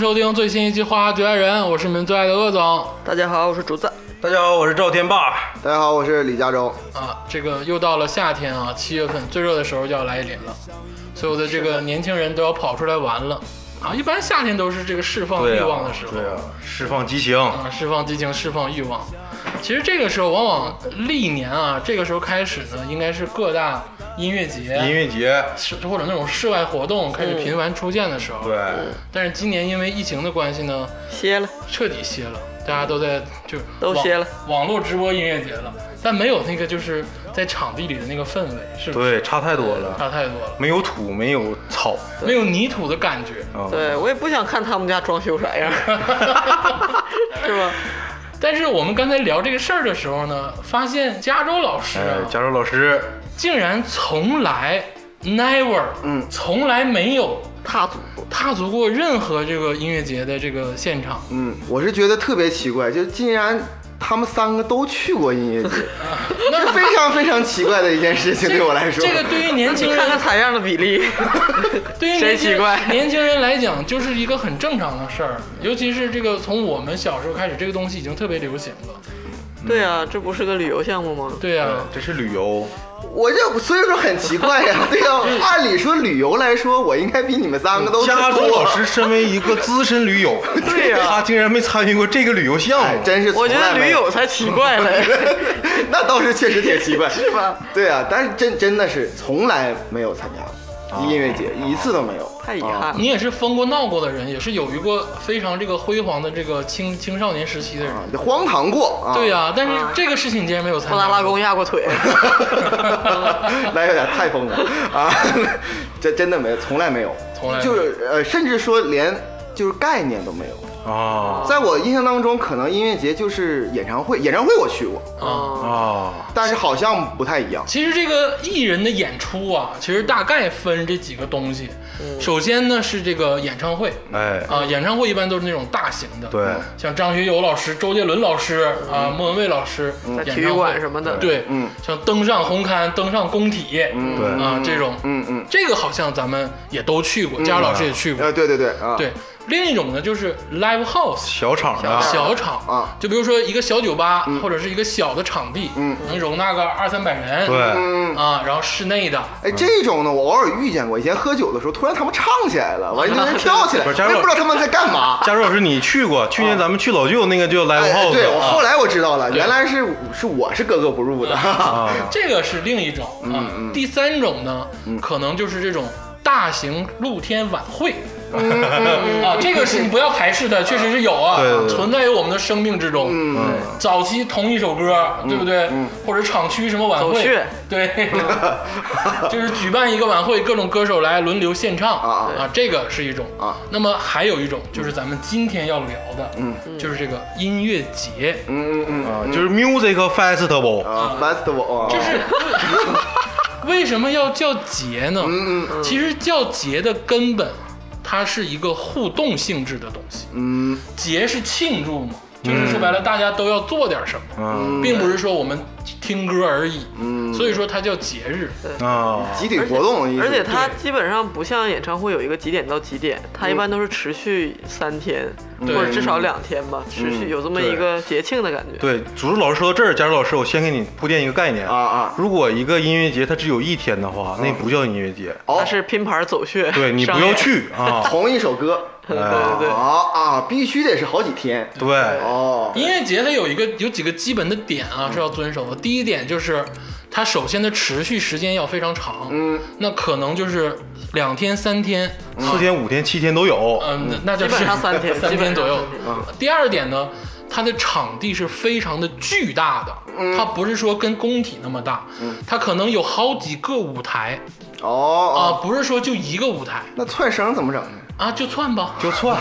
收听最新一期《花花局外人》，我是你们最爱的鄂总。 大家好，我是竹子。 大家好，我是赵天霸。 大家好，我是李嘉洲。 这个又到了夏天啊，7月份最热的时候就要来临了，所有的这个年轻人都要跑出来玩了啊！一般夏天都是这个释放欲望的时候， 对啊，释放激情啊，释放激情，释放欲望。其实这个时候往往历年啊，这个时候开始呢，应该是各大音乐节或者那种室外活动开始频繁出现的时候。 对。 但是今年因为疫情的关系呢，彻底歇了，大家都在都歇了， 网络直播音乐节了，但没有那个就是在场地里的那个氛围，是不是？ 对，差太多了， 没有土，没有草， 没有泥土的感觉。 对，我也不想看他们家装修啥样，是吧？ 但是我们刚才聊这个事儿的时候呢，发现加州老师竟然从来 never 从来没有踏足过任何这个音乐节的这个现场。 我是觉得特别奇怪，就竟然他们3个都去过音乐节，那是非常非常奇怪的一件事情，对我来说。 这个对于年轻人看看采样的比例， 对于谁奇怪？ 年轻人来讲，就是一个很正常的事儿。尤其是这个从我们小时候开始，这个东西已经特别流行了。 对啊，这不是个旅游项目吗？ 对啊， 这是旅游。 所以说很奇怪呀，对呀，按理说旅游来说，我应该比你们3个都多。 加州老师身为一个资深驴友， 对呀， 他竟然没参与过这个旅游项目， 真是我觉得驴友才奇怪嘞。 那倒是确实挺奇怪， 是吧？ 对啊，但是真的是从来没有参加过音乐节，一次都没有， 太遗憾了。 你也是疯过闹过的人，也是有一个非常这个辉煌的这个青少年时期的人， 荒唐过。 对呀，但是这个事情你竟然没有参加。 布达拉宫压过腿， 那有点太疯了啊！这真的没有，从来没有，就是甚至说连就是概念都没有。在我印象当中，可能音乐节就是演唱会我去过但是好像不太一样。 其实这个艺人的演出啊，其实大概分这几个东西。首先呢是这个演唱会，演唱会一般都是那种大型的， 对，像张学友老师、周杰伦老师莫文蔚老师， 在体育馆什么的， 对，像登上红磡、登上工体， 对这种，这个好像咱们也都去过，佳老师也去过， 对对。另一种呢，就是 live house 小场啊，就比如说一个小酒吧或者是一个小的场地，能容纳个200-300人， 对， 然后室内的， 这种呢，我偶尔遇见过。以前喝酒的时候，突然他们唱起来了，完了跳起来，我也不知道他们在干嘛。 佳茹老师，你去过？去年咱们去老舅那个就 live house， 对，我后来我知道了，原来是我是格格不入的。 这个是另一种第3种呢，可能就是这种大型露天晚会。这个是你不要排斥的，确实是有啊，存在于我们的生命之中。早期同一首歌，对不对？或者厂区什么晚会，对，就是举办一个晚会，各种歌手来轮流献唱这个是一种那么还有一种就是咱们今天要聊的，就是这个音乐节， 就是 music festival， 就是为什么要叫节呢？其实叫节的根本。它是一个互动性质的东西，节是庆祝嘛，就是说白了，大家都要做点什么，并不是说我们听歌而已，所以说它叫节日集体活动， 而且它基本上不像演唱会有一个几点到几点，它一般都是持续3天。或者至少2天吧，持续有这么一个节庆的感觉。 对，主持老师说到这儿，佳茹老师，我先给你铺垫一个概念如果一个音乐节它只有1天的话，那不叫音乐节， 它是拼盘走穴。 对，你不要去同一首歌， 对必须得是好几天。 对音乐节它有几个基本的点是要遵守的。第一点就是它首先的持续时间要非常长，那可能就是2天、3天、 4天、5天、7天都有， 那就是基本上3天左右。第二点呢，它的场地是非常的巨大的，它不是说跟工体那么大，它可能有好几个舞台，不是说就一个舞台。 那窜绳怎么整呢？ 就窜吧，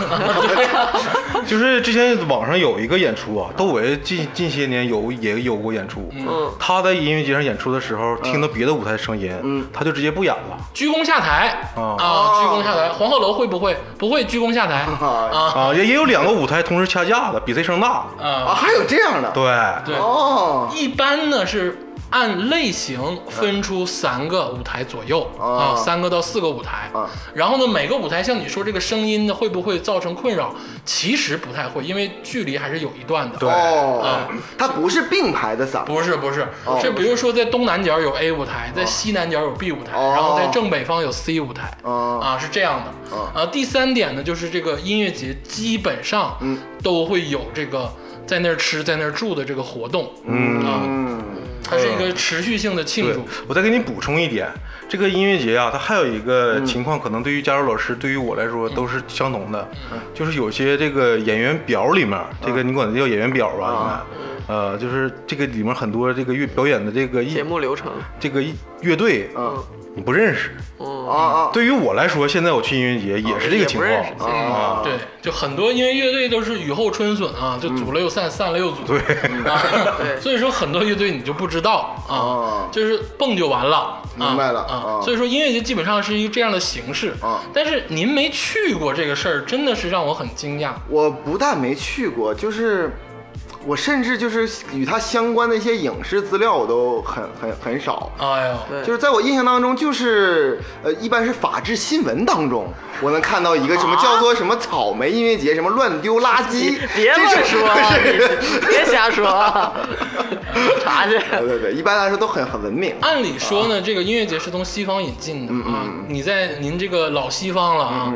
就是之前网上有一个演出窦唯近些年也有过演出，他在音乐节上演出的时候，听到别的舞台声音，他就直接不演了， 鞠躬下台鞠躬下台。黄鹤楼会不会？不会鞠躬下台也有2个舞台同时掐架的，比谁声大还有这样的？ 对一般呢是按类型分出3个舞台左右3个到4个舞台。然后呢，每个舞台像你说这个声音呢会不会造成困扰？其实不太会，因为距离还是有一段的。 对它不是并排的嗓， 不是，是比如说在东南角有 A 舞台，在西南角有 B 舞台，然后在正北方有 C 舞台。是这样的。第3点呢，就是这个音乐节基本上都会有这个在那儿吃在那儿住的这个活动。它是一个持续性的庆祝。 我再给你补充一点，这个音乐节啊，它还有一个情况，可能对于加州老师，对于我来说都是相同的，就是有些这个演员表里面，这个你管它叫演员表吧，就是这个里面很多这个表演的这个节目流程， 这个乐队，你不认识。对于我来说，现在我去音乐节也是这个情况。 对，就很多音乐乐队都是雨后春笋啊，就组了又散，散了又组。 对， 所以说很多乐队你就不知道就是蹦就完了。 明白了所以说音乐节基本上是一个这样的形式。但是您没去过这个事儿，真的是让我很惊讶。 我不但没去过，就是我甚至就是与它相关的一些影视资料我都很少。 哎呦， 就是在我印象当中，就是一般是法制新闻当中，我能看到一个什么叫做什么草莓音乐节，什么乱丢垃圾， 别乱说，别瞎说，查去。 对，一般来说都很文明。 按理说呢，这个音乐节是从西方引进的你在您这个老西方了啊，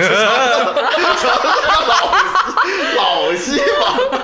老西方。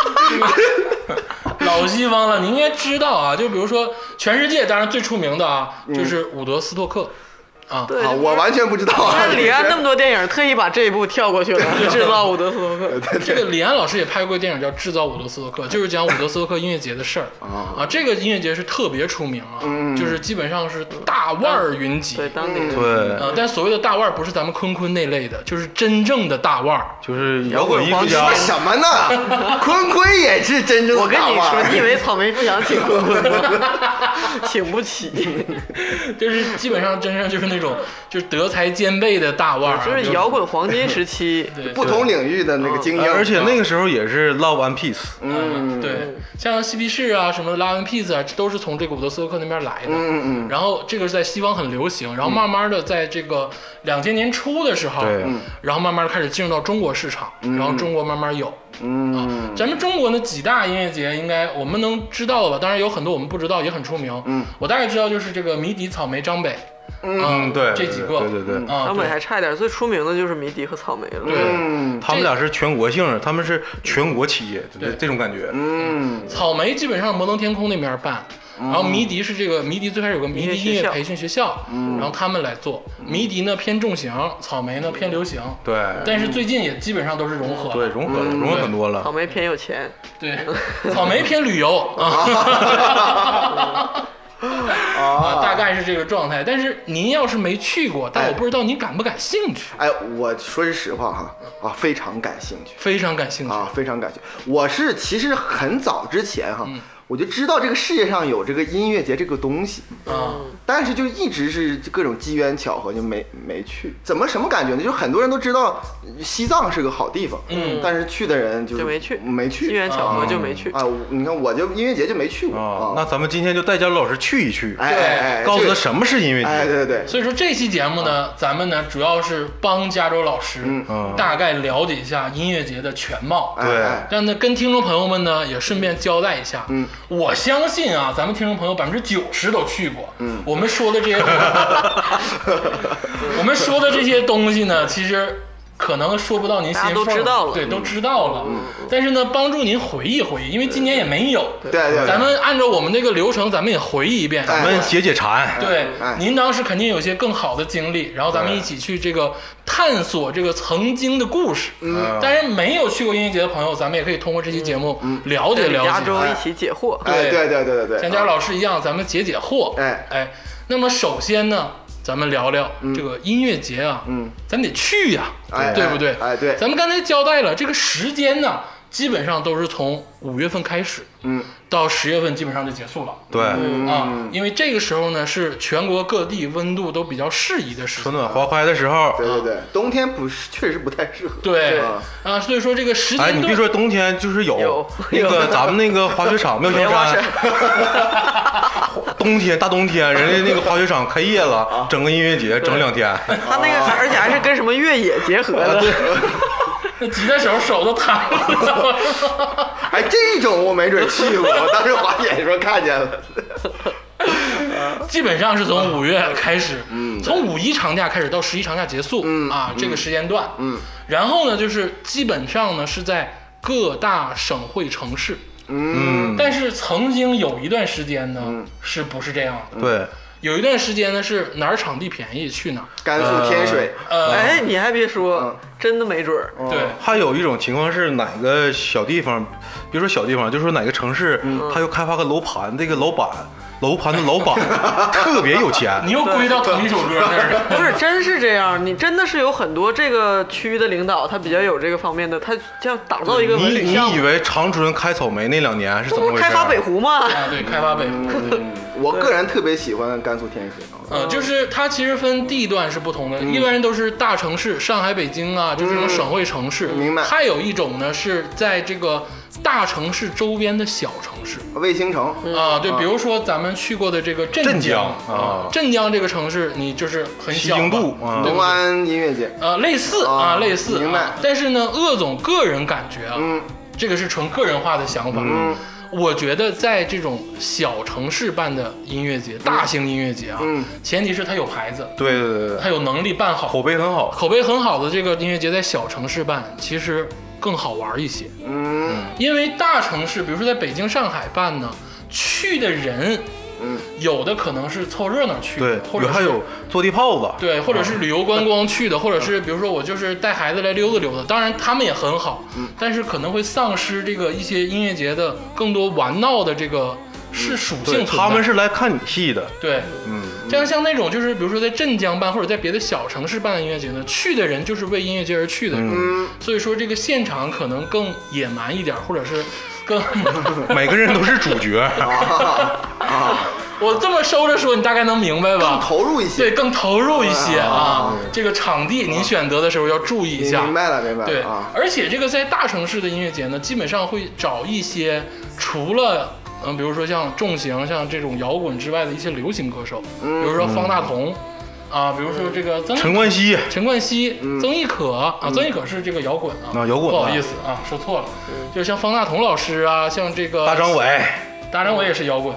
老西方了，你应该知道啊。就比如说，全世界当然最出名的就是伍德斯托克。 对我完全不知道但是李安那么多电影，特意把这一部跳过去了，制造伍德斯托克。 这个李安老师也拍过电影叫《制造伍德斯托克》，就是讲伍德斯托克音乐节的事儿这个音乐节是特别出名就是基本上是大腕云集。 对，当地对但所谓的大腕不是咱们坤那类的，就是真正的大腕， 就是摇滚艺术家。 说什么呢？坤也是真正的大腕。 我跟你说，你以为草莓不想请坤吗？请不起。 就是基本上真正就是那种就是德才兼备的大腕就是摇滚黄金时期， 不同领域的那个精英。 而且那个时候也是 Love and Peace。 对，像嬉皮士啊，什么 Love and Peace 啊，都是从这个伍德斯托克那边来的。然后这个是在西方很流行，然后慢慢的在这个2000年初的时候，然后慢慢开始进入到中国市场，然后中国慢慢有。咱们中国的几大音乐节应该我们能知道吧？当然有很多我们不知道，也很出名。我大概知道就是这个迷笛、草莓、张北。 对， 这几个， 对， 张北还差一点，最出名的就是迷笛和草莓了。 对， 他们俩是全国性，他们是全国企业，对这种感觉。 草莓基本上摩登天空那边办，然后迷笛是这个迷笛最开始有个迷笛音乐培训学校，然后他们来做。迷笛呢偏重型，草莓呢偏流行。 对， 但是最近也基本上都是融合。 对，融合很多了。 草莓偏有钱。 对，草莓偏旅游大概是这个状态。但是您要是没去过，但我不知道您感不感兴趣。 我说句实话非常感兴趣， 非常感兴趣非常感兴趣。我是其实很早之前我就知道这个世界上有这个音乐节这个东西但是就一直是各种机缘巧合就没去。什么感觉呢？就很多人都知道西藏是个好地方，但是去的人就没去， 机缘巧合就没去你看我就音乐节就没去过那咱们今天就带佳老师去一去， 告诉他什么是音乐节。 对。 所以说这期节目呢，咱们呢主要是帮加州老师大概了解一下音乐节的全貌，让呢跟听众朋友们呢也顺便交代一下。我相信咱们听众朋友90%都去过。我们说的这些东西呢，其实可能说不到您心缝， 大家都知道了， 对，都知道了。但是呢，帮助您回忆回忆，因为今年也没有。 对， 咱们按照我们这个流程，咱们也回忆一遍， 咱们解馋。 对，您当时肯定有些更好的经历，然后咱们一起去这个探索这个曾经的故事。当然，没有去过音乐节的朋友，咱们也可以通过这期节目了解了解。 加州一起解惑。 对， 像佳老师一样，咱们解惑。那么首先呢，咱们聊聊这个音乐节咱得去呀，对不对？ 对， 咱们刚才交代了这个时间呢， 基本上都是从5月份开始，到10月份基本上就结束了。 对， 因为这个时候呢是全国各地温度都比那适宜的时候， 春暖花开的时候。 对，冬天确实不太适合。 对所以说这个时间段， 你别说冬天，就是有那个咱们那个滑雪场妙香山，大冬天，人家那个滑雪场开业了，整个音乐节整2天。 他那个而且还是跟什么越野结合的。 那吉他手都瘫了。 哎，这种我没准去过，我当时滑雪的时候看见了。 基本上是从5月开始，从5一长假开始到11长假结束，这个时间段，然后呢，就是基本上呢是在各大省会城市，但是曾经有一段时间呢，是不是这样的？ 对。 有一段时间呢是哪儿场地便宜去哪儿， 甘肃天水。 哎，你还别说，真的没准儿。 对， 还有一种情况是哪个小地方，比如说小地方，就是说哪个城市，他又开发个楼盘，这个楼盘的老板特别有钱。 你又归到同一首歌那儿。 不是，真是这样。你真的是有很多这个区域的领导，他比较有这个方面的，他像打造一个文旅项目。 你以为长春开草莓那2年是怎么回事？ 开发北湖吗？ 对，开发北湖。 我个人特别喜欢甘肃天水。 就是它其实分地段是不同的，一般人都是大城市，上海、北京啊，就这种省会城市。 明白。 还有一种呢是在这个大城市周边的小城市， 卫星城对，比如说咱们去过的这个镇江镇江这个城市，你就是很小， 西京度龙安音乐节类似类似。 明白。 但是呢，鄂总个人感觉这个是纯个人化的想法。我觉得在这种小城市办的音乐节，大型音乐节前提是它有牌子， 对， 它有能力办好， 口碑很好的这个音乐节在小城市办，其实更好玩一些。因为大城市，比如说在北京、上海办呢，去的人。有的可能是凑热闹去的， 对，或者还有坐地炮子， 对，或者是旅游观光去的，或者是比如说我就是带孩子来溜达溜达，当然他们也很好，但是可能会丧失这个一些音乐节的更多玩闹的这个是属性存在。 他们是来看你戏的， 对，这样像那种就是比如说在镇江办或者在别的小城市办的音乐节呢，去的人就是为音乐节而去的人，所以说这个现场可能更野蛮一点，或者是更每个人都是主角我这么收着说，你大概能明白吧？ 更投入一些， 对，更投入一些这个场地您选择的时候要注意一下。 明白了。 对，而且这个在大城市的音乐节呢，基本上会找一些除了比如说像重型、像这种摇滚之外的一些流行歌手，比如说方大同。比如说这个陈冠希、 曾轶可曾轶可是这个摇滚摇滚， 不好意思说错了，就像方大同老师像这个大张伟也是摇滚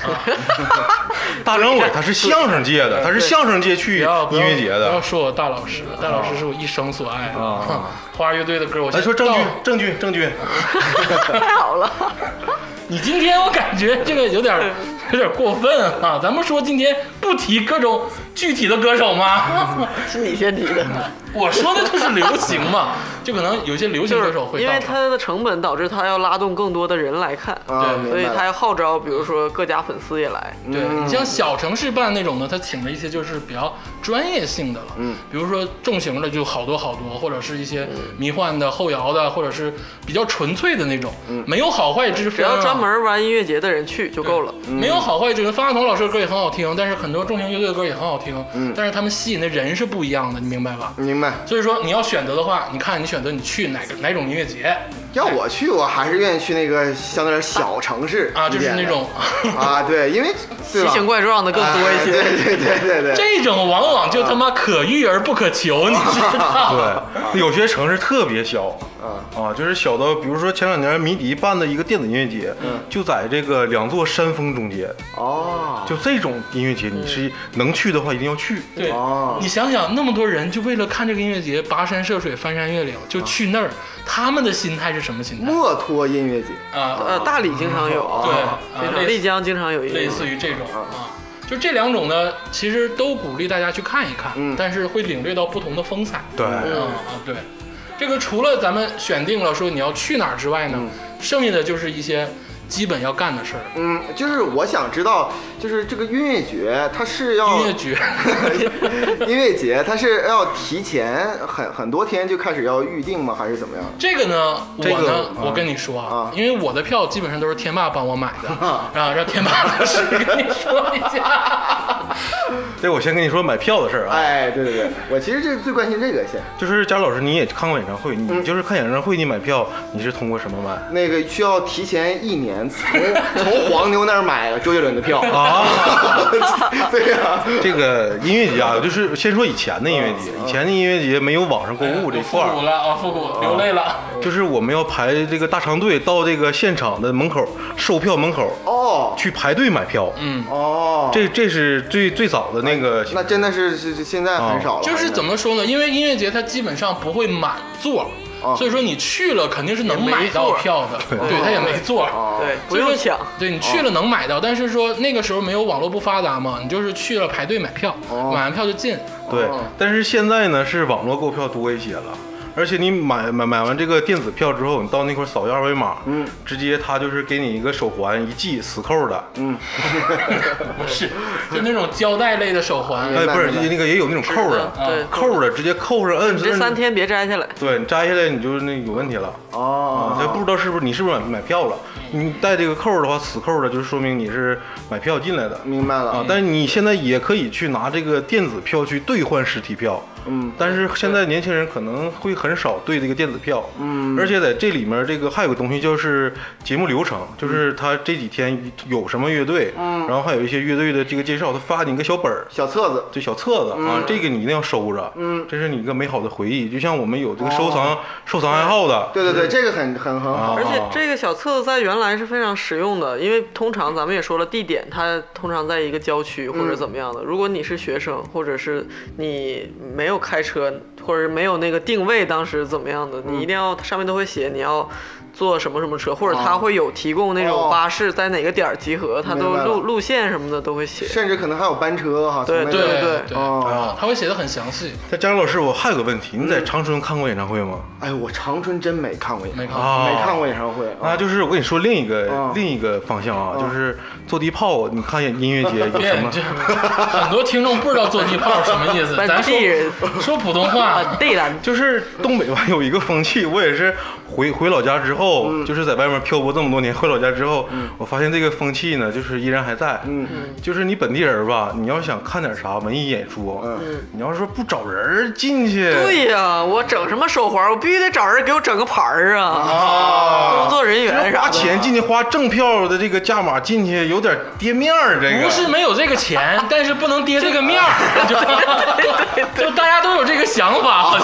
大张伟他是相声界的，他是相声界去音乐节的。 不要说我大老师是我一生所爱花儿乐队的歌，我来说郑钧太好了。 你今天我感觉这个有点过分咱们说今天不提各种具体的歌手吗？ 是你先提的。 我说的就是流行嘛，就可能有些流行歌手会， 因为它的成本导致它要拉动更多的人来看， 对， 所以它要号召，比如说各家粉丝也来。 对，你像小城市办那种呢，他请了一些就是比较专业性的了，比如说重型的就好多，或者是一些迷幻的、后摇的，或者是比较纯粹的那种，没有好坏之分， 只要专门玩音乐节的人去就够了， 没有好坏之分。方大同老师的歌也很好听，但是很多重型乐队的歌也很好听，但是他们吸引的人是不一样的，你明白吧？ 明白。 所以说你要选择的话，你看你选择你去哪种音乐节。 要我去，我还是愿意去那个相对来小城市就是那种对，因为奇形怪状的更多一些。 对， 这种往往就他妈可遇而不可求，你知道？对，有些城市特别小就是小到，比如说前2年迷笛办的一个电子音乐节，就在这个2座山峰中间。就这种音乐节，你是能去的话，一定要去。 对，你想想，那么多人就为了看这个音乐节，跋山涉水、翻山越岭，就去那儿，他们的心态是什么心态？ 墨脱音乐节大理经常有， 对， 丽江经常有一个， 类似于这种就这2种呢，其实都鼓励大家去看一看，但是会领略到不同的风采。 对， 对，这个除了咱们选定了说你要去哪儿之外呢，剩下的就是一些基本要干的事儿。 就是我想知道， 就是这个音乐节，它是要音乐节， 音乐节它是要提前很多天就开始要预定吗？还是怎么样？ 这个呢，我跟你说啊，因为我的票基本上都是天霸帮我买的，让天霸老师跟你说一下。 对，我先跟你说买票的事儿啊。 哎，对，我其实最关心这个先。 就是佳老师，你也看过演唱会，你就是看演唱会，你买票，你是通过什么买？ 那个需要提前1年从黄牛那儿买周杰伦的票啊。 对呀， 这个音乐节啊，就是先说以前的音乐节，以前的音乐节没有网上购物这块儿。 复古了啊，复古流泪了。 就是我们要排这个大长队到这个现场的门口售票门口去排队买票。这是最早的那个。 那真的是现在很少了。 就是怎么说呢？因为音乐节它基本上不会满座。所以说你去了肯定是能买到票的，对，他也没座， 对，不用抢， 对你去了能买到，但是说那个时候没有网络不发达嘛，你就是去了排队买票，买完票就进。 对，但是现在呢是网络购票多一些了。而且你买完这个电子票之后，你到那块扫一个二维码，直接他就是给你一个手环一系死扣的， 不是，就那种胶带类的手环， 不是那个也有那种扣的， 对， 扣的直接扣上摁。 这3天别摘下来， 对你摘下来你就那有问题了。他不知道你是不是买票了，你带这个扣的话，死扣的，就是说明你是买票进来的。 明白了啊，但是你现在也可以去拿这个电子票去兑换实体票。但是现在年轻人可能会很少对这个电子票，而且在这里面这个还有个东西就是节目流程，就是他这几天有什么乐队，然后还有一些乐队的这个介绍，他发你一个小本儿、 小册子， 这小册子啊，这个你一定要收着，这是你一个美好的回忆，就像我们有这个收藏爱好的， 对，这个很好， 而且这个小册子在原来是非常实用的，因为通常咱们也说了地点，它通常在一个郊区或者怎么样的，如果你是学生或者是你没有开车或者没有那个定位，当时怎么样的，你一定要上面都会写你要坐什么什么车，或者他会有提供那种巴士在哪个点集合，他都路线什么的都会写， 甚至可能还有班车哈。 对，他会写的很详细。 但佳茹老师，我还有个问题，你在长春看过演唱会吗？ 哎，我长春真没看过演唱会， 没看过演唱会。 啊，就是我跟你说另一个方向啊，就是坐地炮。你看音乐节有什么？ 很多听众不知道坐地炮什么意思，咱说普通话， 就是东北吧有一个风气，我也是回老家之后。就是在外面漂泊这么多年，回老家之后，我发现这个风气呢，就是依然还在。就是你本地人吧，你要想看点啥文艺演出，你要说不找人进去， 对呀，我整什么手环，我必须得找人给我整个牌儿啊，工作人员花钱进去，花正票的这个价码进去，有点跌面儿。这个不是没有这个钱，但是不能跌这个面儿，就大家都有这个想法，好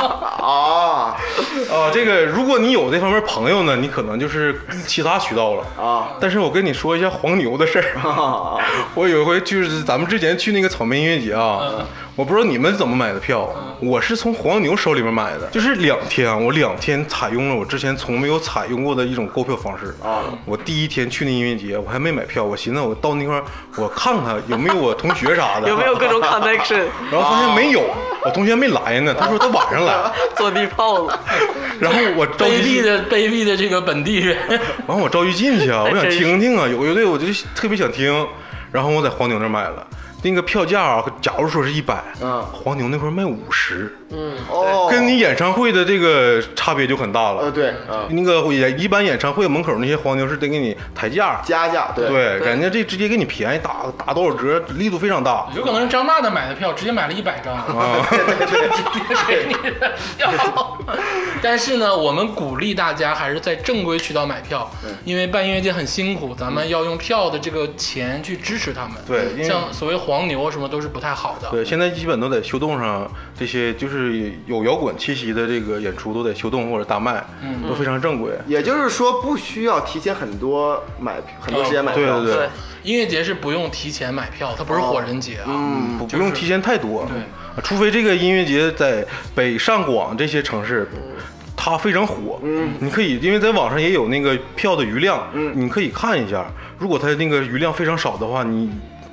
像这个如果你有这方面朋友呢，你可能就是其他渠道了啊。但是我跟你说一下黄牛的事儿。我有一回就是咱们之前去那个草莓音乐节啊，我不知道你们怎么买的票，我是从黄牛手里面买的，就是2天，我2天采用了我之前从没有采用过的一种购票方式啊。我第1天去那音乐节，我还没买票，我寻思我到那块我看看有没有我同学啥的， 有没有各种 connection， 然后发现没有，我同学没来呢，他说他晚上来， 坐地炮了。 然后我卑鄙的这个本地人， 完我着急进去啊，我想听听啊，有乐队我就特别想听，然后我在黄牛那买了。那个票价啊，假如说是100，黄牛那块卖50，跟你演唱会的这个差别就很大了。 对， 那个一般演唱会门口那些黄牛是得给你抬价加价，对， 人家这直接给你便宜打多少折，力度非常大。 有可能是张大的买的票，直接买了100张啊，给你的票。但是呢，我们鼓励大家还是在正规渠道买票，因为办音乐节很辛苦，咱们要用票的这个钱去支持他们。 对， 像所谓黄牛什么都是不太好的。 对，现在基本都在修动上，这些就是有摇滚气息的这个演出都在修动或者大麦，都非常正规。 也就是说，不需要提前很多时间买票。 对， 音乐节是不用提前买票，它不是火人节啊， 不用提前太多。对，除非这个音乐节在北上广这些城市。它非常火，你可以因为在网上也有那个票的余量，你可以看一下。如果它那个余量非常少的话，你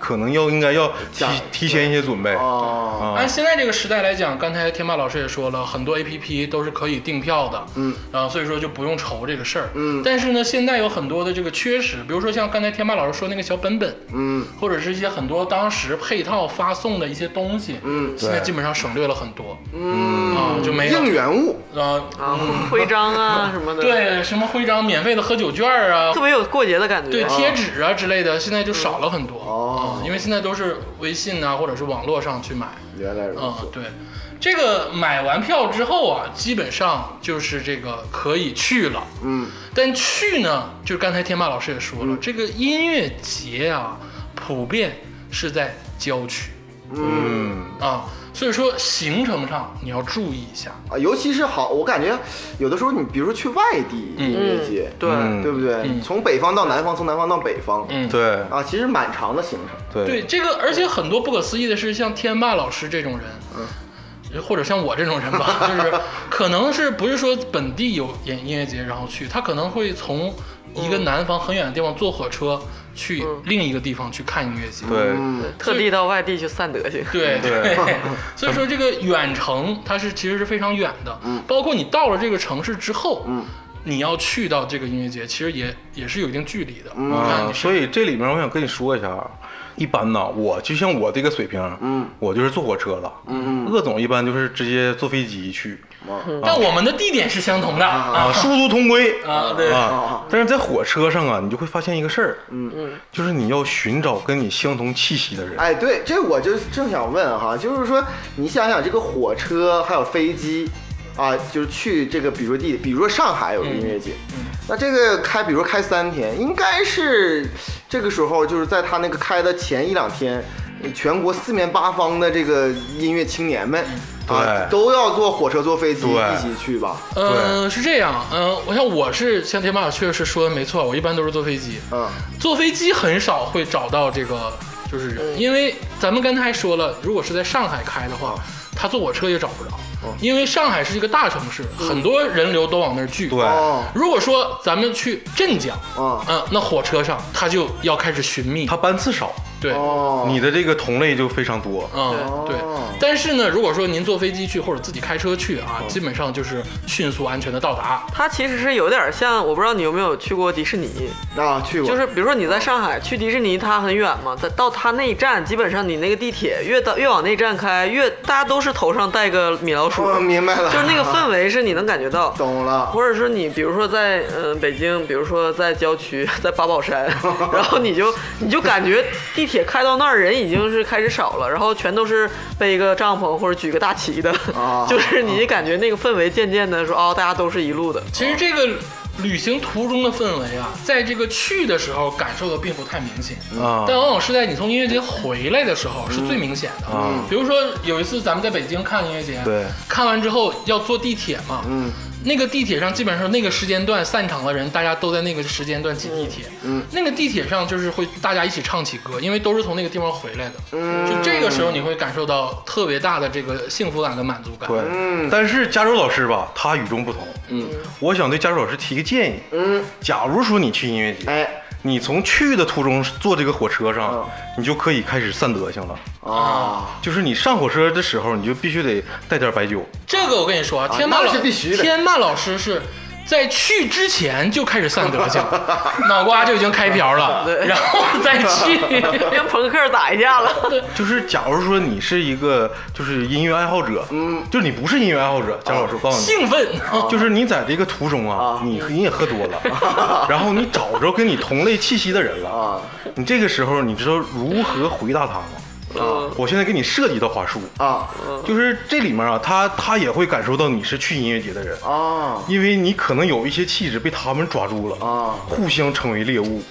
可能应该要提前一些准备。 按现在这个时代来讲，刚才天霸老师也说了，很多 APP 都是可以订票的，所以说就不用愁这个事儿。但是呢，现在有很多的这个缺失，比如说像刚才天霸老师说那个小本本，或者是一些很多当时配套发送的一些东西，现在基本上省略了很多，就没有应援物徽章啊什么的， 对，什么徽章、免费的喝酒券啊， 特别有过节的感觉。 对，贴纸啊之类的，现在就少了很多因为现在都是微信啊或者是网络上去买。 原来如此。 对，这个买完票之后啊，基本上就是这个可以去了。但去呢，就是刚才天霸老师也说了，这个音乐节啊，普遍是在郊区。所以说行程上你要注意一下啊，尤其是我感觉有的时候你比如说去外地音乐节，对不对？从北方到南方，从南方到北方， 对啊，其实蛮长的行程。 对这个，而且很多不可思议的是，像天霸老师这种人，或者像我这种人吧，就是可能是不是说本地有音乐节然后去，他可能会从一个南方很远的地方坐火车去另一个地方去看音乐节， 特地到外地去散德行。 对，所以说这个远程它其实是非常远的，包括你到了这个城市之后，你要去到这个音乐节，其实也是有一定距离的。 所以这里面我想跟你说一下，一般呢，我就像我这个水平，我就是坐火车了，鄂总一般就是直接坐飞机去。 但我们的地点是相同的殊途同归对但是在火车上啊，你就会发现一个事儿，就是你要寻找跟你相同气息的人。 哎，对，这我就正想问哈，就是说你想想这个火车还有飞机啊，就是去这个比如说上海有个音乐节，那这个比如说开3天，应该是这个时候就是在他那个开的前1-2天，全国4面8方的这个音乐青年们。都要坐火车坐飞机一起去吧？ 是这样，我是像天霸确实说的没错，我一般都是坐飞机。坐飞机很少会找到这个就是人，因为咱们刚才还说了，如果是在上海开的话，他坐火车也找不着。因为上海是一个大城市，很多人流都往那儿聚。 对， 如果说咱们去镇江，那火车上他就要开始寻觅， 他班次少， 对， 你的这个同类就非常多。 对。但是呢，如果说您坐飞机去或者自己开车去啊，基本上就是迅速安全的到达。 它其实是有点像，我不知道你有没有去过迪士尼啊？去过。 就是比如说你在上海去迪士尼，它很远嘛，到它那一站，基本上你那个地铁越往那站开，大家都是头上戴个米老鼠。 明白了， 就是那个氛围是你能感觉到。 懂了。 或者说你比如说在北京，比如说在郊区，在八宝山，然后你就感觉地铁开到那儿人已经是开始少了，然后全都是背一个帐篷或者举个大旗的，就是你感觉那个氛围渐渐的说大家都是一路的。 其实这个旅行途中的氛围啊，在这个去的时候感受的并不太明显但往往是在你从音乐节回来的时候是最明显的比如说有一次咱们在北京看音乐节， 对， 看完之后要坐地铁嘛，那个地铁上基本上那个时间段散场的人，大家都在那个时间段挤地铁。那个地铁上就是会大家一起唱起歌，因为都是从那个地方回来的。就这个时候你会感受到特别大的这个幸福感跟满足感。 对，但是加州老师吧，他与众不同。我想对加州老师提个建议。假如说你去音乐节，你从去的途中坐这个火车上，你就可以开始散德行了就是你上火车的时候，你就必须得带点白酒。 这个我跟你说天霸老师是在去之前就开始散德性，脑瓜就已经开瓢了，然后再去跟朋克打一架了。 就是假如说你是一个就是音乐爱好者，就是你不是音乐爱好者，贾老师告诉你， 兴奋， 就是你在这个途中啊，你也喝多了，然后你找着跟你同类气息的人了你这个时候你知道如何回答他吗？我现在给你设计一套话术就是这里面他也会感受到你是去音乐节的人因为你可能有一些气质被他们抓住了互相成为猎物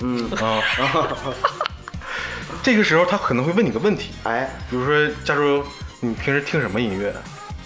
这个时候他可能会问你个问题，比如说加州，你平时听什么音乐？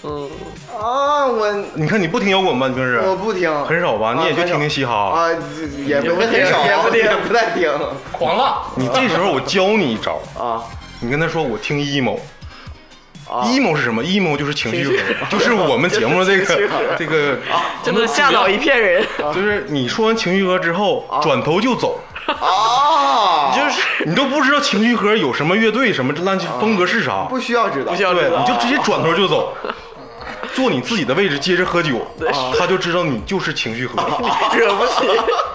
你看你不听摇滚吧？你平时我不听， 很少吧？你也就听听嘻哈也不很少，也不太听， 狂浪。 你这时候我教你一招你跟他说我听 emo。emo 是什么 ？emo 就是情绪歌，就是我们节目这个真的吓倒一片人。 就是你说完情绪歌之后，转头就走， 啊， 你都不知道情绪盒有什么乐队，什么烂风格是啥， 不需要知道， 对，你就直接转头就走。坐你自己的位置，接着喝酒，他就知道你就是情绪盒， 惹不起。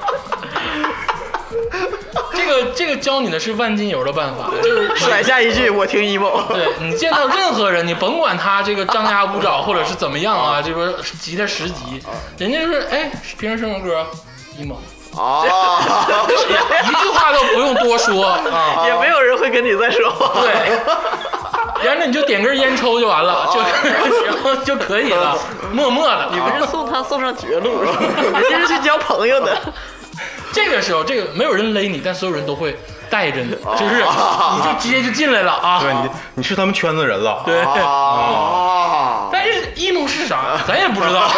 这个教你的是万金油的办法，就是甩下一句我听 emo。 对，你见到任何人，你甭管他这个张牙舞爪或者是怎么样啊，这个吉他10级，人家就是平时什么歌 emo 一句话都不用多说啊， 也没有人会跟你再说话。 对。然后你就点根烟抽就完了，然后就可以了，默默的。 你不是送他送上绝路，人家是去交朋友的。 这个时候，没有人勒你，但所有人都会带着你，就是你就直接就进来了啊。 对，你是他们圈子人了。 对但是 emo 是啥，咱也不知道。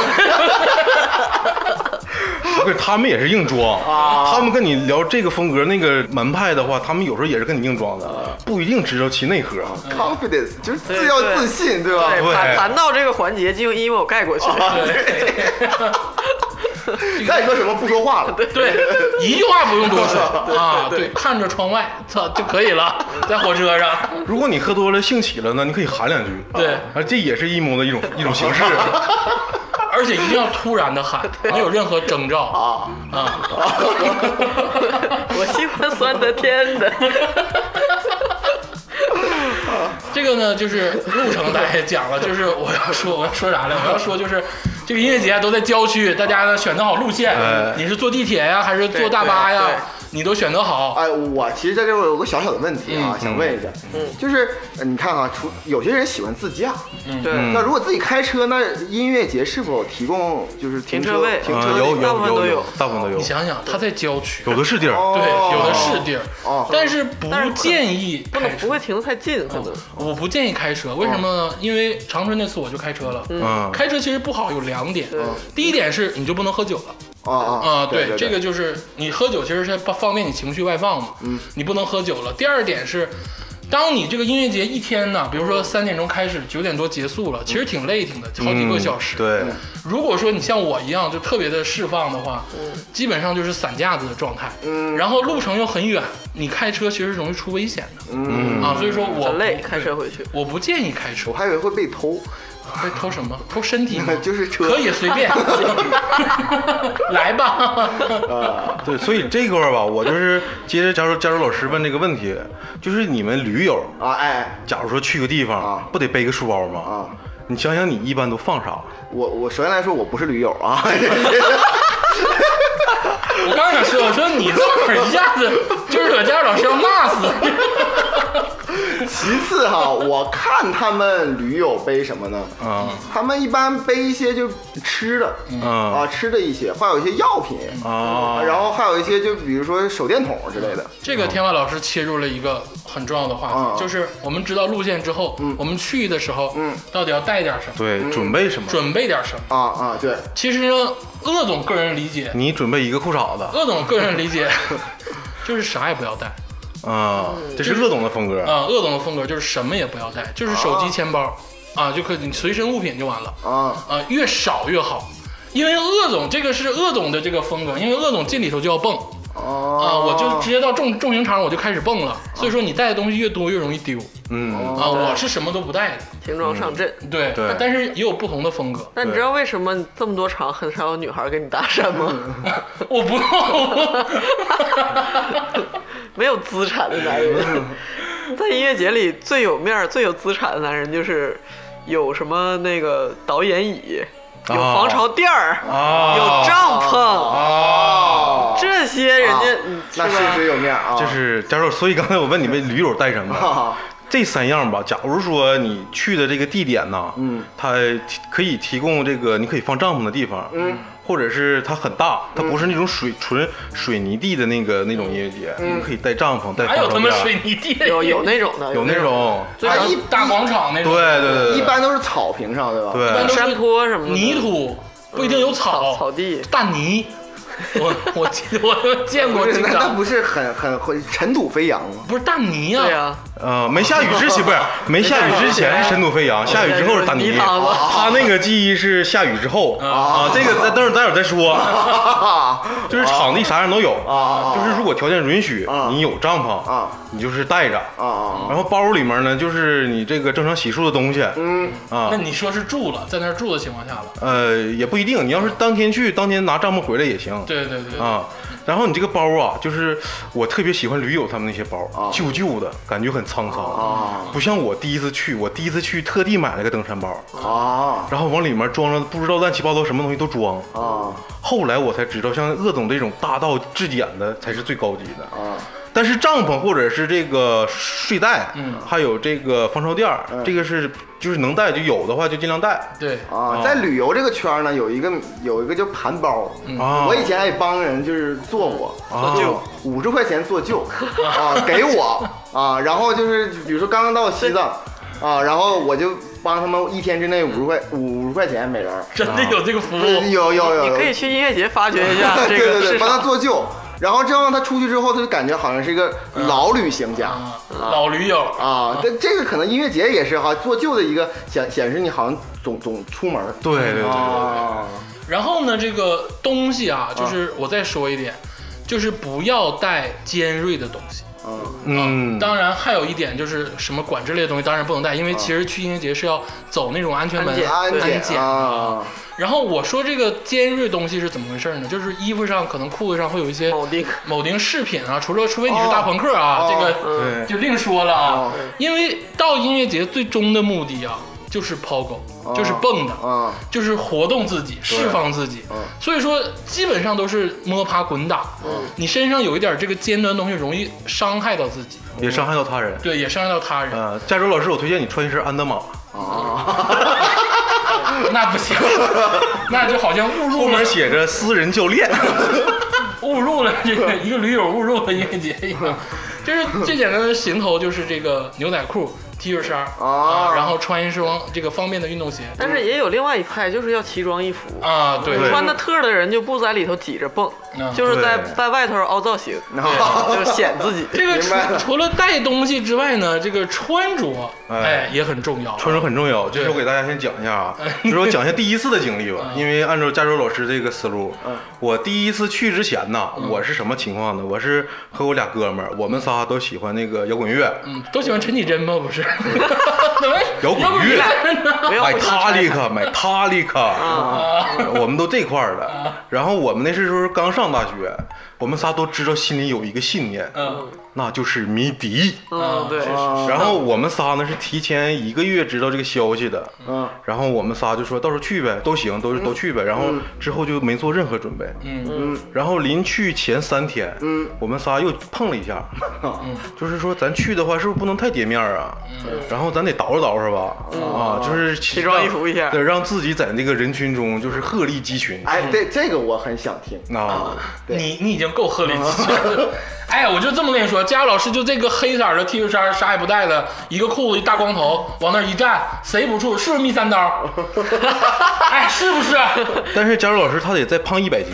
不是，他们也是硬装他们跟你聊这个风格那个门派的话，他们有时候也是跟你硬装的，不一定知道其内核。 confidence 就是要自信，对吧？ 对，谈到这个环节就用 emo 盖过去。 再说什么不说话了， 对，一句话不用多说啊，对，看着窗外，就可以了，在火车上。 如果你喝多了兴起了呢，你可以喊两句， 对， 这也是 emo 的一种形式。 而且一定要突然的喊，没有任何征兆我喜欢酸的甜的。 这个呢，就是路程大家也讲了，就是我要说啥来？我要说就是这个音乐节都在郊区，大家呢选择好路线，你是坐地铁呀，还是坐大巴呀？你都选择好。 我其实在这有个小小的问题啊，想问一下，就是你看啊，有些人喜欢自驾， 对， 那如果自己开车，那音乐节是否提供就是停车位？ 有， 大部分都有， 大部分都有。 你想想，他在郊区， 有的是地儿， 对，有的是地儿，但是不建议不会停得太近，可能我不建议开车，为什么呢？因为长春那次我就开车了，开车其实不好有2点，第一点是你就不能喝酒了。对，这个就是你喝酒其实是方便你情绪外放嘛，你不能喝酒了。第二点是，当你这个音乐节一天呢，比如说3点钟开始，9点多结束了，其实挺累挺的，好几个小时。 对， 如果说你像我一样就特别的释放的话，基本上就是散架子的状态。然后路程又很远，你开车其实容易出危险的。所以说我很累，开车回去。 我不建议开车。 我还以为会被偷。 会偷什么？偷身体吗？ 就是车可以随便来吧。 对，所以这块儿吧，我就是接着加州老师问这个问题，就是你们驴友假如说去个地方不得背个书包吗？你想想你一般都放啥？ 我首先来说，我不是驴友啊。 我刚想说，我说你这么一下子就惹佳老师要骂死。 其次哈，我看他们驴友背什么呢？他们一般背一些就吃的，吃的一些，还有一些药品然后还有一些就比如说手电筒之类的。这个天霸老师切入了一个很重要的话题，就是我们知道路线之后，我们去的时候，到底要带点什么？ 对，准备什么？ 准备点什么？ 对。 其实呢，鄂总个人理解， 你准备一个裤衩子。 鄂总个人理解就是啥也不要带。 这是鄂总的风格鄂总的风格就是什么也不要带，就是手机、钱包就可以，你随身物品就完了越少越好，因为鄂总这个是鄂总的这个风格，因为鄂总进里头就要蹦我就直接到重型场我就开始蹦了，所以说你带的东西越多越容易丢我是什么都不带的， 轻装上阵。 对，但是也有不同的风格。 那你知道为什么这么多场很少有女孩跟你搭讪吗？ 我不没有资产的男人，在音乐节里最有面最有资产的男人就是有什么那个导演椅，有防潮垫儿有帐篷这些人家那确实有面就是假如所以刚才我问你们驴友带什么这3样吧，假如说你去的这个地点呢，它可以提供这个你可以放帐篷的地方，或者是它很大，它不是那种纯水泥地的那种音乐节，你可以带帐篷，带还有他们水泥地有那种的， 有那种大广场那种， 对， 一般都是草坪上，对吧？ 对， 山坡什么的， 泥土不一定有草地， 大泥。我见过， 那不是很尘土飞扬吗？ 不是大泥啊， 对啊， 没下雨之前不是没下雨之前是尘土飞扬，下雨之后是打泥。他那个记忆是下雨之后啊，这个等会儿再说。就是场地啥样都有就是如果条件允许，你有帐篷你就是带着然后包里面呢就是你这个正常洗漱的东西。 那你说是住了，在那儿住的情况下了？ 也不一定，你要是当天去，当天拿帐篷回来也行。 对然后你这个包啊，就是我特别喜欢驴友他们那些包，旧旧的感觉很沧桑不像我第一次去特地买了个登山包然后往里面装了不知道乱七八糟什么东西都装后来我才知道，像鄂总这种大道至简的才是最高级的但是帐篷或者是这个睡袋，还有这个防潮垫这个是就是能带就有的话就尽量带。 对在旅游这个圈呢，有一个叫盘包，我以前也帮人就是做过，就50块钱做旧给我然后就是比如说刚刚到西藏然后我就帮他们1天之内50块钱每人。 真的有这个服务？ 有， 你可以去音乐节发掘一下这个对，帮他做旧。然后这样他出去之后，他就感觉好像是一个老旅行家， 老驴友这个可能音乐节也是做旧的一个显示你好像总出门。 对。 然后呢，这个东西就是我再说一点，就是不要带尖锐的东西。当然还有一点就是什么管制类的东西当然不能带，因为其实去音乐节是要走那种安全门安检然后我说这个尖锐东西是怎么回事呢？就是衣服上可能裤子上会有一些铆钉饰品除非你是大朋克这个就另说了因为到音乐节最终的目的就是抛狗，就是蹦的就是活动自己，释放自己所以说基本上都是摸爬滚打你身上有一点这个尖端东西容易伤害到自己， 也伤害到他人。 对，也伤害到他人。 加州老师，我推荐你穿一身安德玛那不行，那就好像误入了， 后面写着私人教练误入了这个一个驴友误入了音乐节一样。就是最简单的行头就是这个牛仔裤T 恤衫然后穿一双这个方便的运动鞋。 但是也有另外一派，就是要奇装异服对， 穿的特的人就不在里头挤着蹦就是在外头凹造型就显自己。 这个除了带东西之外呢，这个穿着也很重要。 穿着很重要，这是我给大家先讲一下就是我讲一下第一次的经历吧因为按照加州老师这个思路我第一次去之前呢我是什么情况呢？我是和我俩哥们儿，我们仨都喜欢那个摇滚乐都喜欢陈绮贞吗？不是摇滚乐Metallica我们都这块儿的然后我们那时候刚上大学，我们仨都知道心里有一个信念那就是迷笛对然后我们仨呢是提前1个月知道这个消息的然后我们仨就说到时候去呗，都行，都去呗然后之后就没做任何准备然后临去前3天我们仨又碰了一下就是说咱去的话是不是不能太跌面然后咱得捯饬吧就是奇装异服一下， 对，让自己在那个人群中就是鹤立鸡群。 对，这个我很想听你已经够鹤立鸡群了我就这么跟你说，佳老师就这个黑色的 T 恤衫，啥也不带的，一个裤子一大光头，往那一站，谁不怵？是不是密三刀？是不是？ 但是佳老师他得再胖100斤。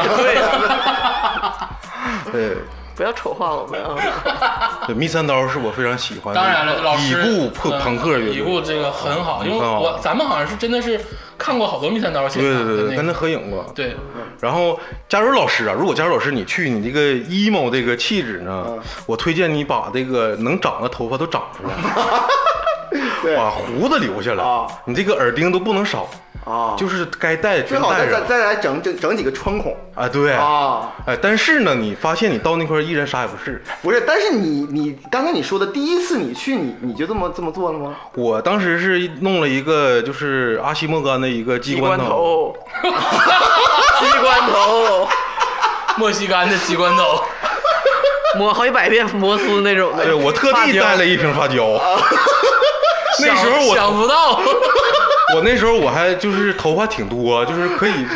对。 不要丑化我们对，密三刀是我非常喜欢的。 当然了，老师已故朋克乐队， 已故这个很好，因为咱们好像是真的是看过好多密三刀现场， 对，跟他合影过。 对， 然后加州老师如果加州老师你去，你这个 emo 这个气质呢，我推荐你把这个能长的头发都长出来，把胡子留下来，你这个耳钉都不能少。就是该带最好再来整几个穿孔对但是呢，你发现你到那块依然啥也不是。 不是，但是你刚才你说的第一次你去你就这么做了吗？ 我当时是弄了一个就是阿西莫干的一个鸡冠头， 鸡冠头， 莫西干的鸡冠头， 抹好100遍摩斯那种的。 对，我特地带了一瓶发胶。那时候我想不到。 我那时候我还就是头发挺多，就是可以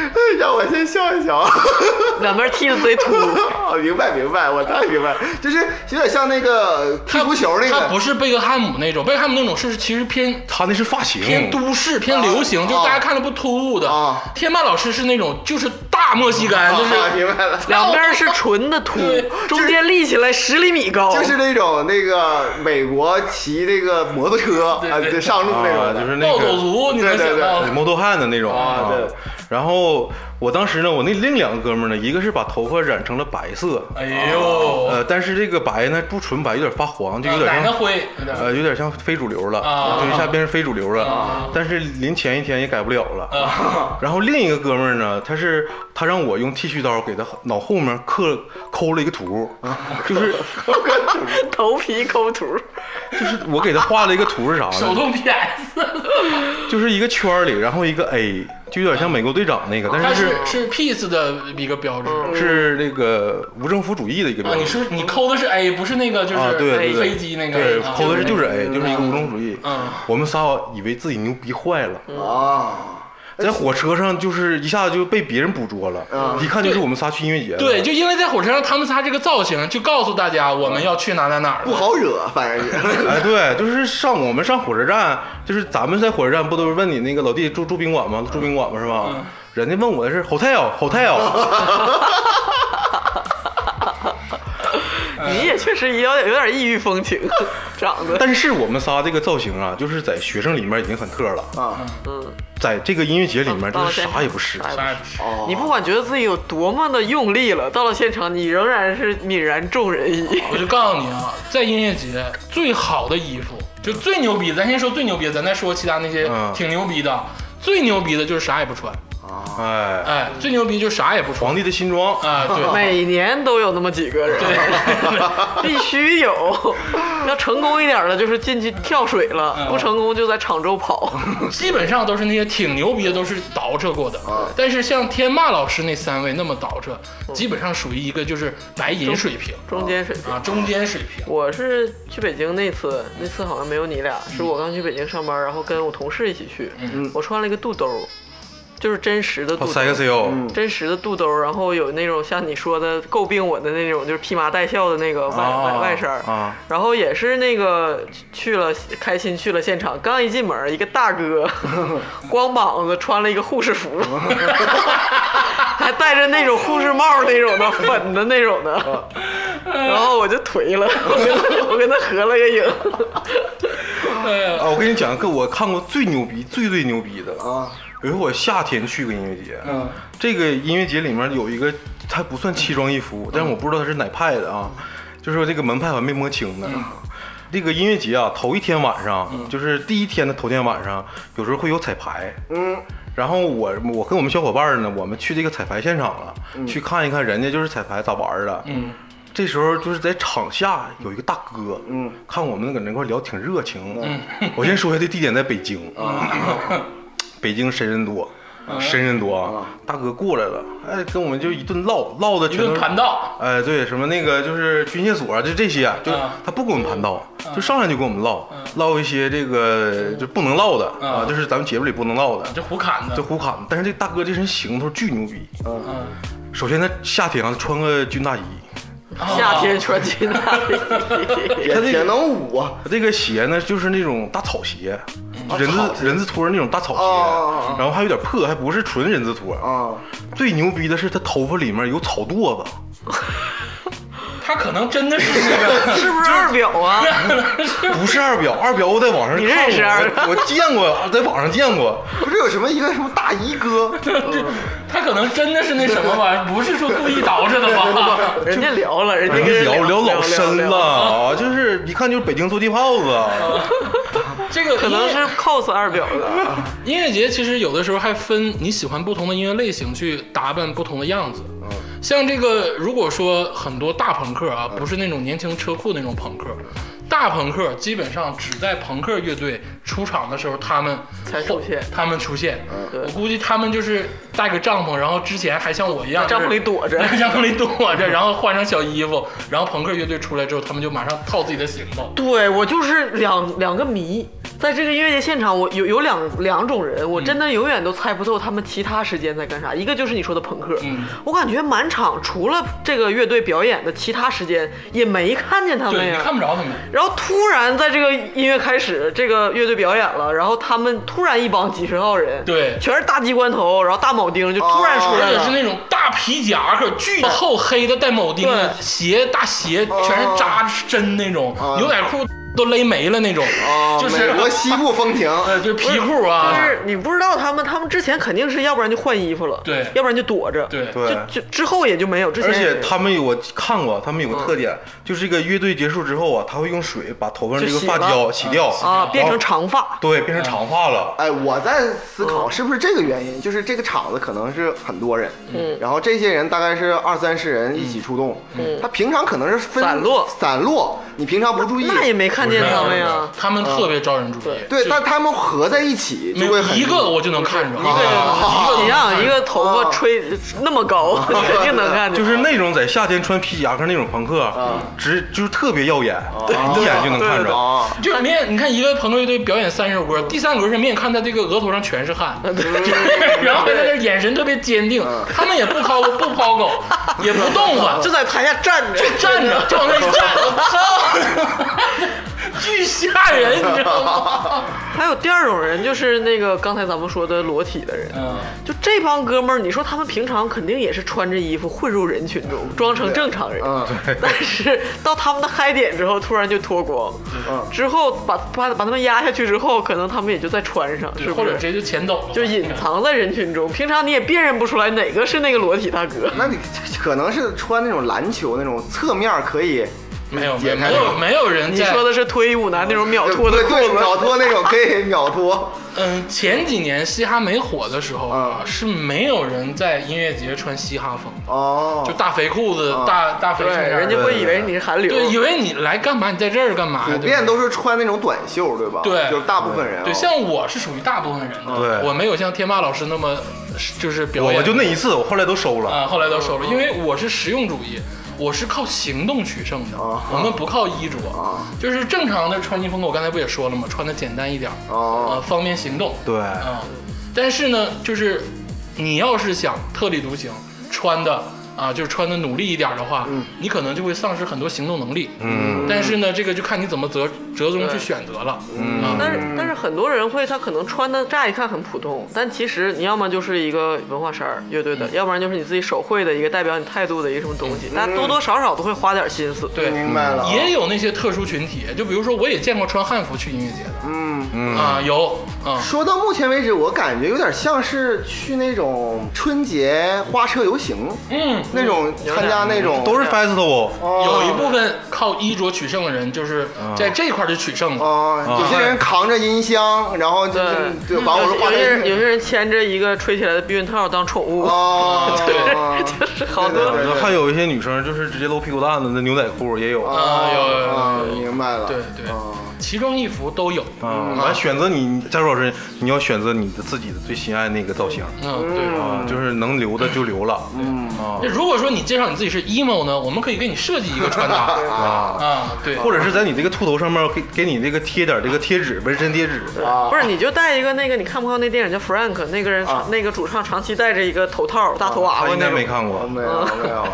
让我先笑一笑。 两边踢的贼秃。 明白，我太明白，就是有点像那个踢足球那个。 他不是贝克汉姆那种，贝克汉姆那种是其实偏他那是发型， 偏都市、偏流行，就是大家看着不突兀的。天霸老师是那种就是大莫西干，就是明白了， 两边是纯的秃，中间立起来10厘米高， 就是那种那个美国骑那个摩托车上路那种， 就是那个暴走族，你能想到摩托汉的那种啊，对。 然后我当时呢，我那另2个哥们呢，一个是把头发染成了白色， 哎呦， 但是这个白呢不纯白，有点发黄，就有点像灰， 有点像非主流了，就一下变成非主流了。但是临前一天也改不了了。然后另一个哥们呢，他让我用剃须刀给他脑后面抠了一个图，就是头皮抠图， 就是我给他画了一个图是啥呢？ 手动 PS， 就是一个圈里，然后一个 A。就有点像美国队长那个，但是是 peace 的一个标志， 是那个无政府主义的一个标志。 你抠的是 A， 不是那个就是飞机那个， 对，抠的就是 A， 就是一个无政府主义。我们仨以为自己牛逼坏了啊。在火车上就是一下就被别人捕捉了，一看就是我们仨去音乐节。 对，就因为在火车上他们仨这个造型，就告诉大家我们要去哪儿， 不好惹，反正是。 哎，对，就是我们上火车站，就是咱们在火车站不都是问你那个老弟住宾馆吗？住宾馆吗？是吧？人家问我的是 hotel。 你也确实有点异域风情，长得。 但是我们仨这个造型啊，就是在学生里面已经很特了啊。在这个音乐节里面，就是啥也不是。 你不管觉得自己有多么的用力了，到了现场你仍然是泯然众人矣。 我就告诉你啊，在音乐节最好的衣服，就最牛逼，咱先说最牛逼的，咱再说其他那些挺牛逼的。最牛逼的就是啥也不穿。哎，最牛逼就是啥也不穿， 皇帝的新装啊，对， 每年都有那么几个人，必须有。要成功一点的，就是进去跳水了；不成功就在场周跑。 基本上都是那些挺牛逼的，都是倒饬过的。但是像天霸老师那3位那么倒饬，基本上属于一个就是白银水平， 中间水平啊，中间水平。 我是去北京那次好像没有你俩，是我刚去北京上班，然后跟我同事一起去，我穿了一个肚兜。就是真实的肚兜，真实的肚兜，然后有那种像你说的诟病我的那种，就是披麻戴孝的那个外衫然后也是那个开心去了现场，刚一进门，一个大哥光膀子穿了一个护士服，还戴着那种护士帽那种的粉的那种的，然后我就颓了，我跟他合了个影。 我跟你讲个我看过最牛逼、最牛逼的啊。有一回我夏天去个音乐节，这个音乐节里面有一个，它不算奇装异服，但是我不知道它是哪派的啊，就是说这个门派我还没摸清呢。这个音乐节啊，头一天晚上，就是第一天的头天晚上，有时候会有彩排，然后我跟我们小伙伴呢，我们去这个彩排现场了，去看一看人家就是彩排咋玩的，这时候就是在场下有一个大哥，看我们搁那块聊挺热情的，我先说一下这地点在北京北京神人多啊！大哥过来了，哎，跟我们就一顿唠的全都是盘道， 哎，对，什么那个就是军械所就这些，就他不跟我们盘道，就上来就跟我们唠一些这个就不能唠的啊，就是咱们节目里不能唠的， 就胡侃的， 但是这大哥这身行头巨牛逼，首先他夏天啊穿个军大衣。 夏天穿军大衣， 也能舞啊！ 他这个鞋呢，就是那种大草鞋，人字拖那种大草鞋，然后还有点破，还不是纯人字拖。最牛逼的是他头发里面有草垛子。 他可能真的是那个， 是不是二表啊？ 不是二表，我在网上你认识我见过，在网上见过。 不是有什么一个什么大衣哥？ 他可能真的是那什么吧，不是说故意捯饬的吧？ 人家聊了，人家聊老深了啊，就是一看就是北京坐地炮子。 这个可能是 cos 二表的。 音乐节其实有的时候还分你喜欢不同的音乐类型去打扮不同的样子。像这个，如果说很多大朋克啊，不是那种年轻车库那种朋克，大朋克基本上只在朋克乐队出场的时候他们才出现， 我估计他们就是带个帐篷，然后之前还像我一样帐篷里躲着， 然后换上小衣服，然后朋克乐队出来之后，他们就马上套自己的行头。 对，我就是两个谜， 在这个音乐节现场，我有两种人，我真的永远都猜不透他们其他时间在干啥。一个就是你说的朋克，我感觉满场除了这个乐队表演的其他时间也没看见他们呀， 看不着他们。 然后突然在这个音乐开始，这个乐队表演了，然后他们突然一帮几十号人， 对， 全是大鸡冠头，然后大铆钉就突然出来了， 而且是那种大皮夹克，巨厚黑的带铆钉的鞋，大鞋全是扎针那种，牛仔裤都勒没了那种，就是美国西部风情， 就是皮裤啊。 就是你不知道他们之前肯定是要不然就换衣服了， 对， 要不然就躲着， 对， 就之后也就没有。之前而且他们我看过，他们有个特点，就是这个乐队结束之后啊，他会用水把头发上这个发胶洗掉啊，变成长发， 对，变成长发了。 哎，我在思考是不是这个原因，就是这个场子可能是很多人，然后这些人大概是20-30人一起出动，他平常可能是散落，你平常不注意， 那也没看见他们呀。 他们特别招人注意， 对，但他们合在一起就会很一个我就能看着， 你想一个头发吹那么高，肯定能看见。 就是那种在夏天穿皮夹克那种朋克，就是特别耀眼，一眼就能看着。 就你看一个朋克乐队表演3首歌，第3首歌是明显看他这个额头上全是汗，然后在那眼神特别坚定，他们也不抛狗，也不动唤， 就在台下站着， 就往那一站，我操！巨吓人，你知道吗？ 还有第二种人，就是那个刚才咱们说的裸体的人，就这帮哥们儿，你说他们平常肯定也是穿着衣服混入人群中，装成正常人，但是到他们的嗨点之后，突然就脱光，之后把他们压下去之后，可能他们也就再穿上，是不是？ 或者直接就潜走了， 就隐藏在人群中，平常你也辨认不出来哪个是那个裸体大哥。 那你可能是穿那种篮球那种侧面可以。 没有人在。 你说的是脱衣舞男那种秒脱的裤子， 对，秒脱那种可以秒脱。 前几年嘻哈没火的时候是没有人在音乐节穿嘻哈风就大肥裤子、大肥衬衫， 人家会以为你是韩流， 对，以为你来干嘛？你在这儿干嘛？ 普遍都是穿那种短袖，对吧？ 对， 就是大部分人。 对，像我是属于大部分人的， 对， 我没有像天霸老师那么就是表演。 我就那一次，我后来都收了后来都收了，因为我是实用主义。我是靠行动取胜的，我们不靠衣着，就是正常的穿衣风格。我刚才不也说了吗？穿的简单一点，方便行动。 对， 但是呢，就是你要是想特立独行，穿的就是穿的努力一点的话，你可能就会丧失很多行动能力。但是呢，这个就看你怎么折中去选择了。 但是很多人他可能穿的乍一看很普通，但其实你要么就是一个文化衫乐队的，要不然就是你自己手绘的一个代表你态度的一个什么东西，大家多多少少都会花点心思。 对， 明白了。 也有那些特殊群体，就比如说我也见过穿汉服去音乐节的。有。 说到目前为止，我感觉有点像是去那种春节花车游行，那种参加那种都是 festival， 有一部分靠衣着取胜的人，就是在这块就取胜了。 有些人扛着音箱，然后就把我有些人牵着一个吹起来的避孕套当宠物。 对， 就是好多。 还有一些女生就是直接露屁股蛋子的牛仔裤也有。 有， 明白了。 对。奇装异服都有完选择你，佳茹老师，你要选择你的自己的最心爱那个造型。 对就是能留的就留了。 如果说你介绍你自己是 emo 呢，我们可以给你设计一个穿搭对， 或者是在你这个秃头上面给你这个贴点这个贴纸，纹身贴纸。 不是，你就戴一个那个，你看不看那电影叫 Frank？ 那个人那个主唱长期戴着一个头套，大头娃娃。 他应该没看过。 没有，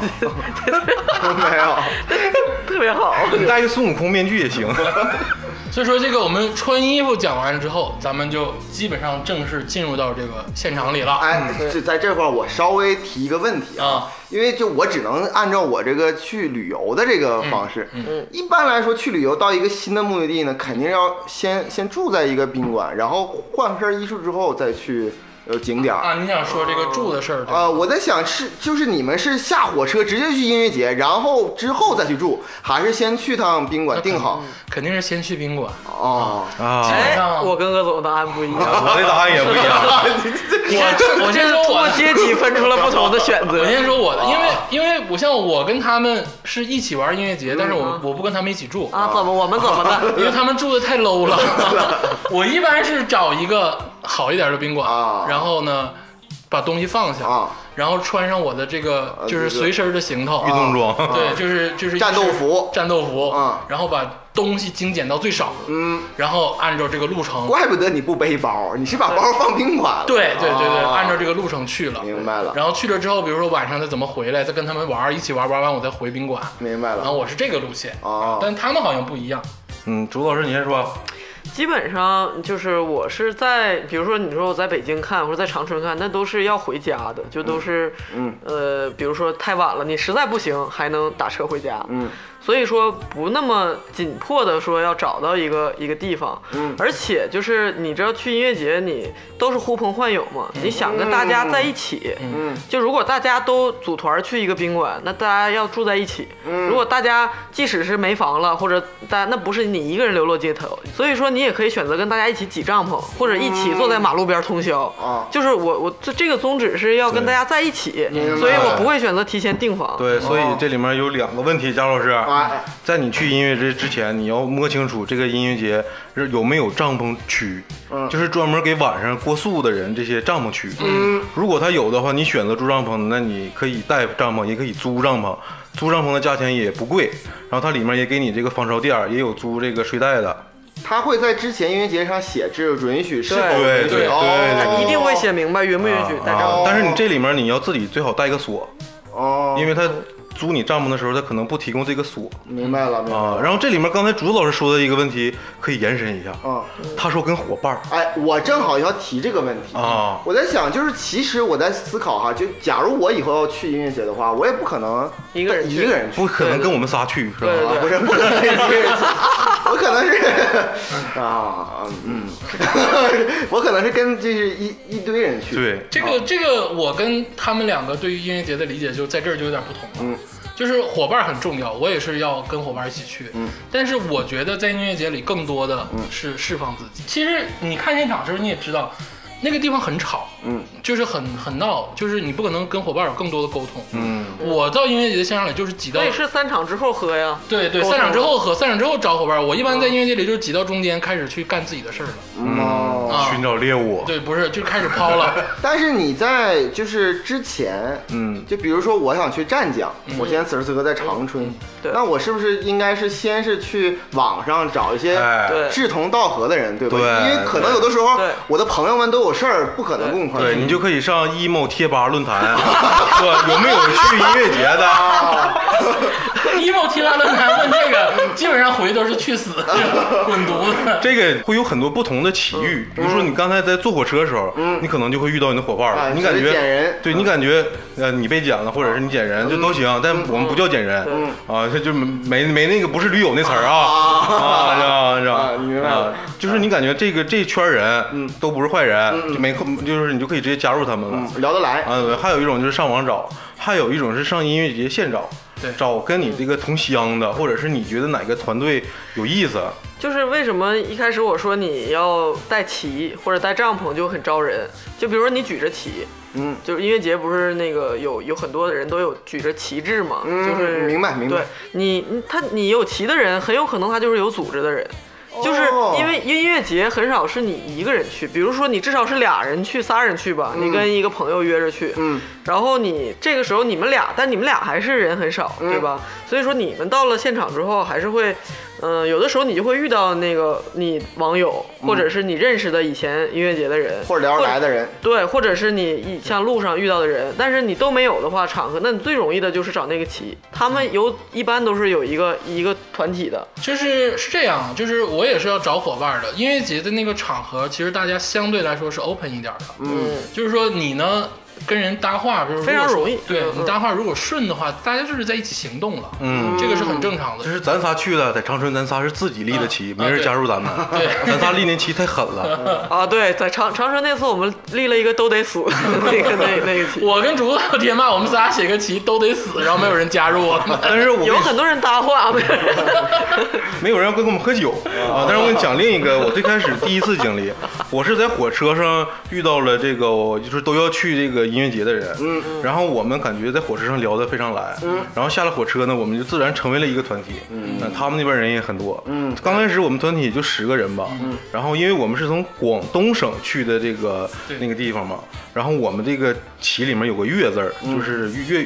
特别好。 你戴一个孙悟空面具也行。 所以说这个我们穿衣服讲完之后，咱们就基本上正式进入到这个现场里了。 就在这块我稍微提一个问题因为就我只能按照我这个去旅游的这个方式。一般来说去旅游到一个新的目的地呢，肯定要先住在一个宾馆，然后换身衣服之后再去景点你想说这个住的事儿我在想就是你们是下火车直接去音乐节，然后之后再去住，还是先去趟宾馆订好？ 肯定是先去宾馆。 我跟鄂总答案不一样， 我的答案也不一样。我先说我阶级分出了不同的选择。 我先说我的，因为我跟他们是一起玩音乐节，但是我不跟他们一起住我们怎么的？ 因为他们住的太 low 了。我一般是找一个好一点的宾馆然后呢把东西放下然后穿上我的这个就是随身的行头， 运动装。 对，就是战斗服然后把东西精简到最少，然后按照这个路程， 怪不得你不背包，你是把包放宾馆了。 对，按照这个路程去了， 明白了。 然后去了之后，比如说晚上再怎么回来，再跟他们玩，一起玩完我再回宾馆， 明白了。 然后我是这个路线但他们好像不一样。 朱老师你先说。 基本上就是我是在，比如说你说我在北京看或者在长春看，那都是要回家的，就都是比如说太晚了，你实在不行还能打车回家。所以说不那么紧迫的说要找到一个地方，而且就是你知道去音乐节你都是呼朋唤友嘛，你想跟大家在一起，就如果大家都组团去一个宾馆，那大家要住在一起，如果大家即使是没房了或者那不是你一个人流落街头，所以说你也可以选择跟大家一起挤帐篷，或者一起坐在马路边通宵，就是我这个宗旨是要跟大家在一起，所以我不会选择提前订房。 对，所以这里面有2个问题，贾老师。在你去音乐节之前，你要摸清楚这个音乐节有没有帐篷区，就是专门给晚上过宿的人这些帐篷区。如果他有的话，你选择住帐篷，那你可以带帐篷，也可以租帐篷。租帐篷的价钱也不贵，然后它里面也给你这个防潮垫，也有租这个睡袋的。 他会在之前音乐节上写这允许是否允许， 他一定会写明白允不允许带帐篷。 但是你这里面你要自己最好带一个锁，因为他租你帐篷的时候，他可能不提供这个锁。 明白了然后这里面刚才竹子老师说的一个问题，可以延伸一下。他说跟伙伴。 我正好要提这个问题我在想，就是其实我在思考哈，就假如我以后要去音乐节的话，我也不可能一个人去， 不可能跟我们仨去，是吧？ 不是，不可能一个人去，我可能是我可能是跟就是一堆人去。 对， 这个我跟他们2个对于音乐节的理解就在这儿就有点不同了。就是伙伴很重要，我也是要跟伙伴一起去。但是我觉得在音乐节里更多的是释放自己。其实你看现场的时候你也知道，那个地方很吵，就是很闹，就是你不可能跟伙伴有更多的沟通。我到音乐节的现场里就是挤到， 所以是3场之后喝呀。 对，3场之后喝，3场之后找伙伴。我一般在音乐节里就挤到中间，开始去干自己的事儿了。 寻找猎物。 对，不是就开始抛了。 但是你在就是之前，就比如说我想去湛江，我现在此时此刻在长春，那我是不是应该是先是去网上找一些志同道合的人，对吧？因为可能有的时候我的朋友们都有事儿，不可能共块。 对，你就可以上 emo 贴吧论坛，说有没有去音乐节的 ？emo 贴吧论坛问这个，基本上回都是去死，滚犊子。 这个会有很多不同的奇遇，比如说你刚才在坐火车的时候，你可能就会遇到你的伙伴了，你感觉捡人， 对你感觉你被捡了，或者是你捡人就都行，但我们不叫捡人就没那个不是驴友那词儿知道明白了。 就是你感觉这圈人都不是坏人，就是你就可以直接加入他们了， 聊得来还有一种就是上网找，还有一种是上音乐节现找，找跟你这个同乡的，或者是你觉得哪个团队有意思。 就是为什么一开始我说你要带旗或者带帐篷就很招人，就比如说你举着旗，就是音乐节不是那个有很多的人都有举着旗帜嘛，就是明白。 对你有旗的人，很有可能他就是有组织的人。就是因为音乐节很少是你一个人去，比如说你至少是2人去、3人去吧，你跟一个朋友约着去，然后你这个时候你们俩还是人很少，对吧？所以说你们到了现场之后还是会，有的时候你就会遇到那个你网友或者是你认识的以前音乐节的人， 或者聊得来的人， 对，或者是你像路上遇到的人，但是你都没有的话，场合那你最容易的就是找那个旗，他们一般都是有一个团体的， 是这样，就是我也是要找伙伴的。音乐节的那个场合，其实大家相对来说是 open 一点的，就是说你呢跟人搭话，比如非常容易。 对你搭话如果顺的话，大家就是在一起行动了，这个是很正常的。 就是咱仨去的，在长春咱�á是自己立的旗，没人加入咱们。 对， 咱仨立那旗太狠了。 对，在长春那次我们立了一个都得死那个旗。 我跟竹子和天霸，我们仨写个旗都得死，然后没有人加入我们。 但是有很多人搭话， 没有人要跟我们喝酒但是我跟你讲另一个，我最开始第一次经历，我是在火车上遇到了这个，就是都要去这个音乐节的人，然后我们感觉在火车上聊得非常来，然后下了火车呢，我们就自然成为了一个团体，他们那边人也很多，刚开始我们团体就10个人吧，然后因为我们是从广东省去的这个那个地方嘛，然后我们这个旗里面有个粤字儿，就是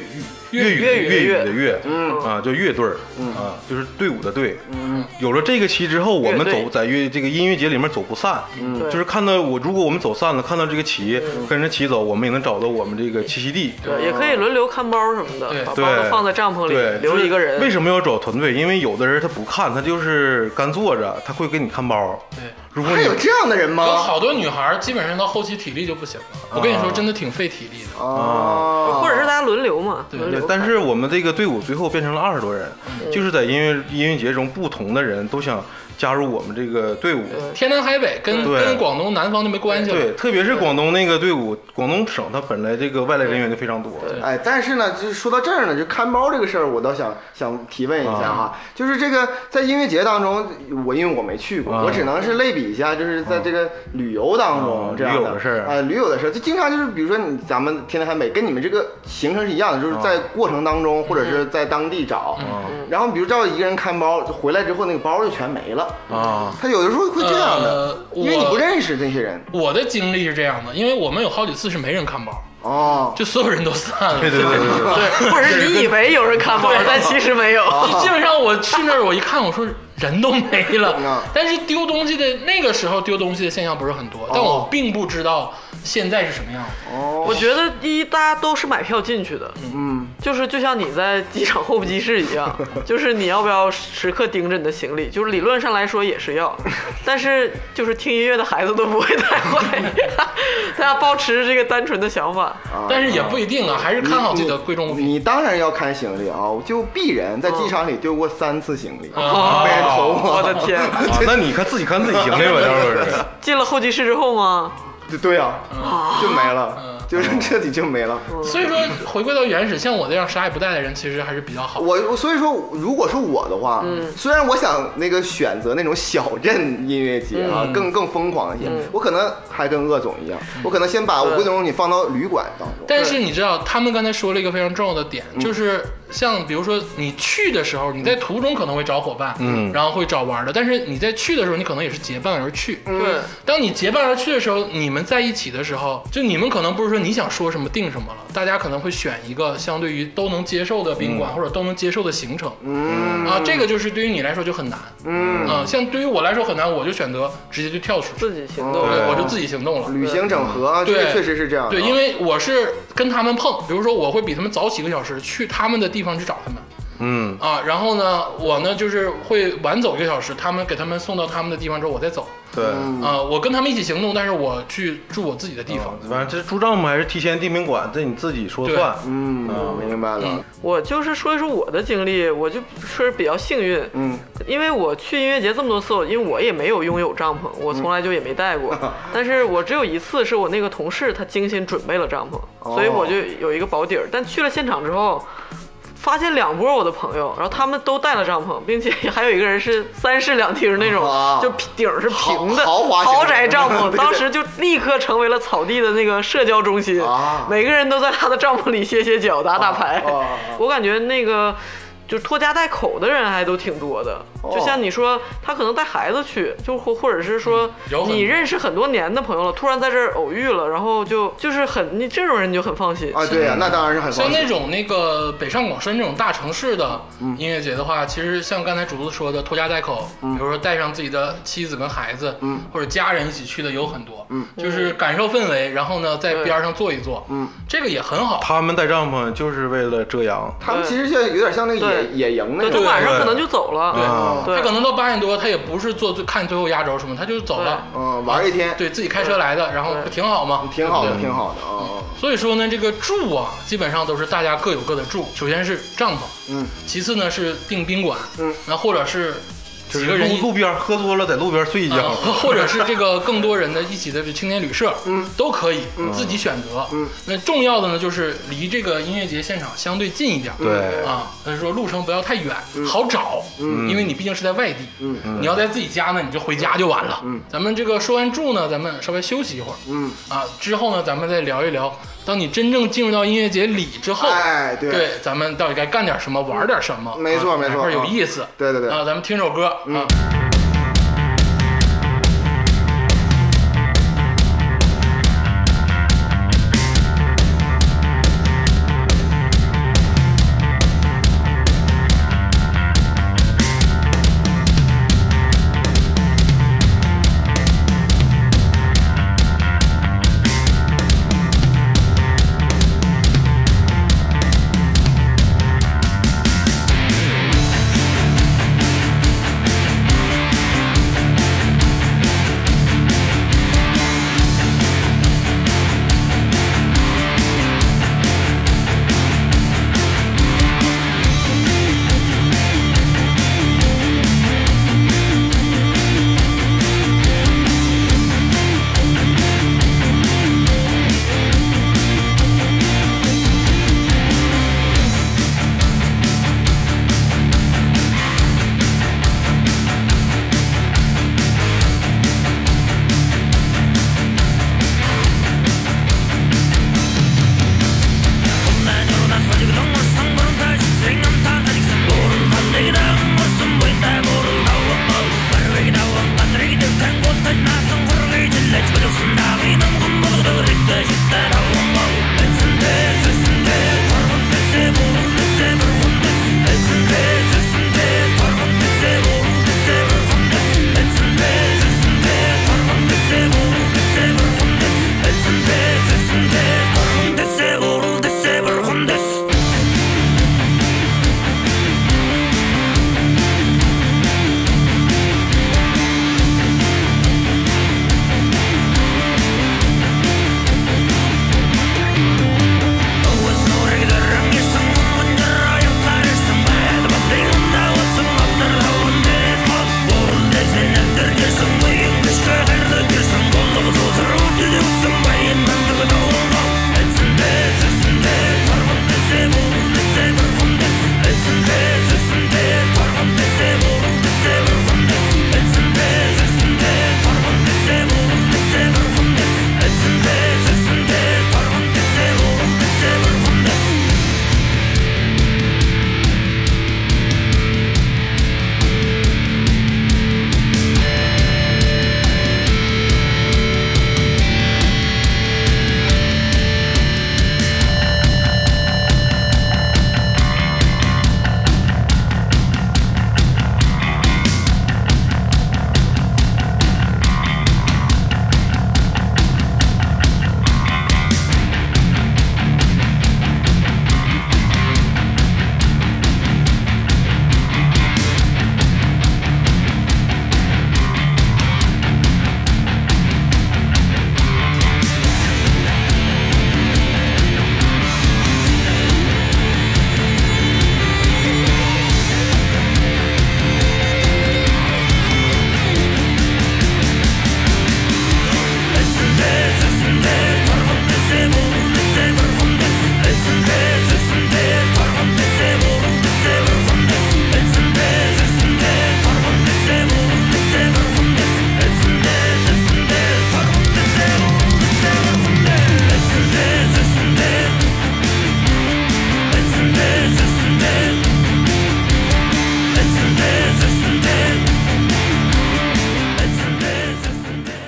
粤语的粤，叫乐队儿，就是队伍的队。有了这个旗之后，我们在这个音乐节里面走不散，就是看到如果我们走散了，看到这个旗，跟着旗走，我们也能找到我们这个栖息地。 对，也可以轮流看包什么的，把包都放在帐篷里，留一个人。 为什么要找团队？因为有的人他不看，他就是干坐着，他会给你看包。 对。 还有这样的人吗？ 有好多女孩基本上到后期体力就不行了。我跟你说，真的挺费体力的。 或者是大家轮流嘛。 对。但是我们这个队伍最后变成了20多人，就是在音乐节中，不同的人都想加入我们这个队伍。 天南海北，跟广东南方就没关系了。 对，特别是广东那个队伍，广东省它本来这个外来人员就非常多。 哎，但是呢，就是说到这儿呢，就看包这个事儿，我倒想提问一下哈，就是这个在音乐节当中，因为我没去过，我只能是类比一下，就是在这个旅游当中这样的事儿旅游的事儿，就经常就是比如说咱们天南海北跟你们这个行程是一样的，就是在过程当中或者是在当地找，然后比如照一个人看包，回来之后那个包就全没了。他有的时候会这样的，因为你不认识这些人。 我的经历是这样的，因为我们有好几次是没人看包，就所有人都散了。 对， 或者是你以为有人看包，但其实没有。 基本上我去那儿，我一看，我说人都没了。但是丢东西的那个时候丢东西的现象不是很多，但我并不知道现在是什么样子。 我觉得大家都是买票进去的，就是就像你在机场候机室一样，就是你要不要时刻盯着你的行李，就是理论上来说也是要，但是就是听音乐的孩子都不会太坏，大家保持这个单纯的想法， 但是也不一定啊，还是看好自己的贵重物品。 你当然要看行李啊，就鄙人在机场里丢过3次行李，被人偷我的天！ 那你看自己行李吧，张老师。 进了候机室之后吗？ 对呀，就没了。就是彻底就没了。 所以说，回归到原始，像我这样啥也不带的人，其实还是比较好。 所以说，如果是我的话，虽然我想那个选择那种小镇音乐节啊，更疯狂一些，我可能还跟鄂总一样，我可能先把我贵重东西放到旅馆当中。 但是你知道，他们刚才说了一个非常重要的点，就是像比如说你去的时候，你在途中可能会找伙伴，然后会找玩的，但是你在去的时候，你可能也是结伴而去。 对， 当你结伴而去的时候，你们在一起的时候，就你们可能不是说你想说什么定什么了，大家可能会选一个相对于都能接受的宾馆或者都能接受的行程。这个就是对于你来说就很难。像对于我来说很难，我就选择直接就跳出去， 自己行动， 我就自己行动了。 旅行整合，对，确实是这样。 对，因为我是跟他们碰，比如说我会比他们早几个小时去他们的地方去找他们。然后呢，我呢就是会晚走1个小时，给他们送到他们的地方之后，我再走。 对， 我跟他们一起行动，但是我去住我自己的地方。 反正这住帐篷还是提前订宾馆，这你自己说算。 明白了。 我就是说一说我的经历，我就说是比较幸运。因为我去音乐节这么多次，因为我也没有拥有帐篷，我从来就也没带过。但是我只有一次是我那个同事他精心准备了帐篷，所以我就有一个保底儿。但去了现场之后，发现2波我的朋友，然后他们都带了帐篷，并且还有一个人是3室2厅那种，就顶是平的豪宅帐篷，当时就立刻成为了草地的那个社交中心，每个人都在他的帐篷里歇脚打牌。我感觉那个就拖家带口的人还都挺多的，就像你说他可能带孩子去，就或者是说你认识很多年的朋友了，突然在这儿偶遇了，然后就是你这种人你就很放心啊。对呀，那当然是很放心。 像那种那个北上广深这种大城市的音乐节的话，其实像刚才主子说的拖家带口，比如说带上自己的妻子跟孩子，或者家人一起去的有很多，就是感受氛围，然后呢在边上坐一坐，这个也很好。 他们带帐篷就是为了遮阳， 他们其实就有点像那个野营那种， 晚上可能就走了。 对，他可能到8点多，他也不是看最后压轴什么，他就走了。 玩一天， 对自己开车来的，然后不挺好吗？ 挺好的啊。 所以说呢，这个住啊，基本上都是大家各有各的住。首先是帐篷，其次呢是订宾馆，那或者是几个人路边喝多了在路边睡一觉， 或者是这个更多人的一起的青年旅社，都可以自己选择。那重要的呢就是离这个音乐节现场相对近一点， 对啊，就是说路程不要太远，好找，因为你毕竟是在外地，你要在自己家呢，你就回家就完了。咱们这个说完住呢，咱们稍微休息一会儿，之后呢，咱们再聊一聊。当你真正进入到音乐节里之后，对，咱们到底该干点什么，玩点什么？ 没错， 哪块有意思？ 对咱们听首歌啊。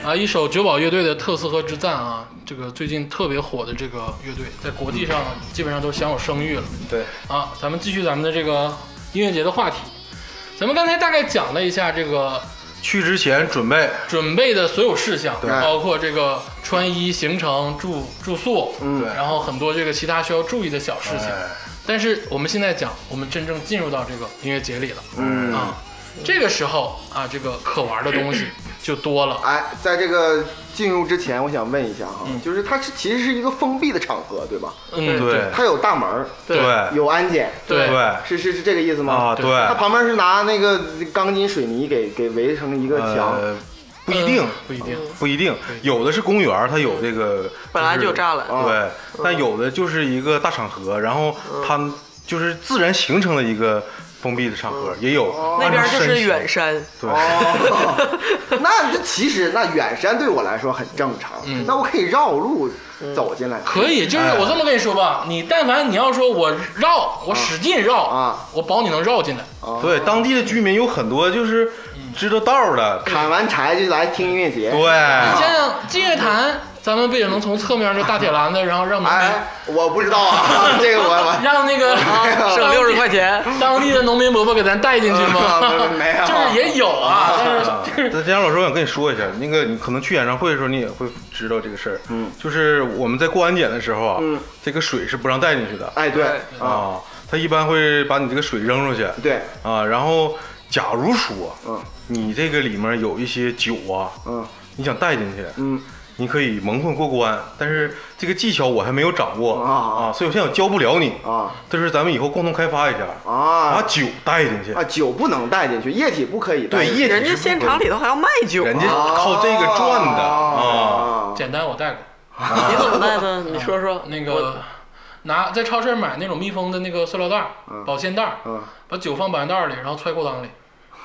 啊，一首九宝乐队的《特斯河之赞》啊，这个最近特别火的这个乐队，在国际上基本上都享有声誉了。 对啊，咱们继续咱们的这个音乐节的话题。咱们刚才大概讲了一下这个去之前准备的所有事项，包括这个穿衣、行程、住宿，然后很多这个其他需要注意的小事情。但是我们现在讲，我们真正进入到这个音乐节里了，这个时候啊，这个可玩的东西就多了。 哎，在这个进入之前，我想问一下哈，就是它其实是一个封闭的场合，对吧？ 对， 它有大门， 对， 有安检， 对， 是这个意思吗？ 啊，对。 它旁边是拿那个钢筋水泥给围成一个墙。 不一定，有的是公园，它有这个本来就有栅栏， 对，但有的就是一个大场合，然后它就是自然形成了一个封闭的场合，也有。 那边就是远山， 对。 那其实那远山对我来说很正常，那我可以绕路走进来。 可以，就是我这么跟你说吧，你但凡你要说我使劲绕啊，我保你能绕进来。 对，当地的居民有很多就是知道道的， 砍完柴就来听音乐节。 对， 你像净月潭，咱们不也能从侧面这大铁栏子，然后让农民？ 我不知道啊，这个我让那个省60块钱， 当地的农民伯伯给咱带进去吗？ 没有， 就是也有啊。但是姜老师，我想跟你说一下，那个你可能去演唱会的时候，你也会知道这个事儿。就是我们在过安检的时候啊，这个水是不让带进去的。 哎，对啊，他一般会把你这个水扔出去。 对啊，然后假如说，你这个里面有一些酒啊，你想带进去，你可以蒙混过关，但是这个技巧我还没有掌握啊，所以我现在我教不了你啊。但是咱们以后共同开发一下啊，把酒带进去啊，酒不能带进去，液体不可以带进去。 对，液体人家现场里头还要卖酒， 人家靠这个赚的啊。 简单，我带过。 你怎么带的？你说说。 那个在超市买那种密封的那个塑料袋、保鲜袋，把酒放保鲜袋里，然后揣裤裆里。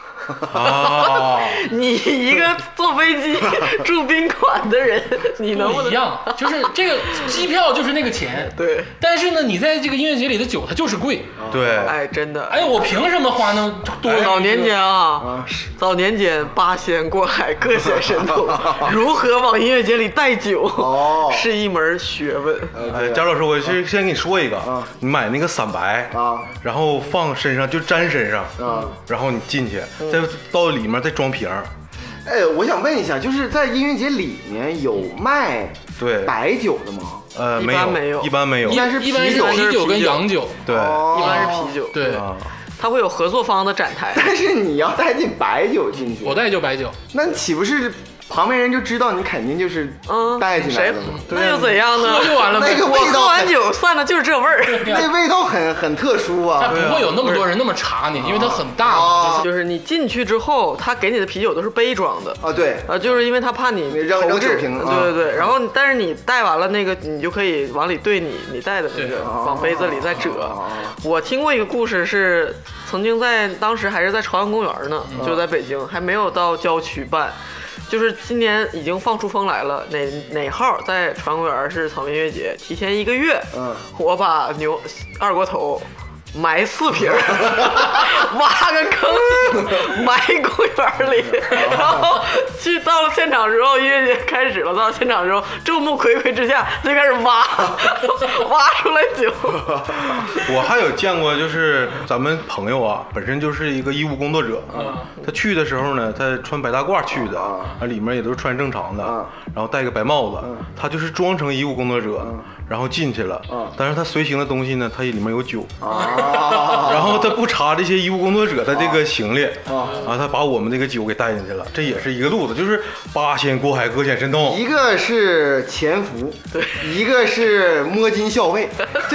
你一个坐飞机住宾馆的人，你能不能一样？就是这个机票就是那个钱， 对。 但是呢，你在这个音乐节里的酒它就是贵， 对。 哎，真的。 哎，我凭什么花那多？ 早年间啊，早年间八仙过海，各显神通。如何往音乐节里带酒，是一门学问。 哎，贾老师，我先跟你说一个，你买那个散白啊，然后放身上就粘身上啊，然后你进去。再到里面再装瓶儿。 哎，我想问一下，就是在音乐节里面有卖白酒的吗？ 没有，一般没有， 一般是啤酒跟洋酒， 对， 一般是啤酒， 对。 它会有合作方的展台， 但是你要带进白酒进去， 我带就白酒， 那岂不是？旁边人就知道你肯定就是带进来的嘛， 那又怎样呢？ 喝就完了呗。 那个味道， 喝完酒算了，就是这味儿。 那味道很特殊啊。 它不会有那么多人那么查你，因为它很大嘛。 就是你进去之后，他给你的啤酒都是杯装的啊，对就是因为他怕你扔酒瓶。 对。然后但是你带完了那个，你就可以往里兑你带的那个，往杯子里再折。我听过一个故事是，曾经当时还是在朝阳公园呢，就在北京，还没有到郊区办。就是今年已经放出风来了，哪号在朝阳公园是草莓音乐节？提前1个月，我把二锅头埋4瓶，挖个坑埋公园里，然后到了现场之后，音乐节开始了，到了现场之后，众目睽睽之下就开始挖出来酒。 我还有见过，就是咱们朋友啊，本身就是一个医务工作者，他去的时候呢，他穿白大褂去的，里面也都是穿正常的，然后戴个白帽子，他就是装成医务工作者，然后进去了，但是他随行的东西呢，他里面有酒。然后他不查这些医务工作者的这个行李他把我们这个酒给带进去了，这也是一个路子，就是八仙过海，各显神通。 一个是潜伏，对，一个是摸金校尉，这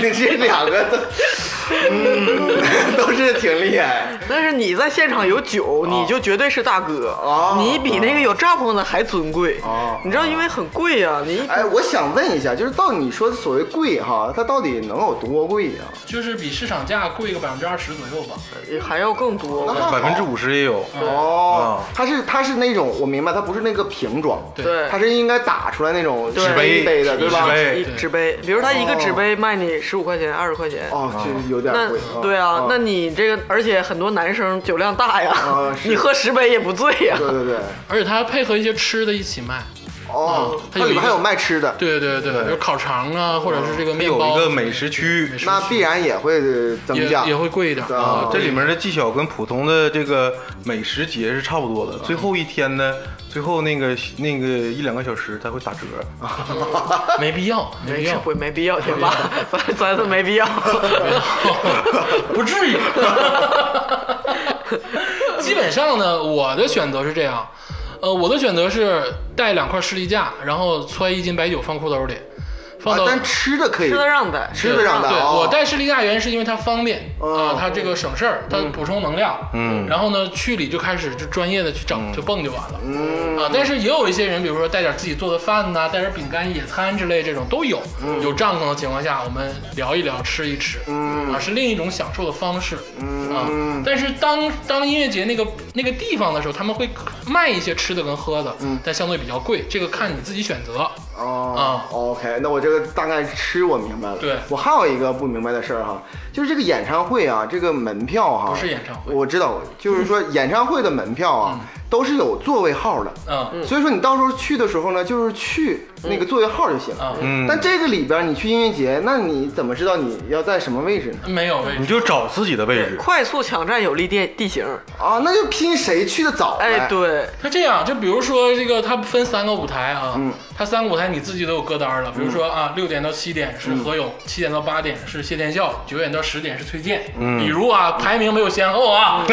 2个都是挺厉害。 但是你在现场有酒，你就绝对是大哥，你比那个有帐篷的还尊贵。你知道，因为很贵呀。 我想问一下，就是到你说的所谓贵哈，它到底能有多贵呀？ 就是比市场价贵个20%左右吧， 还要更多 ，50%也有。 它是那种，我明白，它不是那个瓶装， 对， 它是应该打出来那种纸杯的，对吧？ 纸杯，比如它一个纸杯卖你15块钱、20块钱， 就有点贵。 对啊，那你这个，而且很多男生酒量大呀，你喝10杯也不醉呀。 对对对， 而且它还配合一些吃的一起卖。 哦，它里面还有卖吃的。 对对对，有烤肠啊，或者是这个面包。 有一个美食区， 那必然也会增价， 也会贵一点啊。这里面的技巧跟普通的这个美食节是差不多的。最后一天呢，最后那个1-2个小时它会打折。 没必要， 没必要，行吧？咱是没必要， 不至于。基本上呢，我的选择是这样。我的选择是带2块士力架，然后揣1斤白酒放裤兜里，放到。 但吃的可以， 吃的让带， 吃的让带。 对，我带士力架原因是因为它方便啊，它这个省事儿，它补充能量。然后呢，去里就开始就专业的去整，就蹦就完了。啊，但是也有一些人，比如说带点自己做的饭呐，带点饼干、野餐之类这种都有。有帐篷的情况下，我们聊一聊，吃一吃。啊，是另一种享受的方式。啊，但是当音乐节那个地方的时候，他们会卖一些吃的跟喝的，但相对比较贵，这个看你自己选择。 OK， 那我这个大概吃我明白了。 对， 我还有一个不明白的事儿哈，就是这个演唱会啊，这个门票哈， 不是演唱会， 我知道，就是说演唱会的门票啊，都是有座位号的。所以说你到时候去的时候呢，就是去那个座位号就行。但这个里边你去音乐节，那你怎么知道你要在什么位置呢？ 没有位置， 你就找自己的位置， 快速抢占有利地形啊，那就拼谁去的早。 哎，对， 他这样，就比如说这个，它分3个舞台啊，它3个舞台你自己都有歌单了，比如说啊，6点到7点是何勇，7点到8点是谢天笑，9点到10点是崔健。比如啊，排名没有先后啊。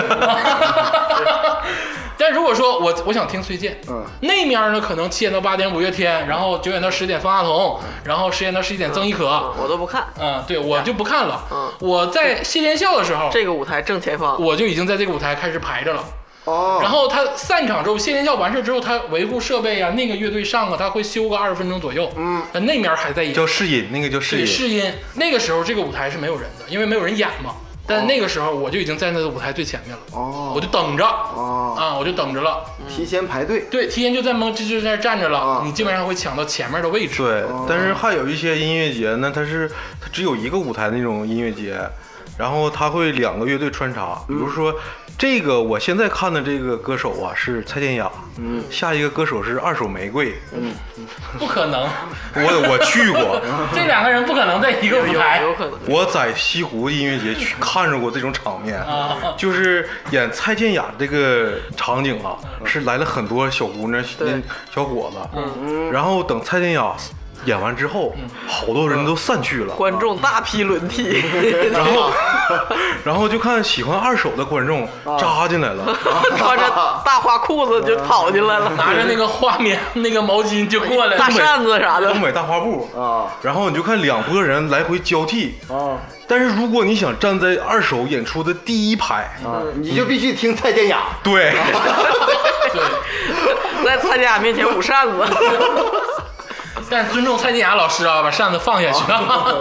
但如果说我想听崔健，那面呢可能7点到8点五月天，然后9点到10点方大同，然后10点到11点曾轶可， 我都不看。 对，我就不看了。我在谢天笑的时候， 这个舞台正前方， 我就已经在这个舞台开始排着了。然后他散场之后，谢天笑完事之后，他维护设备啊，那个乐队上啊，他会休个20分钟左右。但那面还在演， 叫试音，那个叫试音。 试音，那个时候这个舞台是没有人的，因为没有人演嘛。但那个时候我就已经在那个舞台最前面了。我就等着。我就等着了。 提前排队。 对，提前就在那站着了。你基本上会抢到前面的位置。 对，但是还有一些音乐节呢，它只有一个舞台那种音乐节。然后他会2个乐队穿插，比如说这个我现在看的这个歌手啊是蔡健雅，下一个歌手是二手玫瑰， 不可能， 我去过， 这2个人不可能在一个舞台， 有可能。 我在西湖音乐节去看着过这种场面，就是演蔡健雅这个场景啊，是来了很多小姑娘、小伙子，然后等蔡健雅演完之后，好多人都散去了， 观众大批轮替， 然后就看喜欢二手的观众扎进来了， 穿着大花裤子就跑进来了， 拿着那个花棉那个毛巾就过来了， 大扇子啥的， 东北大花布然后你就看2拨人来回交替但是如果你想站在二手演出的第一排你就必须听蔡健雅， 对， 在蔡健雅面前舞扇子。 但尊重蔡健雅老师啊，把扇子放下去啊。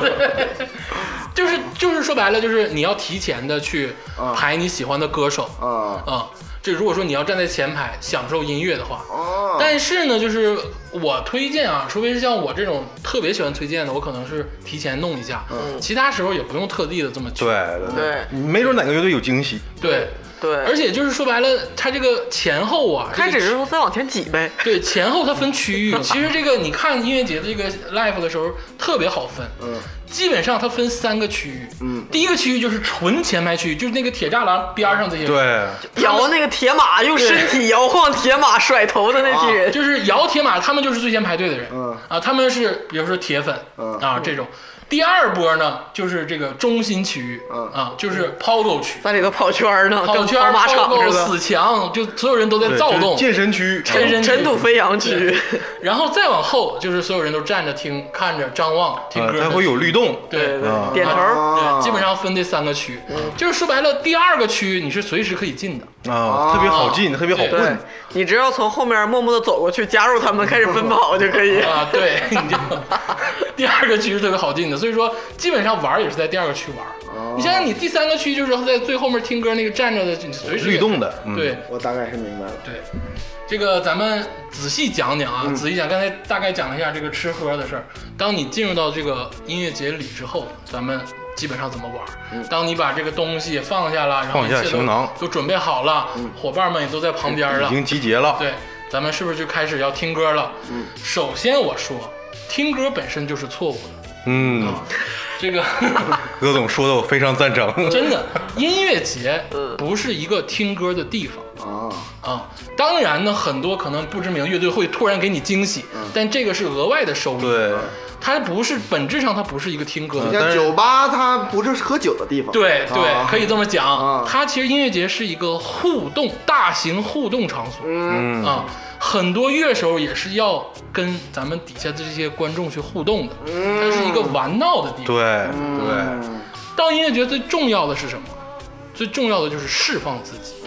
就是说白了，就是你要提前的去排你喜欢的歌手这如果说你要站在前排享受音乐的话，但是呢，就是我推荐啊，除非是像我这种特别喜欢崔健的，我可能是提前弄一下，其他时候也不用特地的这么去。 对，没准哪个乐队有惊喜。 对，而且就是说白了，它这个前后啊， 开始的时候再往前挤呗。 对，前后它分区域。其实这个你看音乐节的这个 live 的时候特别好分，基本上它分3个区域。第一个区域就是纯前排区域，就是那个铁栅栏边上这些人， 对， 摇那个铁马，用身体摇晃铁马甩头的那批人， 就是摇铁马，他们就是最先排队的人。他们是比如说铁粉这种。第2波呢，就是这个中心区域就是 POGO 区， 在里头跑圈呢， 跑圈、 马场似的， 死墙，就所有人都在躁动。 健身区、 尘土飞扬区， 然后再往后就是所有人都站着听、看着、张望、听歌， 它会有律动， 对，点头， 基本上分这3个区，就是说白了，第2个区你是随时可以进的特别好进，特别好混。 你只要从后面默默的走过去，加入他们开始奔跑就可以对，你就第2个区是特别好进的，所以说基本上玩也是在第2个区玩。你想想，你第3个区就是在最后面听歌那个站着的，你随时律动的。 对， 我大概是明白了。 对，这个咱们仔细讲讲啊，仔细讲。刚才大概讲了一下这个吃喝的事儿。当你进入到这个音乐节里之后，咱们基本上怎么玩。当你把这个东西放下了，然后放下行囊都准备好了，伙伴们也都在旁边了， 已经集结了。 对，咱们是不是就开始要听歌了？首先我说，听歌本身就是错误的。这个葛总说的我非常赞成。 真的，音乐节不是一个听歌的地方当然呢，很多可能不知名乐队会突然给你惊喜，但这个是额外的收益。 对， 它不是本质上它不是一个听歌的。 像酒吧，它不是喝酒的地方。 对对，可以这么讲。它其实音乐节是一个互动、大型互动场所。很多乐手也是要跟咱们底下的这些观众去互动的，它是一个玩闹的地方。 对， 到音乐节最重要的是什么？最重要的就是释放自己。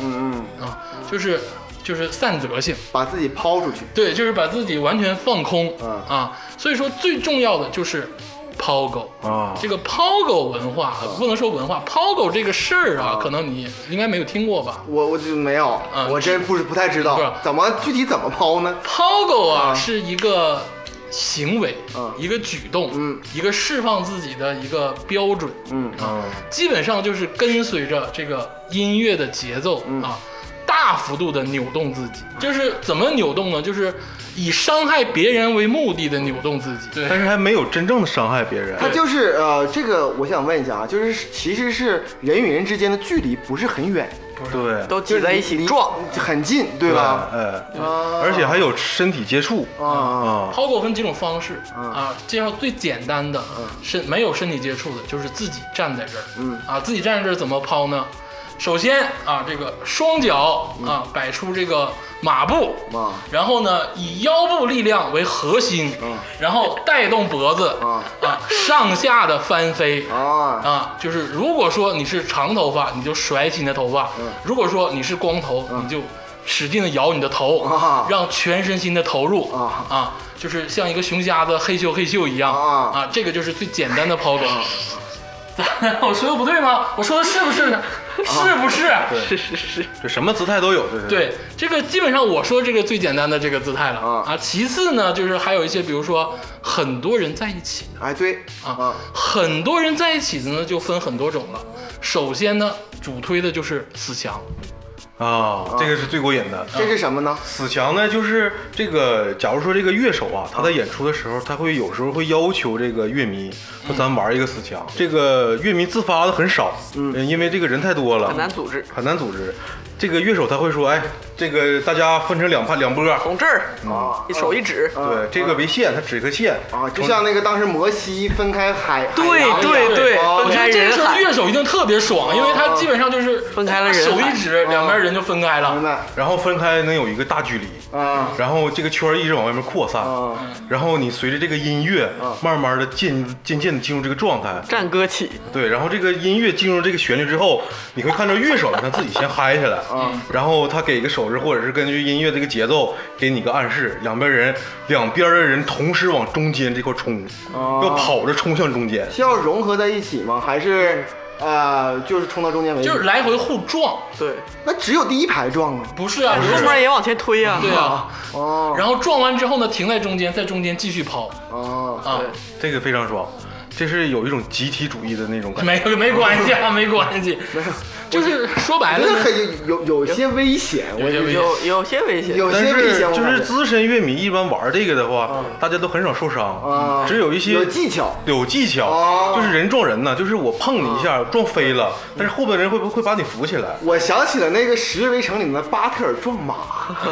就是散德性， 把自己抛出去。 对，就是把自己完全放空。所以说最重要的就是抛狗这个抛狗文化不能说文化，抛狗这个事儿可能你应该没有听过吧？ 我就没有，我真不太知道，具体怎么抛呢？ 抛狗是一个行为，一个举动，一个释放自己的一个标准，基本上就是跟随着这个音乐的节奏大幅度的扭动自己。就是怎么扭动呢？就是以伤害别人为目的的扭动自己。对， 但是还没有真正的伤害别人。 他就是这个我想问一下就是其实是人与人之间的距离不是很远。 对， 都挤在一起撞， 很近，对吧？ 而且还有身体接触抛狗分几种方式介绍最简单的没有身体接触的，就是自己站在这儿自己站在这儿怎么抛呢？首先这个双脚摆出这个马步然后呢以腰部力量为核心然后带动脖子上下的翻飞就是如果说你是长头发，你就甩起你的头发如果说你是光头，你就使劲的摇你的头让全身心的投入就是像一个熊瞎子嘿咻一样这个就是最简单的抛狗。我说的不对吗？我说的是不是呢？是不是？ 是， 这什么姿态都有。 对，这个基本上我说这个最简单的这个姿态了其次呢，就是还有一些，比如说很多人在一起的， 对很多人在一起的呢，就分很多种了。首先呢，主推的就是死墙。 这个是最过瘾的。 这是什么呢？ 死墙呢，就是这个，假如说这个乐手他在演出的时候，他会有时候会要求这个乐迷说咱玩一个死墙。这个乐迷自发的很少，因为这个人太多了， 很难组织。 这个乐手他会说，这个大家分成两波， 从这儿一手一指， 对，这个为线，他指个线就像那个当时摩西分开海对， 我觉得这个时候乐手一定特别爽，因为他基本上就是分开了人， 手一指，两边人就分开了， 然后分开能有一个大距离然后这个圈一直往外面扩散然后你随着这个音乐慢慢的渐渐的进入这个状态， 战歌起， 对，然后这个音乐进入这个旋律之后，你会看到乐手他自己先嗨起来然后他给一个手势，或者是根据音乐这个节奏给你个暗示，两边的人同时往中间这块冲要跑着冲向中间， 需要融合在一起吗？还是就是冲到中间为止， 就是来回互撞。 对， 那只有第一排撞不是后面也往前推对然后撞完之后呢，停在中间，在中间继续跑对， 这个非常爽。这是有一种集体主义的那种感觉，没关系没关系，就是说白了， 有些危险， 有些危险， 有些危险。 就是资深乐迷一般玩这个的话，大家都很少受伤只有一些有技巧， 就是人撞人呢，就是我碰你一下撞飞了，但是后边人会不会把你扶起来？ 我想起了那个《十日围城》里面的巴特尔撞马，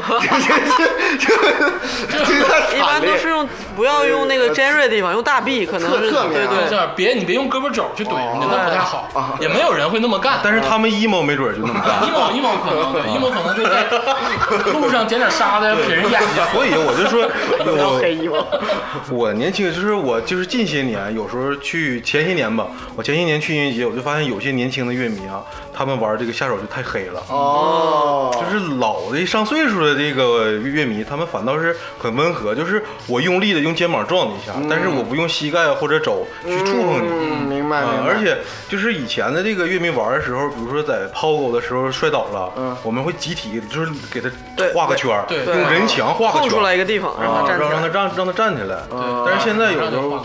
一般都是不要用那个尖锐的地方，用大臂，可能是侧面。 对，你别用胳膊肘去怼人家，那不太好，也没有人会那么干。 但是他们 emo 没准就那么干 ，emo 可能对，emo 可能就在路上捡点沙子撇人眼睛。 所以我就说， 黑 emo。 我年轻我近些年，有时候前些年吧，我前些年去音乐节，我就发现有些年轻的乐迷他们玩这个下手就太黑了就是老的上岁数的这个乐迷，他们反倒是很温和，就是我用力的用肩膀撞你一下，但是我不用膝盖或者肘去触碰你。 明白。 而且就是以前的这个乐迷玩的时候，比如说在抛狗的时候摔倒了，我们会集体就是给他画个圈，用人墙画个圈， 空出来一个地方让他站起来。但是现在有时候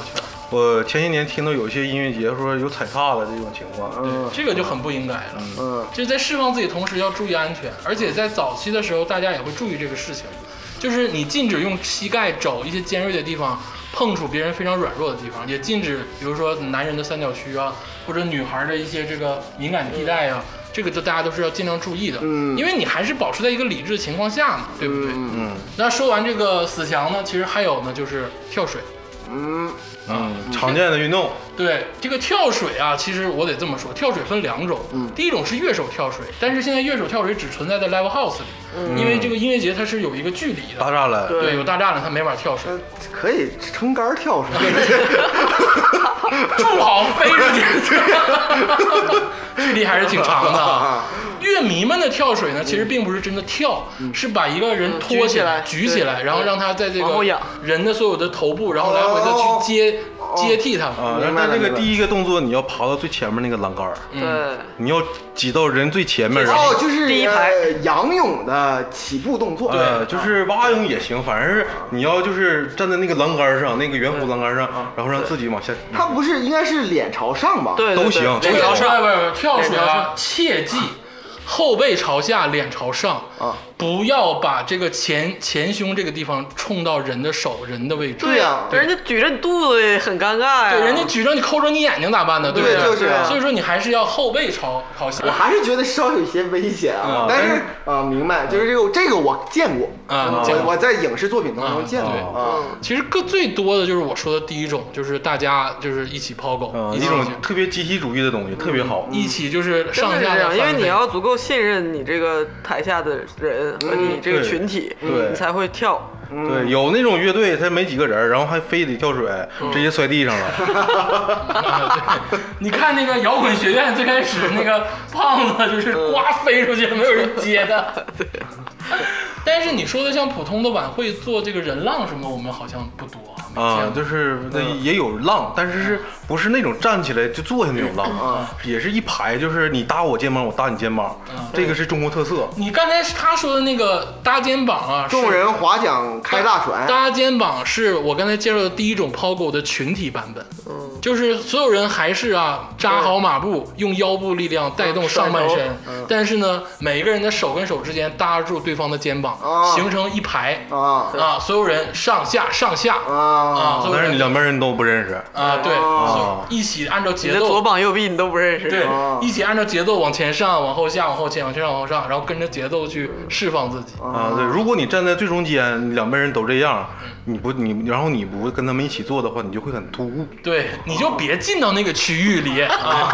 我前些年听到有些音乐节说有踩踏的这种情况， 这个就很不应该了。就是在释放自己同时要注意安全，而且在早期的时候大家也会注意这个事情，就是你禁止用膝盖肘一些尖锐的地方碰触别人非常软弱的地方，也禁止比如说男人的三角区啊，或者女孩的一些这个敏感地带啊，这个大家都是要尽量注意的，因为你还是保持在一个理智的情况下嘛，对不对？那说完这个死墙呢，其实还有呢就是跳水， 常见的运动。 对，这个跳水啊，其实我得这么说，跳水分两种，第一种是乐手跳水，但是现在乐手跳水只存在在 live house 里，因为这个音乐节它是有一个距离的， 大栅栏， 对，有大栅栏，它没法跳水， 可以撑杆跳水， 助跑飞出去，距离还是挺长的啊。乐迷们的跳水呢，其实并不是真的跳，是把一个人拖起来、举起来，然后让他在这个人的所有的头部，然后来回的去接替他。 但这个第一个动作，你要爬到最前面那个栏杆， 对， 你要挤到人最前面。 就是第一排仰泳的起步动作。 对，就是蛙泳也行，反正是你要就是站在那个栏杆上，那个圆弧栏杆上，然后让自己往下。 它不是应该是脸朝上吧？ 对， 都行。 脸朝上，不是跳水啊，切记。后背朝下，脸朝上不要把这个前胸这个地方冲到人的手、人的位置。 对呀，人家举着你肚子也很尴尬呀。 对，人家举着你抠着你眼睛咋办呢？对不对？ 就是。 所以说你还是要后背朝下。 我还是觉得稍有一些危险啊，但是明白，就是这个我见过我在影视作品当中见过其实最多的就是我说的第一种，就是大家就是一起抛狗， 一种特别集体主义的东西，特别好， 一起就是上下的， 因为你要足够信任你这个台下的人和你这个群体，你才会跳。 对，有那种乐队，他没几个人，然后还非得跳水，直接摔地上了。 你看那个摇滚学院最开始那个胖子就是呱飞出去，没有人接他。但是你说的像普通的晚会做这个人浪什么，我们好像不多。 就是那也有浪，但是不是那种站起来就坐下那种浪也是一排，就是你搭我肩膀，我搭你肩膀，这个是中国特色。 你刚才他说的那个搭肩膀啊， 众人划桨开大船， 搭肩膀是我刚才介绍的第一种抛狗的群体版本，就是所有人还是扎好马步，用腰部力量带动上半身，但是呢，每一个人的手跟手之间搭住对方的肩膀，形成一排所有人上下但是你两边人都不认识对一起按照节奏， 你的左膀右臂你都不认识， 对，一起按照节奏往前上，往后下，往后前，往前上，往后上，然后跟着节奏去释放自己对，如果你站在最中间，两边人都这样，然后你不跟他们一起做的话，你就会很突兀。 对，你就别进到那个区域里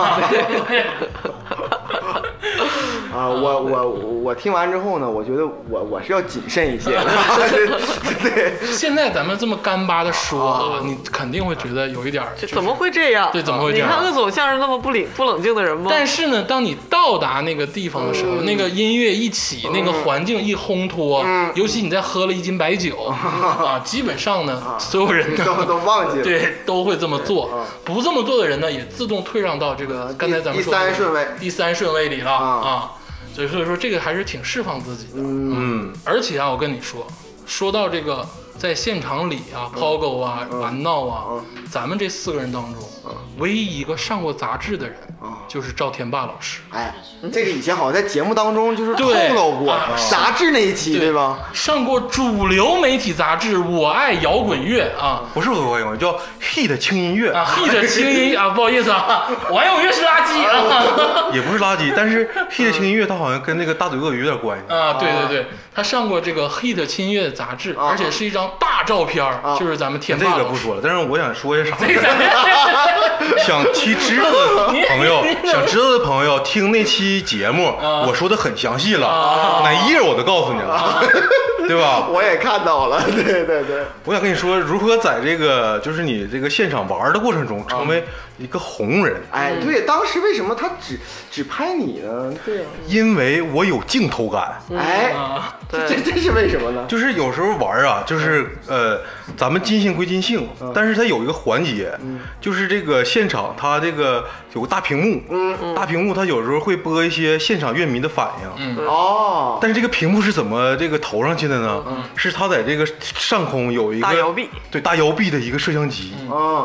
我听完之后呢，我觉得我是要谨慎一些的。对， 现在咱们这么干巴的说，你肯定会觉得有一点怎么会这样？ 对，怎么会这样？ 你看恶总像是那么不冷静的人吗？ 但是呢，当你到达那个地方的时候，那个音乐一起，那个环境一烘托，尤其你再喝了一斤白酒基本上呢，所有人都忘记了， 对，都会这么做。不这么做的人呢，也自动退让到这个刚才咱们说的第三顺位里了所以说这个还是挺释放自己的。而且我跟你说到这个在现场里抛狗玩闹咱们这4个人当中，唯一一个上过杂志的人就是赵天霸老师。 哎，这个以前好像在节目当中就是透露过杂志那一期，对吧？ 上过主流媒体杂志《我爱摇滚乐》 不是我爱摇滚乐，叫 Hit 轻音乐 Hit 轻音不好意思我爱摇滚乐是垃圾也不是垃圾，但是 Hit 轻音乐它好像跟那个大嘴鳄鱼有点关系对，他上过这个 Hit 轻音乐的杂志，而且是一张大照片，就是咱们天霸老师。 这个不说了，但是我想说一下啥？想知道的朋友听那期节目，我说的很详细了，哪一页我都告诉你了，对吧？ 我也看到了，对。 我想跟你说，如何在这个就是你这个现场玩的过程中成为一个红人。 哎，对，当时为什么他只拍你呢？对因为我有镜头感。 哎，这是为什么呢？ 就是有时候玩就是咱们尽兴归尽兴，但是它有一个环节，就是这个现场它这个有个大屏幕，大屏幕它有时候会播一些现场乐迷的反应，但是这个屏幕是怎么这个投上去的呢？是它在这个上空有一个大摇臂， 对，大摇臂的一个摄像机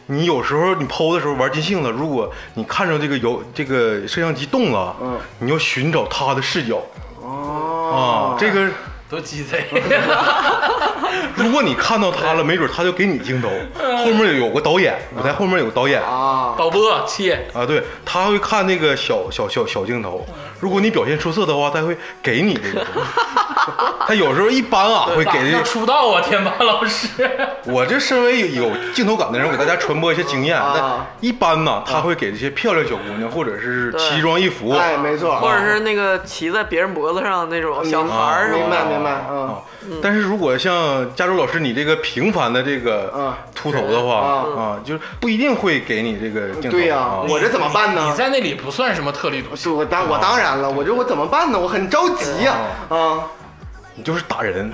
你有时候你剖的时候玩尽兴了，如果你看着这个摄像机动了，你要寻找他的视角。这个多鸡贼！ 如果你看到他了，没准他就给你镜头，后面有个导演，舞台后面有个导演导播切对，他会看那个小镜头。如果你表现出色的话，他会给你这个。他有时候一般会给要出道啊，天霸老师。 我这身为有镜头感的人，我给大家传播一些经验。但一般呢，他会给这些漂亮小姑娘，或者是奇装异服， 没错， 或者是那个骑在别人脖子上的那种小孩儿， 明白。 但是如果像加州老师你这个平凡的这个秃头的话就是不一定会给你这个镜头。 对呀，我这怎么办呢？ 你在那里不算什么特立独行。 我当然了，我怎么办呢？我很着急呀你就是打人。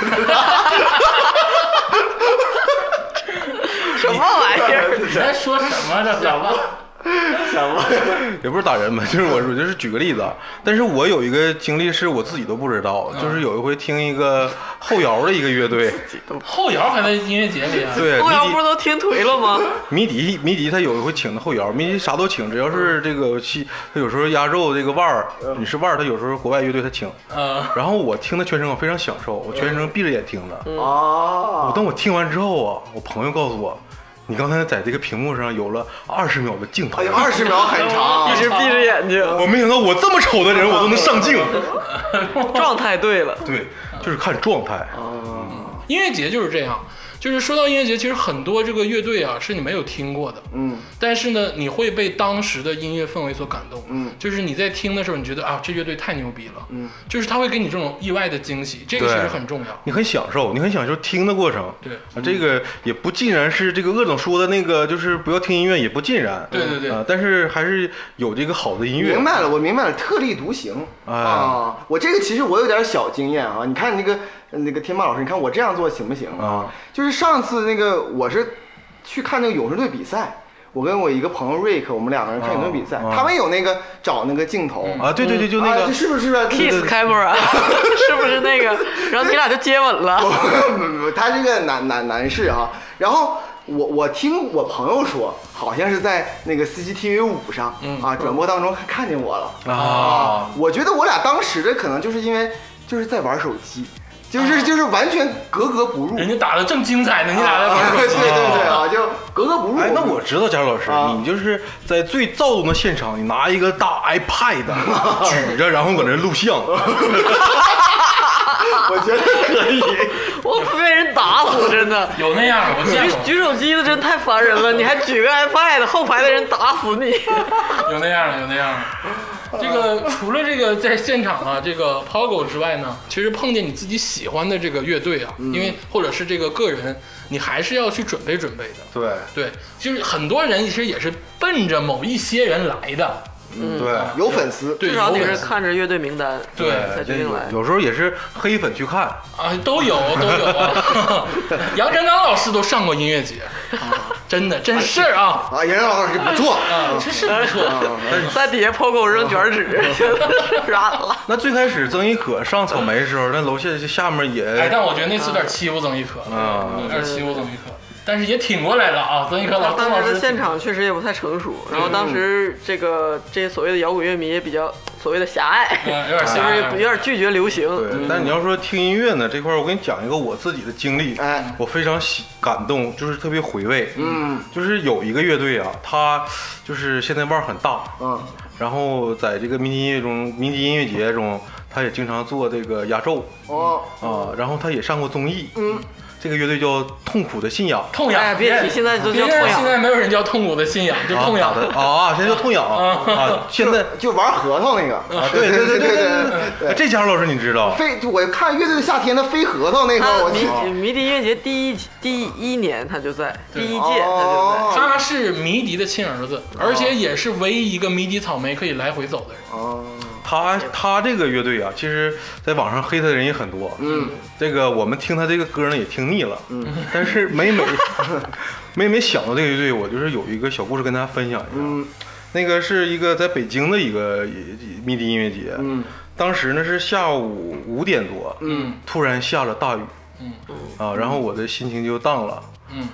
什么玩意儿？ 你在说什么呢？ 什么？ 也不是打人吧，就是我就是举个例子。但是我有一个经历是我自己都不知道，就是有一回听一个后摇的一个乐队， 后摇还在音乐节里啊？ 对， 后摇不是都听颓了吗？ 迷笛他有一回请的后摇，迷笛啥都请，只要是这个他有时候压轴这个腕儿，女士腕儿，他有时候国外乐队他请。然后我听的全程我非常享受，我全程闭着眼听的。等我听完之后我朋友告诉我，你刚才在这个屏幕上有了20秒的镜头。 20秒很长， 一直闭着眼睛。 我没想到我这么丑的人我都能上镜。 状态对了， 对，就是看状态。 音乐节就是这样。就是说到音乐节，其实很多这个乐队啊是你没有听过的，但是呢，你会被当时的音乐氛围所感动，就是你在听的时候，你觉得这乐队太牛逼了，就是他会给你这种意外的惊喜，这个其实很重要。 你很享受听的过程。 对， 这个也不尽然是这个鄂总说的那个，就是不要听音乐，也不尽然。 对， 但是还是有这个好的音乐。 我明白了，特立独行我这个其实我有点小经验你看那个天霸老师，你看我这样做行不行就是上次那个我是去看那个勇士队比赛，我跟我一个朋友瑞克，我们2个人看勇士队比赛，他们有那个找那个镜头对，就那个是不是 Kiss camera 是不是那个？然后你俩就接吻了。 他是个男士然后我听我朋友说，好像是在那个 CCTV5上转播当中看见我了我觉得我俩当时的可能就是因为就是在玩手机。就是完全格格不入， 人家打的正精彩呢，你俩在玩手机。 对就格格不入。 那我知道佳茹老师，你就是在最躁动的现场，你拿一个大 iPad 举着，然后搁那录像。 我觉得可以， 我被人打死，真的有那样，我见过。 举手机的真太烦人了，你还举个 iPad， 后排的人打死你。 有那样的。这个除了这个在现场这个 Pogo 之外呢，其实碰见你自己喜欢的这个乐队因为或者是这个个人，你还是要去准备的。对，就是很多人其实也是奔着某一些人来的。 对， 有粉丝， 至少你是看着乐队名单， 对， 才决定来。 有时候也是黑粉去看都有杨臣刚老师都上过音乐节真是杨臣刚老师不错真是不错。 在底下抛狗扔卷纸，染了。 那最开始曾轶可上草莓的时候，那楼下面也但我觉得那次有点欺负曾轶可有点欺负曾轶可。但是也挺过来了曾轶可当时的现场确实也不太成熟，然后当时这些所谓的摇滚乐迷也比较所谓的狭隘，有点拒绝流行。 对，但你要说听音乐呢这块，我给你讲一个我自己的经历，我非常感动，就是特别回味。就是有一个乐队他就是现在腕很大，然后在这个民笛音乐节中，他也经常做这个压轴，然后他也上过综艺，这个乐队叫痛苦的信仰。 痛痒， 别提，现在都叫痛痒。 现在没有人叫痛苦的信仰，就痛痒的现在叫痛痒现在就玩核桃那个对，这家老师你知道？ 我看乐队的夏天，他飞核桃那个， 迷笛音乐节第一年他就在，第一届他就在。 他是迷笛的亲儿子，而且也是唯一一个迷笛草莓可以来回走的人。 他这个乐队其实在网上黑他的人也很多。这个我们听他这个歌呢也听腻了。但是每想到这个乐队，我就是有一个小故事跟大家分享一下。那个是一个在北京的一个迷笛音乐节。当时呢是下午5点多，突然下了大雨。 然后我的心情就荡了。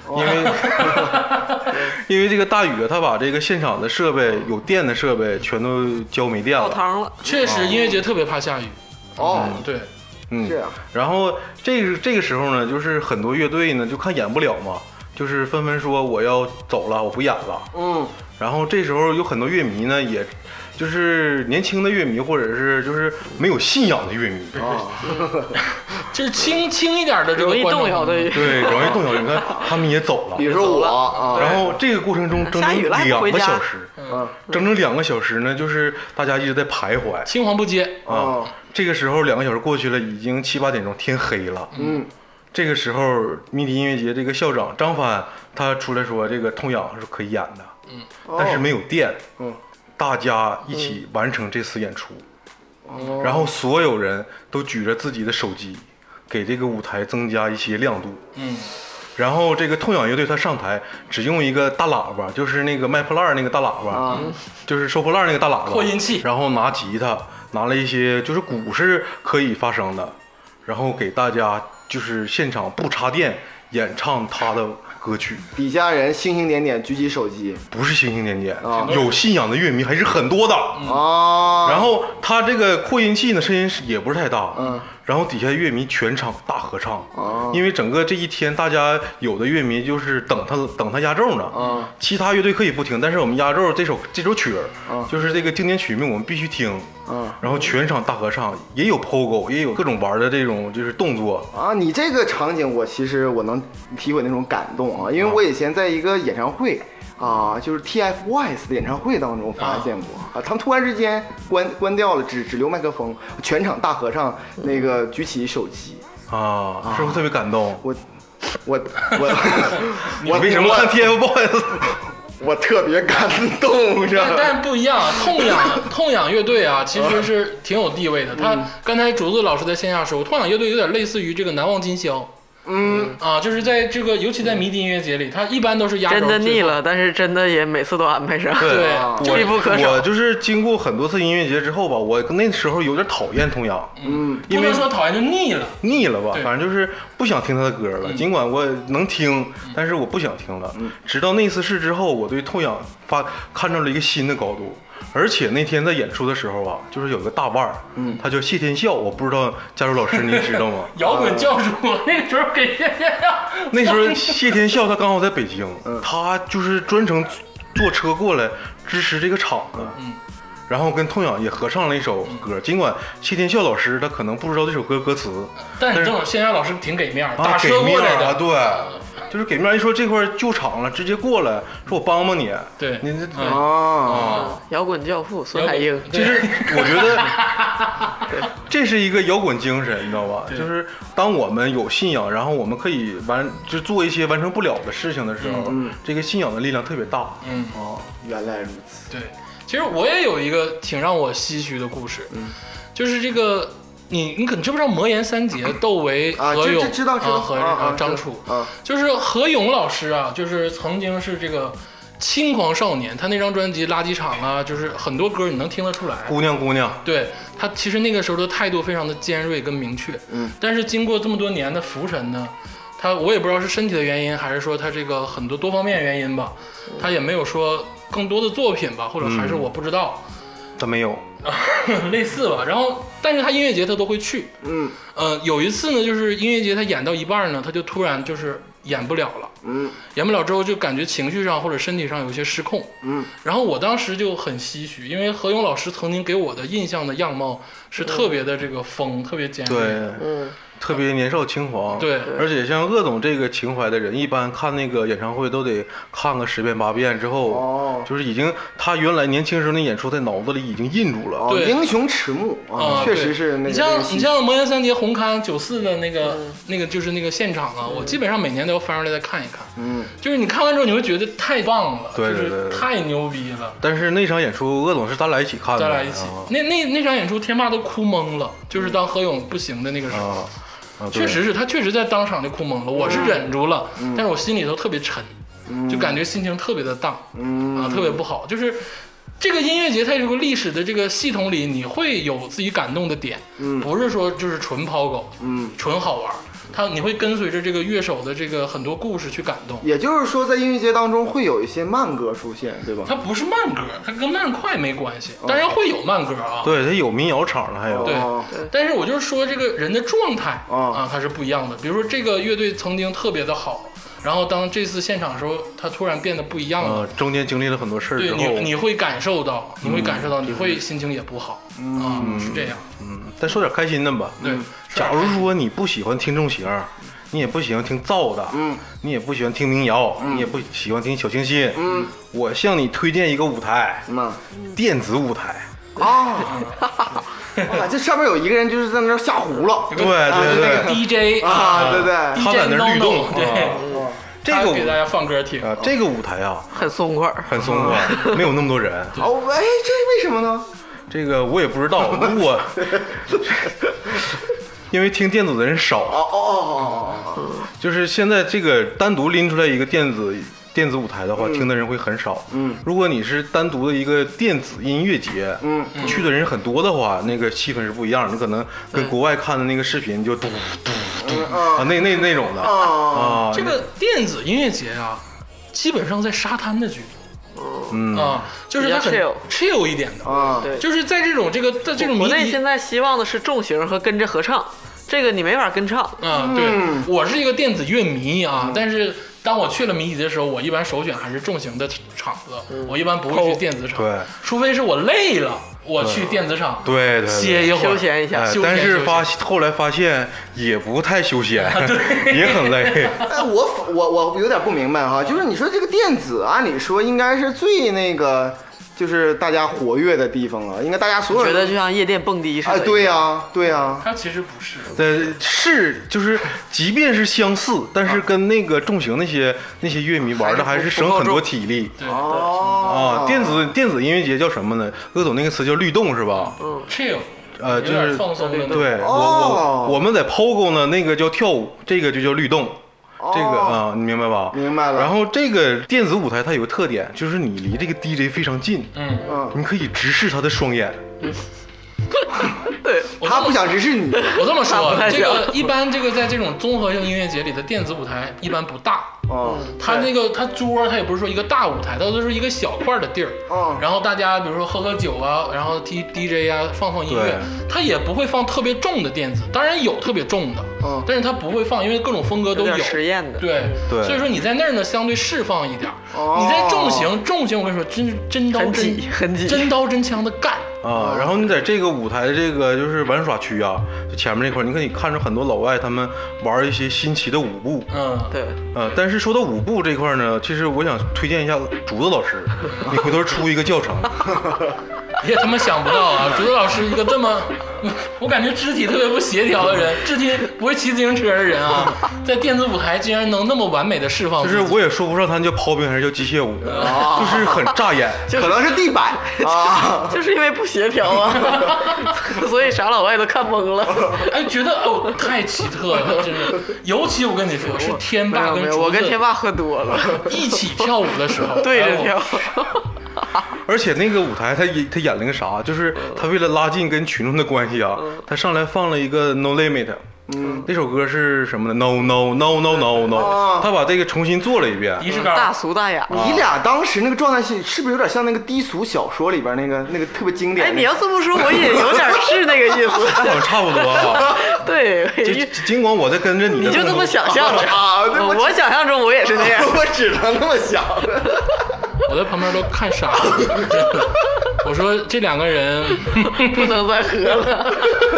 因为这个大雨他把这个现场的设备有电的设备全都浇没电了， 泡汤了。 确实，音乐节特别怕下雨。对， 这样。 然后这个时候呢，就是很多乐队呢就看演不了嘛，就是纷纷说我要走了，我不演了。然后这时候有很多乐迷呢，也就是年轻的乐迷，或者是就是没有信仰的乐迷就是轻一点的这个容易动摇的， 对，容易动摇。你看他们也走了， 比如说我然后这个过程中整整2个小时，整整2个小时呢，就是大家一直在徘徊， 青黄不接啊。这个时候2个小时过去了，已经7、8点钟，天黑了。这个时候迷笛音乐节这个校长张帆他出来说，这个痛痒是可以演的，但是没有电。大家一起完成这次演出，然后所有人都举着自己的手机，给这个舞台增加一些亮度。然后这个痛痒乐队他上台只用一个大喇叭，就是那个卖破烂那个大喇叭，就是收破烂那个大喇叭， 扩音器， 然后拿吉他，拿了一些就是鼓是可以发声的，然后给大家就是现场不插电演唱他的歌曲。 底下人星星点点举起手机， 不是星星点点，有信仰的乐迷还是很多的。然后他这个扩音器呢，声音也不是太大。然后底下乐迷全场大合唱。因为整个这一天，大家有的乐迷就是等他压轴呢。其他乐队可以不听，但是我们压轴这首曲儿，就是这个经典曲目，我们必须听。然后全场大合唱，也有 pogo， 也有各种玩的这种就是动作啊。你这个场景，其实我能体会那种感动啊，因为我以前在一个演唱会就是 TFBOYS 的演唱会当中发现过他们突然之间关掉了，只留麦克风，全场大合唱，那个举起手机是不是特别感动？ 我你为什么看 TFBOYS？ 我特别感动， 但不一样啊！痛痒乐队啊，其实是挺有地位的。他刚才竹子老师在线下说，痛痒乐队有点类似于这个难忘今宵。就是在这个，尤其在迷笛音乐节里，他一般都是压轴。 真的腻了，但是真的也每次都安排上。 对， 必不可少。 我就是经过很多次音乐节之后吧，我那时候有点讨厌痛痒。 不能说讨厌，就腻了吧，反正就是不想听他的歌了。尽管我能听，但是我不想听了。直到那次事之后，我对痛痒看到了一个新的高度。而且那天在演出的时候啊，就是有个大腕儿，他叫谢天笑，我不知道加州老师您知道吗？ 摇滚教主那个时候给谢天笑， 那时候谢天笑他刚好在北京，他就是专程坐车过来支持这个场子，然后跟痛痒也合唱了一首歌。尽管谢天笑老师他可能不知道这首歌歌词， 但是正好谢天笑老师挺给面，打车过来的， 对。就是给面一说这块救场了，直接过来说我帮帮你。 对， 你摇滚教父孙海英， 就是我觉得这是一个摇滚精神，你知道吧？就是当我们有信仰，然后我们可以就做一些完成不了的事情的时候，这个信仰的力量特别大。 原来如此。 对，其实我也有一个挺让我唏嘘的故事，就是这个。你知不知道魔岩三杰窦唯、何勇和张楚，就是何勇老师啊，就是曾经是这个轻狂少年，他那张专辑《垃圾场》啊，就是很多歌你能听得出来。 姑娘， 对他其实那个时候的态度非常的尖锐跟明确，但是经过这么多年的浮沉呢，我也不知道是身体的原因，还是说他这个很多多方面原因吧，他也没有说更多的作品吧，或者还是我不知道。 他没有类似吧，然后但是他音乐节他都会去，有一次呢，就是音乐节他演到一半呢，他就突然就是演不了了，演不了之后就感觉情绪上或者身体上有一些失控，然后我当时就很唏嘘，因为何勇老师曾经给我的印象的样貌是特别的这个疯，特别尖锐， 对，特别年少轻狂， 对， 而且像鄂总这个情怀的人，一般看那个演唱会都得看个10遍8遍之后，就是已经他原来年轻时候那演出在脑子里已经印住了。 对， 英雄迟暮确实是那个。你像魔岩三杰红磡94的那个就是那个现场啊，我基本上每年都要翻出来再看一看。就是你看完之后你会觉得太棒了， 对， 就是太牛逼了。 但是那场演出鄂总是咱俩一起看的， 咱俩一起。那场演出天霸都哭懵了，就是当何勇不行的那个时候。确实是他确实在当场就哭懵了，我是忍住了，但是我心里头特别沉，就感觉心情特别的荡，特别不好。就是这个音乐节它这个历史的这个系统里，你会有自己感动的点，不是说就是纯抛狗，纯好玩。你会跟随着这个乐手的这个很多故事去感动。 也就是说，在音乐节当中会有一些慢歌出现，对吧？ 它不是慢歌，它跟慢快没关系，当然会有慢歌啊。 对，它有民谣场了，还有对。但是我就是说，这个人的状态啊，它是不一样的。比如说，这个乐队曾经特别的好。然后当这次现场的时候，他突然变得不一样了。 中间经历了很多事之后， 你会感受到，你会心情也不好是这样。 再说点开心的吧。 对， 假如说你不喜欢听重型，你也不喜欢听燥的，你也不喜欢听民谣，你也不喜欢听小清新，我向你推荐一个舞台，电子舞台。 这上面有一个人就是在那下葫芦， 对 DJ 对， 他在那律动， 对。 这个给大家放歌听啊，这个舞台啊很松快， 没有那么多人。 这是为什么呢？ 这个我也不知道，因为听电子的人少。就是现在这个单独拎出来一个电子舞台的话，听的人会很少。如果你是单独的一个电子音乐节，去的人很多的话，那个气氛是不一样的。你可能跟国外看的那个视频就嘟那种的这个电子音乐节啊，基本上在沙滩的居多。就是它很 chill 一点的对， 就是在这种国内现在希望的是重型和跟着合唱，这个你没法跟唱。 对，我是一个电子乐迷啊，但是当我去了迷笛的时候，我一般首选还是重型的场子，我一般不会去电子场， 对， 除非是我累了，我去电子场， 对， 歇一会儿， 休闲一下。 但是后来发现也不太休闲，也很累。 我有点不明白哈，就是你说这个电子，按理说应该是最那个。就是大家活跃的地方啊，应该大家所有人觉得就像夜店蹦迪似的。 对呀， 它其实不是。 就是即便是相似，但是跟那个重型那些乐迷玩的还是省很多体力。电子音乐节叫什么呢？鄂总那个词叫律动是吧 ？chill。 就是放松的。 对，我们在 POGO 呢，那个叫跳舞，这个就叫律动。这个你明白吧？ 明白了。 然后这个电子舞台它有个特点，就是你离这个 DJ 非常近，你可以直视他的双眼。 对， 他不想直视你。 我这么说，这个一般在这种综合性音乐节里的电子舞台一般不大。它桌它也不是说一个大舞台，它都是一个小块的地儿。然后大家比如说喝酒啊，然后DJ 啊，放音乐，它也不会放特别重的电子，当然有特别重的，但是它不会放，因为各种风格都有。 实验的。 对，所以说你在那儿呢，相对释放一点。你在重型，我跟你说，真刀真刀真枪的干。 然后你在这个舞台的这个就是玩耍区啊，就前面这块，你可以看着很多老外他们玩一些新奇的舞步。 对。 但是说到舞步这块呢，其实我想推荐一下竹子老师，你回头出一个教程。 也他妈想不到啊！竹子老师一个这么，我感觉肢体特别不协调的人，肢体不会骑自行车的人啊，在电子舞台竟然能那么完美的释放。 就是我也说不上他叫刨冰还是叫机械舞，就是很扎眼， 可能是地板就是因为不协调啊，所以傻老外都看懵了。 觉得太奇特了，真的。尤其我跟你说，是天霸跟竹子， 我跟天霸喝多了， 一起跳舞的时候， 对着跳。 而且那个舞台他演了个啥，就是他为了拉近跟群众的关系啊，他上来放了一个 No Limit。那首歌是什么呢 ？No No No No No No， 他把这个重新做了一遍， 大俗大雅。 你俩当时那个状态是不是有点像那个低俗小说里边那个特别经典？ 你要这么说，我也有点是那个意思， 好像差不多啊。 对， 尽管我在跟着你， 你就这么想象着啊？ 我想象中我也是那样， 我只能那么想。 我在旁边都看傻了，真的。我说这两个人不能再喝了。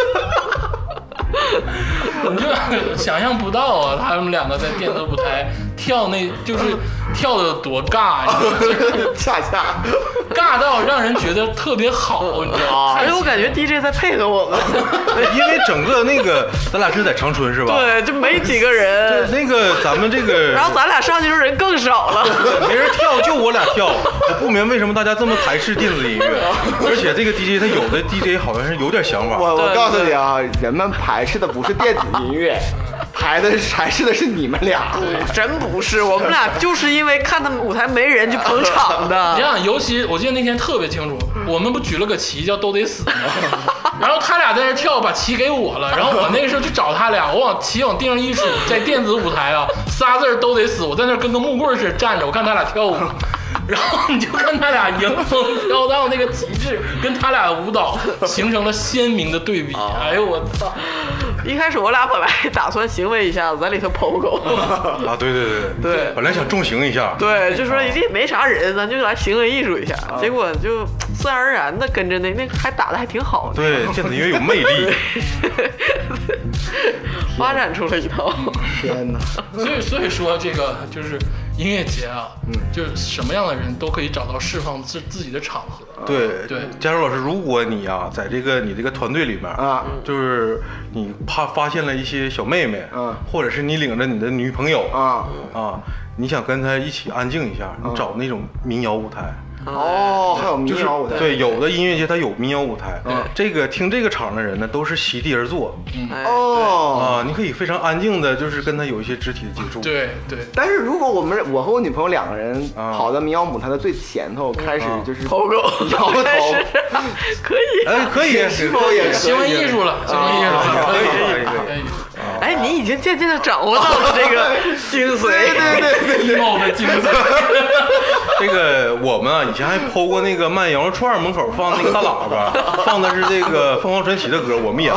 你就想象不到啊，他们两个在电子舞台跳，那就是跳的多尬， 恰尬到让人觉得特别好，你知道吗？ 而且我感觉 DJ 在配合我们， 因为整个那个咱俩是在长春是吧？ 对，就没几个人。 那个咱们这个， 然后咱俩上去时候人更少了， 没人跳，就我俩跳。我不明白为什么大家这么排斥电子音乐，而且这个 DJ 他有的 DJ 好像是有点想法。 我告诉你啊，人们排斥的不是电子音乐， 排斥的是你们俩。 真不是，我们俩就是因为看他们舞台没人去捧场的。 你看，尤其我记得那天特别清楚，我们不举了个旗叫都得死吗？然后他俩在那跳，把旗给我了，然后我那个时候去找他俩，我旗往地上一杵，在电子舞台啊，3字都得死，我在那跟个木棍似的站着，我看他俩跳舞。然后你就看他俩迎风飘荡那个旗帜，跟他俩舞蹈形成了鲜明的对比。哎呦我操！ 一开始我俩本来打算行为一下子在里头 POGO 啊，对，本来想重刑一下， 对，就说一定没啥人，咱就来行为艺术一下，结果就自然而然的跟着那个还打的还挺好的， 对，电子音乐有魅力， 发展出了一套。 天哪！ 所以说这个就是音乐节啊，就是什么样的人都可以找到释放自己的场合。 对，佳茹老师，如果你啊在你这个团队里面啊，就是你发现了一些小妹妹，或者是你领着你的女朋友你想跟她一起安静一下，你找那种民谣舞台。 哦，还有民谣舞台， 对，有的音乐节它有民谣舞台，这个听这个场的人呢都是席地而坐，你可以非常安静的，就是跟他有一些肢体的接触， 对。 但是如果我和我女朋友2个人跑到民谣舞台的最前头，开始就是 POGO 摇头， 可以， 可以， 是否也行为艺术了，可以。 哎，你已经渐渐的掌握到了这个精髓， 对，emo 的精髓。 这个我们啊，以前还PO过那个卖羊肉串门口放那个大喇叭，放的是这个凤凰传奇的歌，我们也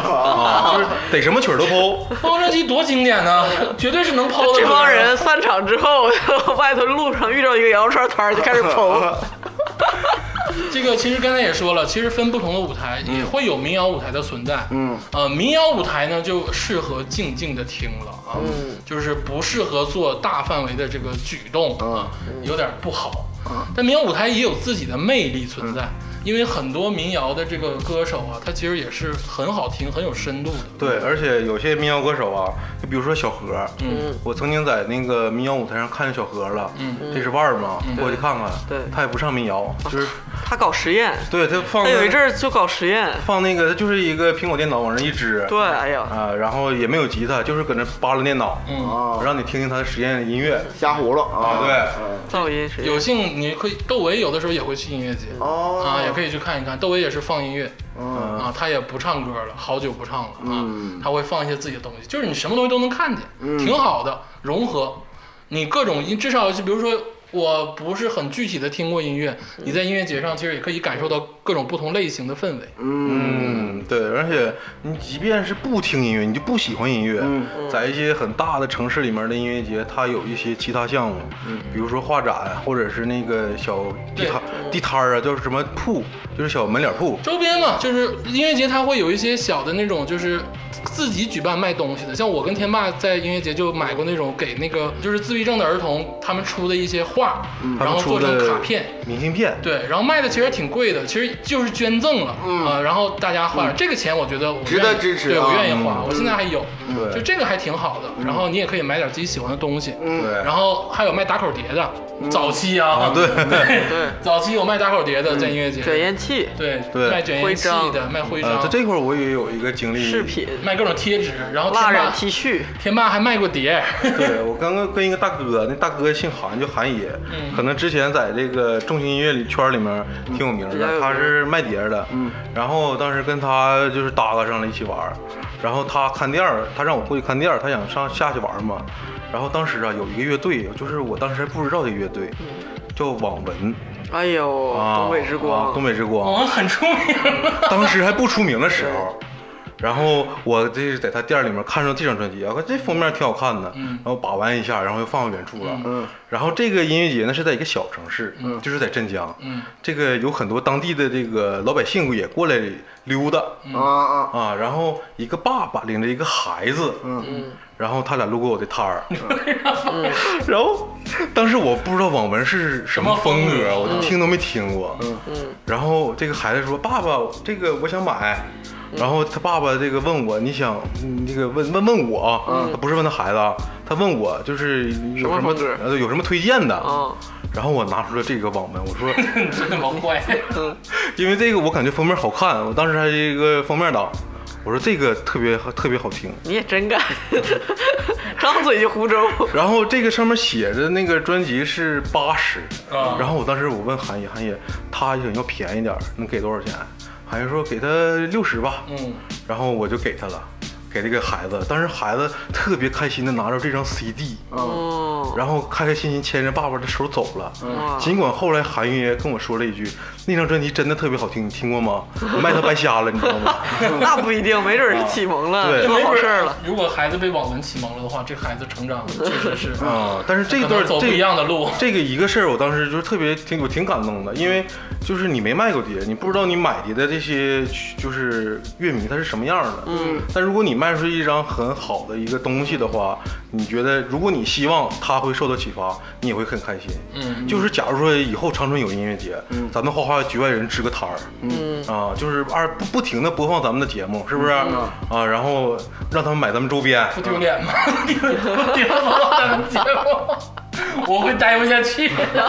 PO就是得什么曲儿都PO。 凤凰传奇多经典呢，绝对是能PO的。 这帮人散场之后，外头路上遇到一个羊肉串摊就开始PO。 这个其实刚才也说了，其实分不同的舞台也会有民谣舞台的存在。民谣舞台呢就适合静静的听了啊，就是不适合做大范围的这个举动，有点不好。但民谣舞台也有自己的魅力存在。因为很多民谣的这个歌手啊，他其实也是很好听、很有深度的。 对，而且有些民谣歌手啊，就比如说小何，我曾经在那个民谣舞台上看见小何了，这是腕儿嘛，过去看看， 对， 他也不唱民谣，就是他搞实验， 对他有一阵儿就搞实验， 放那个他就是一个苹果电脑往上一支， 对，哎呀然后也没有吉他，就是搁那扒拉电脑，让你听听他的实验音乐， 瞎胡了对， 噪音实验。 有幸你可以，窦唯有的时候也会去音乐节，也可以去看一看。窦唯也是放音乐，他也不唱歌了，好久不唱了他会放一些自己的东西，就是你什么东西都能看见，挺好的，融合你各种，至少比如说我不是很具体的听过音乐，你在音乐节上其实也可以感受到各种不同类型的氛围。 对，而且你即便是不听音乐，你就不喜欢音乐，在一些很大的城市里面的音乐节，它有一些其他项目，比如说画展，或者是那个小地摊啊，叫什么铺，就是小门脸铺。 周边嘛，就是音乐节它会有一些小的那种，就是自己举办卖东西的，像我跟天霸在音乐节就买过那种给那个就是自闭症的儿童他们出的一些画，然后做成卡片、 明信片， 对，然后卖的其实挺贵的，其实就是捐赠了，然后大家花这个钱，我觉得我值得支持， 对我愿意花，我现在还有， 对， 就这个还挺好的，然后你也可以买点自己喜欢的东西， 对， 然后还有卖打口碟的，早期对， 早期有卖打口碟的在音乐节， 卷烟器， 对，卖卷烟器的，卖徽章， 在这块我也有一个经历， 饰品， 卖各种贴纸，然后蜡染 T 恤， 天霸还卖过碟。 对，我刚刚跟一个大哥，那大哥姓韩，叫韩爷，可能之前在这个重型音乐圈里面挺有名的，他是卖碟的，然后当时跟他就是搭个上了一起玩，然后他看店儿，他让我过去看店儿，他想下去玩嘛，然后当时啊有一个乐队，就是我当时还不知道这个乐队叫网文。 哎呦，东北之光， 东北之光， 很出名。 当时还不出名的时候，然后我这在他店里面看上这张专辑啊，这封面挺好看的，然后把玩一下，然后又放到远处了。然后这个音乐节呢是在一个小城市，就是在镇江。这个有很多当地的这个老百姓也过来溜达然后一个爸爸领着一个孩子，然后他俩路过我的摊儿，然后当时我不知道网文是什么风格，我就听都没听过。然后这个孩子说：“爸爸，这个我想买。”然后他爸爸这个问我：“你想这个问我？他不是问他孩子，他问我就是有什么有什么推荐的。”然后我拿出了这个网文，我说：“ 真他妈坏！” 因为这个我感觉封面好看，我当时还是一个封面党。 我说这个特别好听。 你也真敢，张嘴就胡诌。 然后这个上面写着那个专辑是80，然后我当时我问韩爷，他想要便宜点，能给多少钱？韩爷说给他60吧。然后我就给他了。给这个孩子，当时孩子特别开心的拿着这张 CD，然后开开心心牵着爸爸的手走了。尽管后来韩爷跟我说了一句，那张专辑真的特别好听，你听过吗？我卖他白瞎了，你知道吗？ 那不一定，没准是启蒙了，做好事了。 如果孩子被网文启蒙了的话，这孩子成长确实是但是这一段走不一样的路。 这个一个事儿，我当时就是我挺感动的，因为就是你没卖过碟，你不知道你买碟的这些就是乐迷他是什么样的。但如果你卖出一张很好的一个东西的话，你觉得如果你希望他会受到启发，你也会很开心。就是假如说以后长春有音乐节，咱们花局外人支个摊儿，就是不停的播放咱们的节目，是不是？然后让他们买咱们周边， 不丢脸吗？不丢咱们节目，我会待不下去。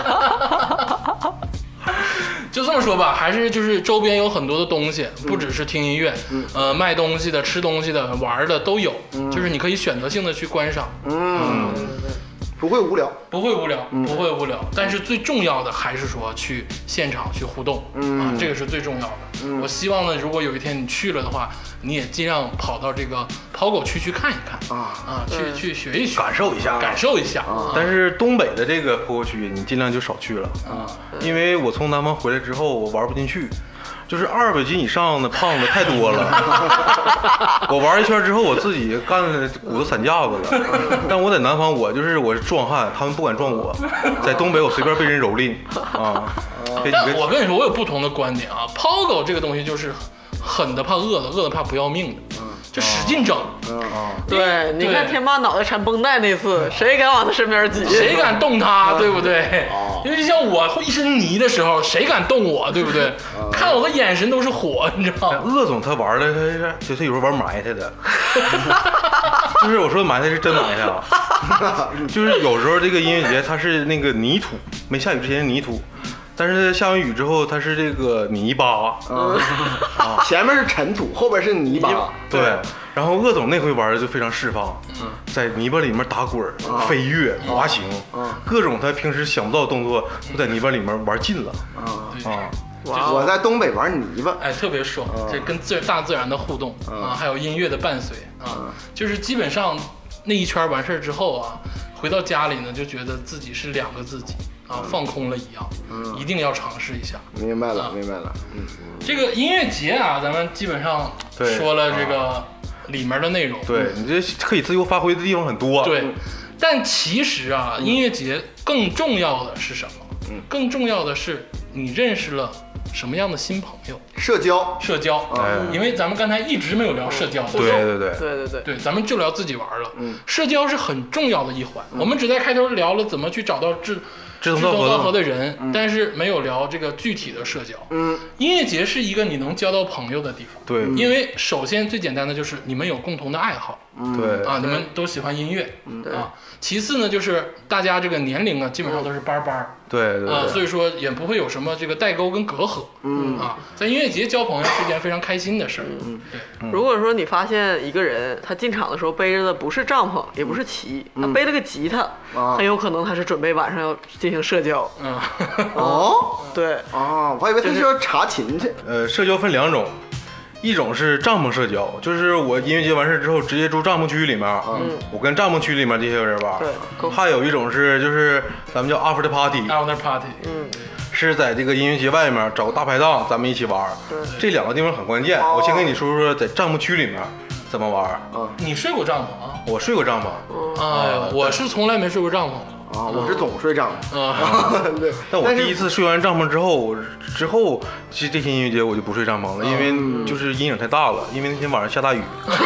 就这么说吧，还是就是周边有很多的东西，不只是听音乐，卖东西的、吃东西的、玩的都有，就是你可以选择性的去观赏， 不会无聊， 不会无聊。但是最重要的还是说去现场去互动，这个是最重要的。我希望呢，如果有一天你去了的话，你也尽量跑到这个跑狗区去看一看去学一学， 感受一下。但是东北的这个坡区，你尽量就少去了因为我从南方回来之后，我玩不进去。就是200斤以上的胖子太多了，我玩一圈之后，我自己干骨头散架子了。但我在南方，我是壮汉，他们不敢撞我；在东北，我随便被人蹂躏但我跟你说，我有不同的观点啊。抛狗这个东西就是狠的怕饿的，饿的怕不要命的。就使劲整， 对，你看天霸脑袋缠绷带那次，谁敢往他身边挤？ 谁敢动他，对不对？因为就像我一身泥的时候，谁敢动我，对不对？看我的眼神都是火，你知道吗？ 鄂总他玩的，他有时候玩埋汰的，就是我说埋汰是真埋汰啊，就是有时候这个音乐节它是那个泥土，没下雨之前是泥土。但是下完雨之后，它是这个泥巴， 前面是尘土，后边是泥巴。 对，然后鄂总那回玩的就非常释放，在泥巴里面打滚、飞跃、滑行，各种他平时想不到的动作，都在泥巴里面玩尽了。 我在东北玩泥巴， 特别爽，这跟大自然的互动还有音乐的伴随就是基本上那一圈完事之后回到家里呢，就觉得自己是2个自己。放空了一样，一定要尝试一下。 明白了。 这个音乐节咱们基本上说了这个里面的内容。 对，你这可以自由发挥的地方很多。 对，但其实音乐节更重要的是什么？更重要的是你认识了什么样的新朋友？ 社交， 因为咱们刚才一直没有聊社交。 对， 咱们就聊自己玩了。社交是很重要的一环。我们只在开头聊了怎么去找到志同道合的人，但是没有聊这个具体的社交。音乐节是一个你能交到朋友的地方。 对， 因为首先最简单的就是你们有共同的爱好。 对你们都喜欢音乐。其次呢，就是大家这个年龄基本上都是班。 对， 所以说也不会有什么这个代沟跟隔阂。在音乐节交朋友是一件非常开心的事儿。 对。如果说你发现一个人他进场的时候背着的不是帐篷，也不是旗，他背了个吉他，很有可能他是准备晚上要进行社交。对我还以为他是要查琴去。 社交分2种。一种是帐篷社交，就是我音乐节完事之后直接住帐篷区里面，我跟帐篷区里面这些人玩。 对， 还有一种就是咱们叫 after party， 是在这个音乐节外面找个大排档，咱们一起玩。这2个地方很关键。我先跟你说说在帐篷区里面怎么玩。 你睡过帐篷啊？ 我睡过帐篷。 我是从来没睡过帐篷。 我是总睡帐篷。对， 但我第一次睡完帐篷之后，其实这天音乐节我就不睡帐篷了，因为就是阴影太大了，因为那天晚上下大雨。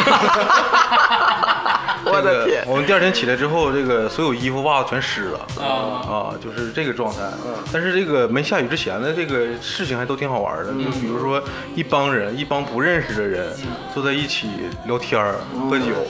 我的天！ 我们第2天起来之后，这个所有衣服袜子全湿了就是这个状态。但是这个没下雨之前的这个事情还都挺好玩的，就比如说一帮不认识的人坐在一起聊天喝酒。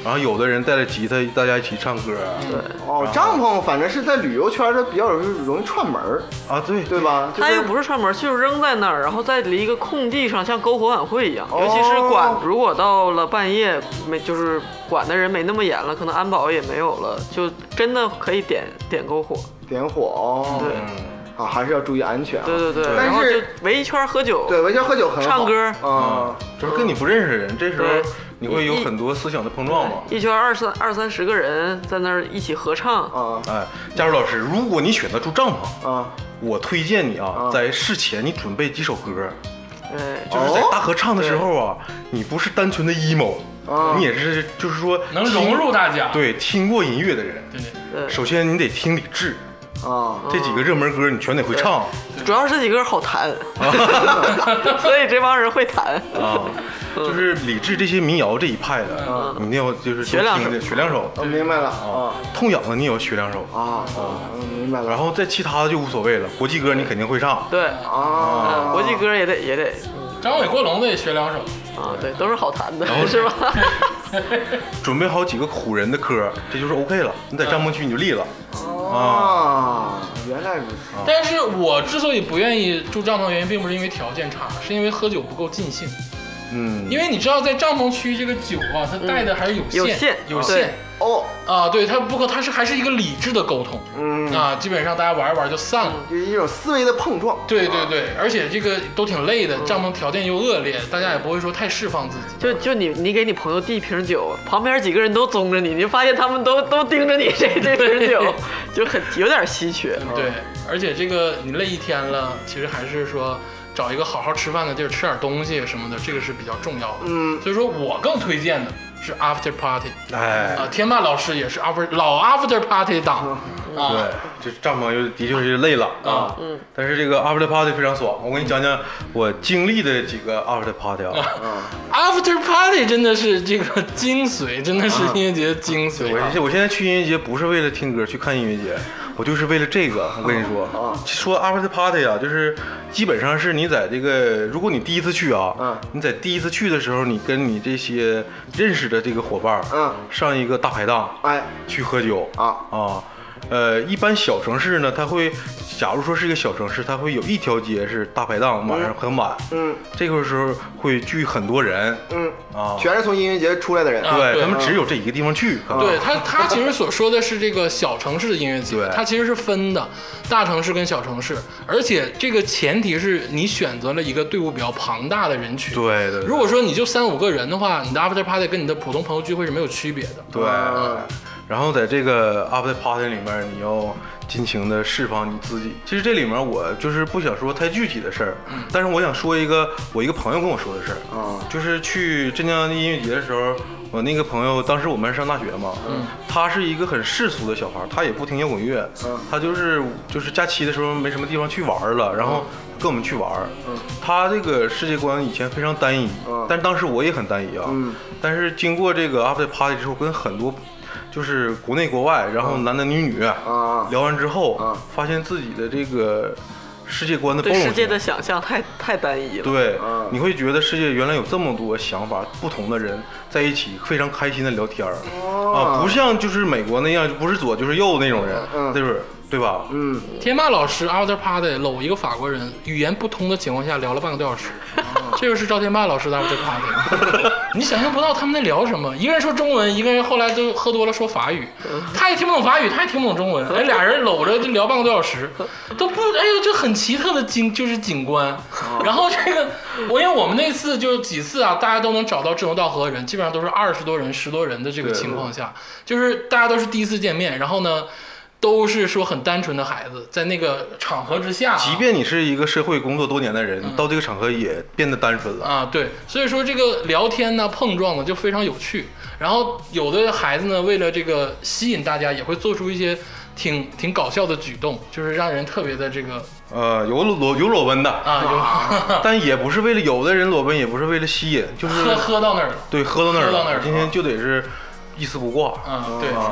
然后有的人带了吉他，大家一起唱歌。 对， 哦，帐篷反正是在旅游圈的比较容易串门啊，对吧？ 它又不是串门，就是扔在那儿，然后在一个空地上，像篝火晚会一样。尤其是如果到了半夜，就是管的人没那么严了，可能安保也没有了，就真的可以点篝火。 点火哦， 对。 啊，还是要注意安全啊！ 对， 但是就围一圈喝酒， 对，围一圈喝酒很好， 唱歌啊，就是跟你不认识的人，这时候你会有很多思想的碰撞嘛。 一圈二三十个人在那儿一起合唱啊！ 哎，佳茹老师，如果你选择住帐篷啊，我推荐你啊，在事前你准备几首歌，就是在大合唱的时候啊，你不是单纯的 emo，你也是就是说能融入大家， 对，听过音乐的人， 对， 首先你得听李志。这几个热门歌你全得会唱， 主要是这几歌好弹，所以这帮人会弹啊。就是李志这些民谣这一派的，你一定要就是学两首。 我明白了啊。 痛痒的你也要学两首啊。明白了。 然后再其他的就无所谓了，国际歌你肯定会唱。 对啊，国际歌也得。 张伟、郭龙的也学两首啊，对，都是好弹的，是吧？ 准备好几个唬人的歌，这就是 OK 了。你在帐篷区你就立了。 原来如此。 但是我之所以不愿意住帐篷，原因并不是因为条件差，是因为喝酒不够尽兴。因为你知道，在帐篷区这个酒啊，它带的还是有限。 哦啊，对，它还是一个理智的沟通。基本上大家玩一玩就散了， 就是一种思维的碰撞。 对，而且这个都挺累的，帐篷条件又恶劣，大家也不会说太释放自己。 就你给你朋友递一瓶酒，旁边几个人都宗着你，你就发现他们都盯着你这瓶酒，就有点稀缺。 对，而且这个你累一天了，其实还是说找一个好好吃饭的地儿，吃点东西什么的，这个是比较重要的。所以说我更推荐的是 After Party。天霸老师也是老 After Party 党。 对，这帐篷的确是累了啊。但是这个 After Party 非常爽，我给你讲讲我经历的几个 After Party 啊。 After Party 真的是这个精髓，真的是音乐节的精髓。 我现在去音乐节不是为了听歌去看音乐节，我就是为了这个。我跟你说 After Party 啊，就是基本上是你在这个，如果你第一次去啊，你在第一次去的时候，你跟你这些认识的这个伙伴，上一个大排档，去喝酒啊。一般小城市呢，它会，假如说是一个小城市，它会有一条街是大排档，晚上很晚，这个时候会聚很多人， 全是从音乐节出来的人， 对，他们只有这一个地方去。 对他其实所说的是这个小城市的音乐节，它其实是分的，大城市跟小城市，而且这个前提是你选择了一个队伍比较庞大的人群。 对， 如果说你就3-5个人的话，你的 After Party 跟你的普通朋友聚会是没有区别的。 对。然后在这个 After Party 里面，你要尽情的释放你自己。其实这里面我就是不想说太具体的事儿，但是我想说我一个朋友跟我说的事儿就是去镇江音乐节的时候，我那个朋友当时我们上大学嘛，他是一个很世俗的小孩，他也不听摇滚乐，他就是假期的时候没什么地方去玩了，然后跟我们去玩。他这个世界观以前非常单一，但当时我也很单一啊。但是经过这个 After Party 之后，跟很多就是国内国外，然后男男女女聊完之后，发现自己的这个世界观的包容性， 对世界的想象太单一了。 对，你会觉得世界原来有这么多想法，不同的人在一起非常开心的聊天不像就是美国那样，就不是左就是右那种人，对吧？ 天霸老师 After Party 搂一个法国人，语言不通的情况下聊了半个多小时，这就是赵天霸老师的 After Party。你想象不到他们在聊什么，一个人说中文，一个人后来就喝多了说法语，他也听不懂法语，他也听不懂中文，俩人搂着就聊半个多小时，都不，这很奇特的景观。然后这个因为我们那次就几次啊，大家都能找到志同道合的人，基本上都是20多人、10多人的这个情况下，就是大家都是第一次见面，然后呢，都是说很单纯的孩子，在那个场合之下， 即便你是一个社会工作多年的人，到这个场合也变得单纯了对，所以说这个聊天呢、碰撞呢就非常有趣。然后有的孩子呢，为了这个吸引大家，也会做出一些挺搞笑的举动，就是让人特别的这个有裸奔的但也不是为了，有的人裸奔也不是为了吸引，就是喝到那儿了， 对，喝到那儿了，今天就得是一丝不挂对。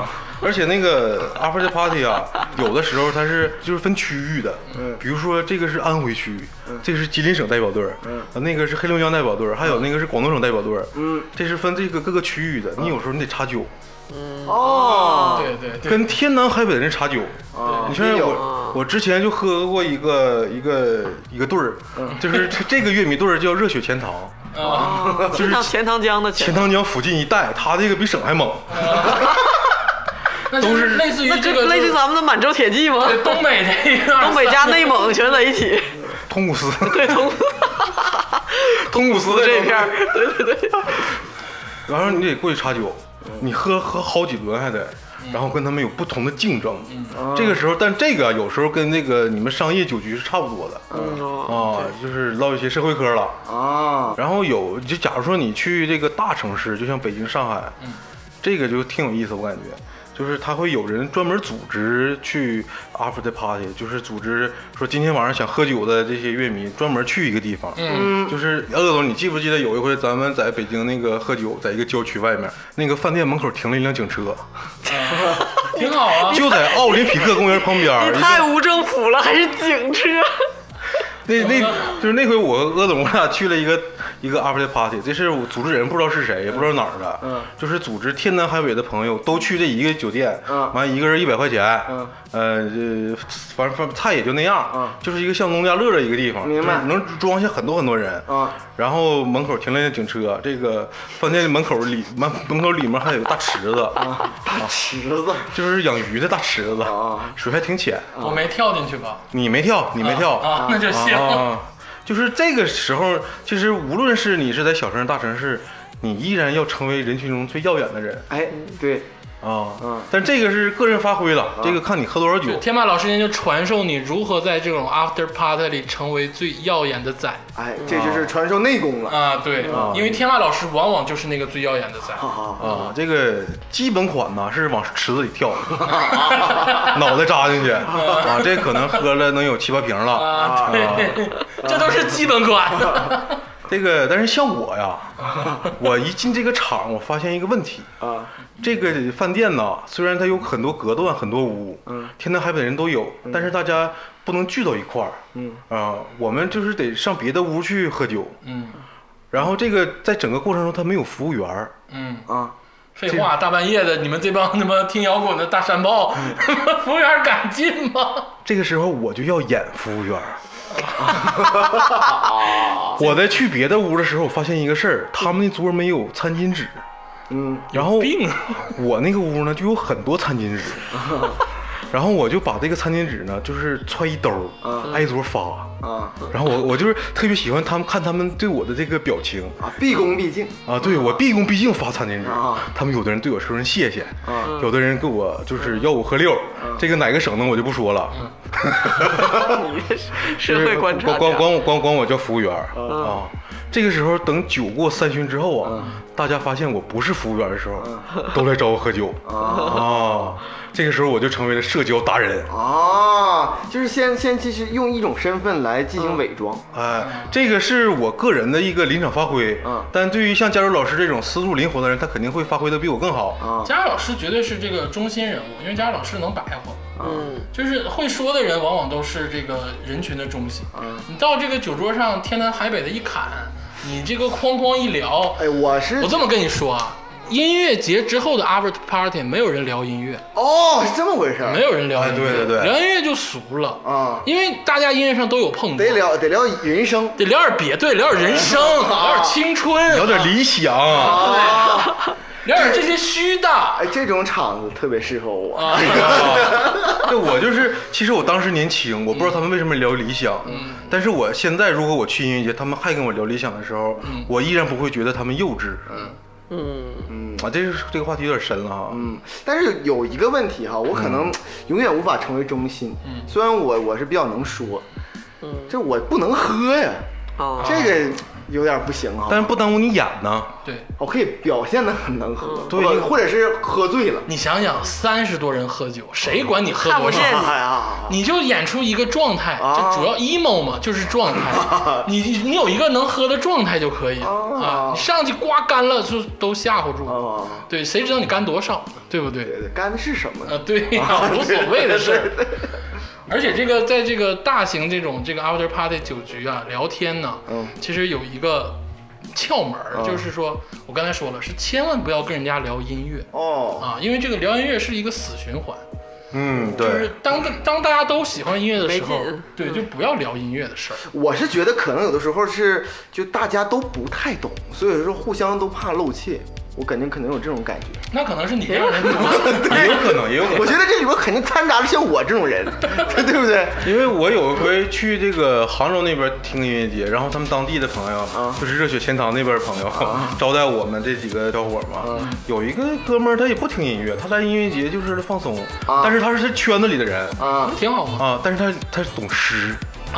而且那个 After Party 啊，有的时候它是就是分区域的，比如说这个是安徽区，这个是吉林省代表队，那个是黑龙江代表队，还有那个是广东省代表队，这是分这个各个区域的。你有时候你得查酒， 对， 跟天南海北的人查酒。你像我之前就喝过一个队儿，就是这个乐迷队儿叫热血钱塘。 就是钱塘江的钱塘江附近一带，他这个比省还猛， 都是类似于这个类似咱们的满洲铁骑吗？ 东北的东北加内蒙全在一起。 通古斯， 对通古斯这一片，对。 然后你得过去查酒，你喝好几轮还得。然后跟他们有不同的竞争，这个时候，但这个有时候跟那个你们商业酒局是差不多的，就是唠一些社会嗑了啊。然后就假如说你去这个大城市，就像北京、上海，这个就挺有意思，我感觉。就是他会有人专门组织去 after party， 就是组织说今天晚上想喝酒的这些乐迷专门去一个地方。就是鄂总，你记不记得有一回咱们在北京那个喝酒，在一个郊区外面，那个饭店门口停了一辆警车， 挺好啊， 就在奥林匹克公园旁边。 你太无政府了，还是警车？ 就是那回我和鄂总我俩去了一个 after party， 这是我组织人不知道是谁，也不知道哪儿的，就是组织天南海北的朋友都去这一个酒店，完一个人100块钱，反正菜也就那样，就是一个像农家乐的一个地方， 明白？ 能装下很多人，然后门口停了一辆警车，这个饭店门口里面还有个大池子， 大池子就是养鱼的大池子，水还挺浅。 我没跳进去吧？ 你没跳啊，那就行。 就是这个时候，其实无论是你是在小城市、大城市，你依然要成为人群中最耀眼的人。 哎，对。 但这个是个人发挥了，这个看你喝多少酒。 天马老师就传授你如何在这种 after party 里成为最耀眼的仔。 哎，这就是传授内功了啊！对，因为天马老师往往就是那个最耀眼的仔这个基本款呢是往池子里跳，脑袋扎进去这可能喝了能有7、8瓶了对，这都是基本款。 这个，但是像我呀，我一进这个场，我发现一个问题这个饭店呢，虽然它有很多隔断、很多屋，天南海北的人都有，但是大家不能聚到一块儿，我们就是得上别的屋去喝酒，然后这个在整个过程中，他没有服务员废话，大半夜的，你们这帮他妈听摇滚的大山炮，服务员敢进吗？ 这个时候我就要演服务员。我在去别的屋的时候，我发现一个事儿，他们那桌没有餐巾纸，然后我那个屋呢就有很多餐巾纸，然后我就把这个餐巾纸呢，就是揣一兜，挨桌发然后我就是特别喜欢看他们对我的这个表情毕恭毕敬对我毕恭毕敬发餐巾纸他们有的人对我说声谢谢有的人给我就是要我喝溜这个哪个省的我就不说了你社会观察管我叫服务员这个时候等酒过3巡之后大家发现我不是服务员的时候都来找我喝酒这个时候我就成为了社交达人就是先其实用一种身份来进行伪装这个是我个人的一个临场发挥但对于像加州老师这种思路灵活的人他肯定会发挥的比我更好加州老师绝对是这个中心人物因为加州老师能白活就是会说的人往往都是这个人群的中心你到这个酒桌上天南海北的一侃你这个哐一聊我这么跟你说音乐节之后的 after party 没有人聊音乐是这么回事没有人聊音乐对聊音乐就俗了因为大家音乐上都有碰撞得聊人生得聊点别对聊点人生聊点青春聊点理想聊点这些虚的这种场子特别适合我对我就是其实我当时年轻我不知道他们为什么聊理想但是我现在如果我去音乐节他们还跟我聊理想的时候我依然不会觉得他们幼稚这个话题有点深了但是有一个问题我可能永远无法成为中心虽然我是比较能说这我不能喝呀这个有点不行啊。 但是不耽误你演呢。 对， 我可以表现的很能喝， 对， 或者是喝醉了。 你想想，30多人喝酒，谁管你喝多少？你就演出一个状态，就主要 emo 嘛，就是状态。你有一个能喝的状态就可以啊，你上去刮干了就都吓唬住。对，谁知道你干多少，对不对？ 干的是什么呢？ 对呀，无所谓的事儿。而且这个在这个大型这个 after party 酒局啊，聊天呢，其实有一个窍门，就是说我刚才说了，是千万不要跟人家聊音乐因为这个聊音乐是一个死循环。对，就是当大家都喜欢音乐的时候，对，就不要聊音乐的事儿。 我是觉得可能有的时候是就大家都不太懂，所以说互相都怕露怯。我感觉可能有这种感觉， 那可能是你这样人多， 也有可能。 我觉得这里边肯定掺杂着像我这种人，对不对？ 因为我有一回去这个杭州那边听音乐节，然后他们当地的朋友，就是热血钱塘那边的朋友，招待我们这几个小伙嘛。有一个哥们儿他也不听音乐，他来音乐节就是放松，但是他是圈子里的人挺好嘛但是他懂诗。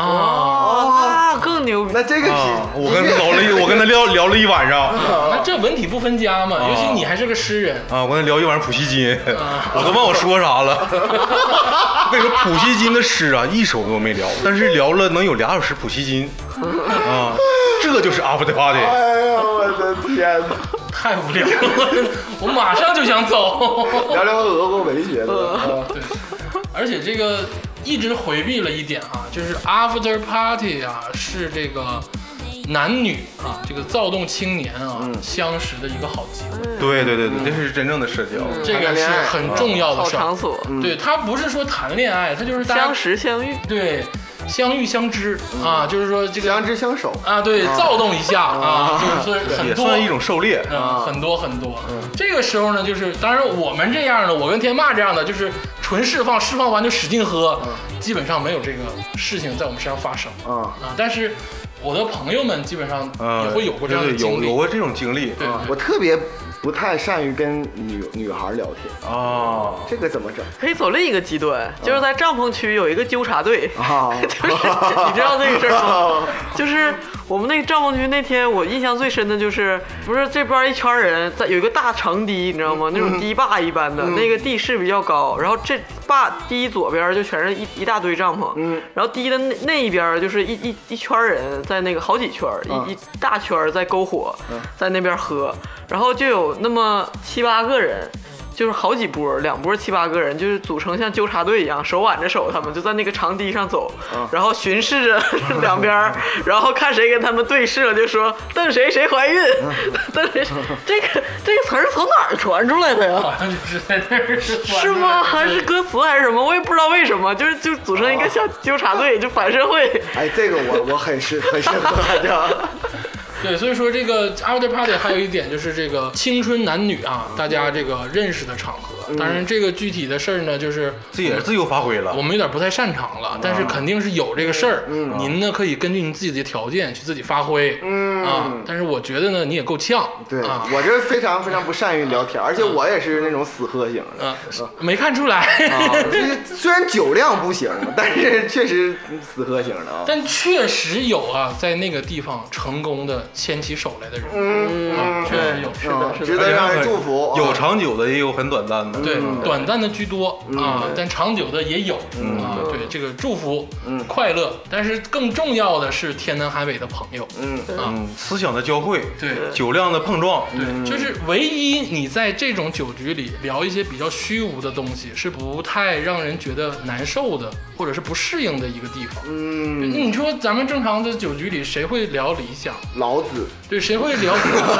更牛逼！ 那这个我跟他聊了一晚上。 那这文体不分家嘛，尤其你还是个诗人我跟他聊一晚上普希金，我都忘我说啥了。我跟你说，普希金的诗啊，一首都没聊，但是聊了能有2小时普希金这就是 after party。 哎呀，我的天哪！ 太无聊了，我马上就想走。 聊聊俄国文学的。 对，而且这个一直回避了一点就是 after party 是这个男女这个躁动青年相识的一个好机会。 对，这是真正的社交， 这个是很重要的好场所。 对，它不是说谈恋爱，它就是大家相识相遇。 对。相遇相知就是说这个相知相守对，躁动一下就是很多， 也算一种狩猎很多。这个时候呢，就是当然我们这样的，我跟天霸这样的，就是纯释放完就使劲喝，基本上没有这个事情在我们身上发生但是我的朋友们基本上也会有过这样的经历， 有过这种经历。 对， 我特别不太善于跟女孩聊天这个怎么整？ 可以走另一个极端，就是在帐篷区有一个纠察队就是你知道这个事儿吗？就是我们那个帐篷区那天，我印象最深的就是，不是这边一圈人在有一个大长堤，你知道吗？那种堤坝一般的，那个地势比较高，然后这堤左边就全是一大堆帐篷，然后堤的那一边就是一圈人在那个好几圈，一大圈在篝火，在那边喝，然后就有那么7、8个人。就是好几波，2波7、8个人，就是组成像纠察队一样，手挽着手，他们就在那个长堤上走，然后巡视着两边，然后看谁跟他们对视了，就说瞪谁谁怀孕，瞪谁。这个词儿从哪儿传出来的呀？ 好像就是在那儿是吗？还是歌词还是什么？我也不知道为什么，就组成一个小纠察队，就反社会。 哎，这个我很适合大家。 对，所以说这个 after party 还有一点就是这个青春男女大家这个认识的场合。当然，这个具体的事儿呢，就是这也是自由发挥了。 我们有点不太擅长了，但是肯定是有这个事儿。您呢可以根据您自己的条件去自己发挥。但是我觉得呢，你也够呛。 对我这非常非常不善于聊天，而且我也是那种死喝型的。 没看出来。 虽然酒量不行，但是确实死喝型的但确实有在那个地方成功的牵起手来的人。确实有， 是的， 值得让人祝福。 有长久的，也有很短暂的。 对，短暂的居多但长久的也有对，这个祝福快乐，但是更重要的是天南海北的朋友思想的交汇， 对， 酒量的碰撞， 对，就是唯一你在这种酒局里聊一些比较虚无的东西，是不太让人觉得难受的，或者是不适应的一个地方。你说咱们正常的酒局里，谁会聊理想？ 老子。 对，谁会聊？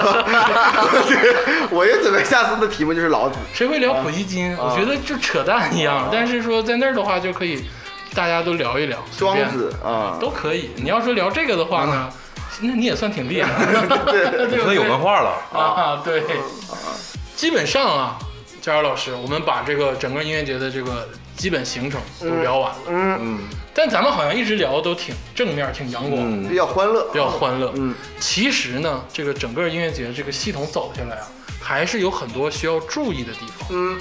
我也准备下次的题目就是老子。 谁会聊普希金？我觉得就扯淡一样。但是说在那儿的话，就可以大家都聊一聊。 庄子都可以。你要说聊这个的话呢，那你也算挺厉害， 对，算有文化了对。基本上佳儿老师，我们把这个整个音乐节的这个基本行程都聊完了。但咱们好像一直聊的都挺正面、挺阳光， 比较欢乐。 其实呢，这个整个音乐节这个系统走下来还是有很多需要注意的地方。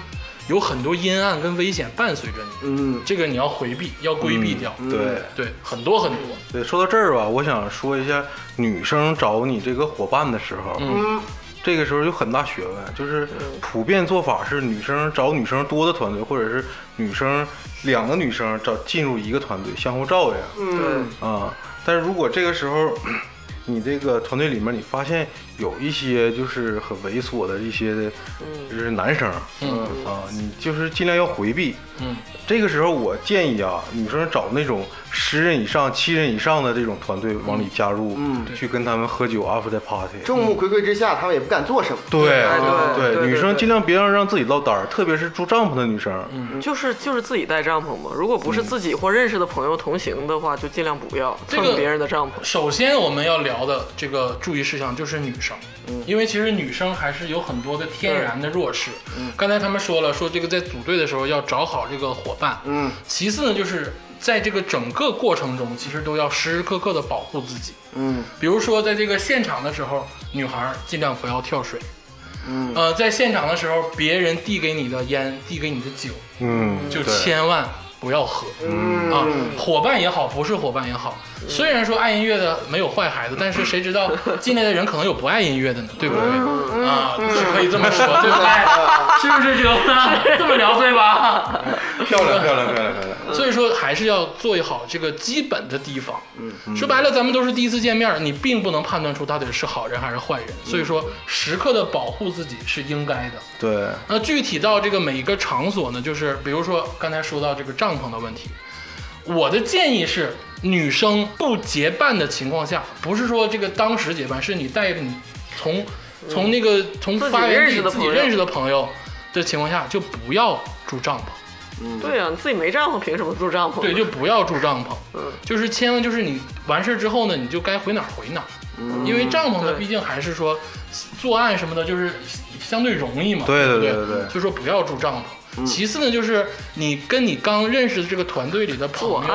有很多阴暗跟危险伴随着你，这个你要回避，要规避掉。对，很多很多。 对，说到这儿吧，我想说一下女生找你这个伙伴的时候，这个时候有很大学问，就是普遍做法是女生找女生多的团队，或者是女生2个女生进入一个团队，相互照应。但是如果这个时候你这个团队里面你发现有一些就是很猥琐的一些就是男生，你就是尽量要回避。这个时候我建议啊，女生找那种10人以上、7人以上的这种团队往里加入，去跟他们喝酒 after party。 众目睽睽之下，他们也不敢做什么。 对，女生尽量别让自己落单，特别是住帐篷的女生。 就是自己带帐篷嘛。如果不是自己或认识的朋友同行的话，就尽量不要蹭别人的帐篷。 首先我们要聊的这个注意事项就是女生，因为其实女生还是有很多的天然的弱势。刚才他们说了，说这个在组队的时候要找好这个伙伴。其次呢，就是在这个整个过程中，其实都要时时刻刻的保护自己。比如说在这个现场的时候，女孩尽量不要跳水。在现场的时候，别人递给你的烟、递给你的酒，就千万不要喝。伙伴也好，不是伙伴也好，虽然说爱音乐的没有坏孩子，但是谁知道进来的人可能有不爱音乐的呢，对不对？是可以这么说，对不对？是不是这么聊对吧？ 漂亮。 所以说还是要做好这个基本的提防。说白了，咱们都是第一次见面，你并不能判断出到底是好人还是坏人，所以说时刻的保护自己是应该的。 对。 那具体到这个每一个场所呢，就是比如说刚才说到这个帐篷的问题，我的建议是，女生不结伴的情况下，不是说这个当时结伴，是你带着你从发源地自己认识的朋友的情况下，就不要住帐篷。 对啊，你自己没帐篷，凭什么住帐篷？ 对，就不要住帐篷。就是千万就是你完事之后呢，你就该回哪儿回哪儿。因为帐篷呢，毕竟还是说作案什么的，就是相对容易嘛。 对， 所以说不要住帐篷。其次呢，就是你跟你刚认识的这个团队里的朋友，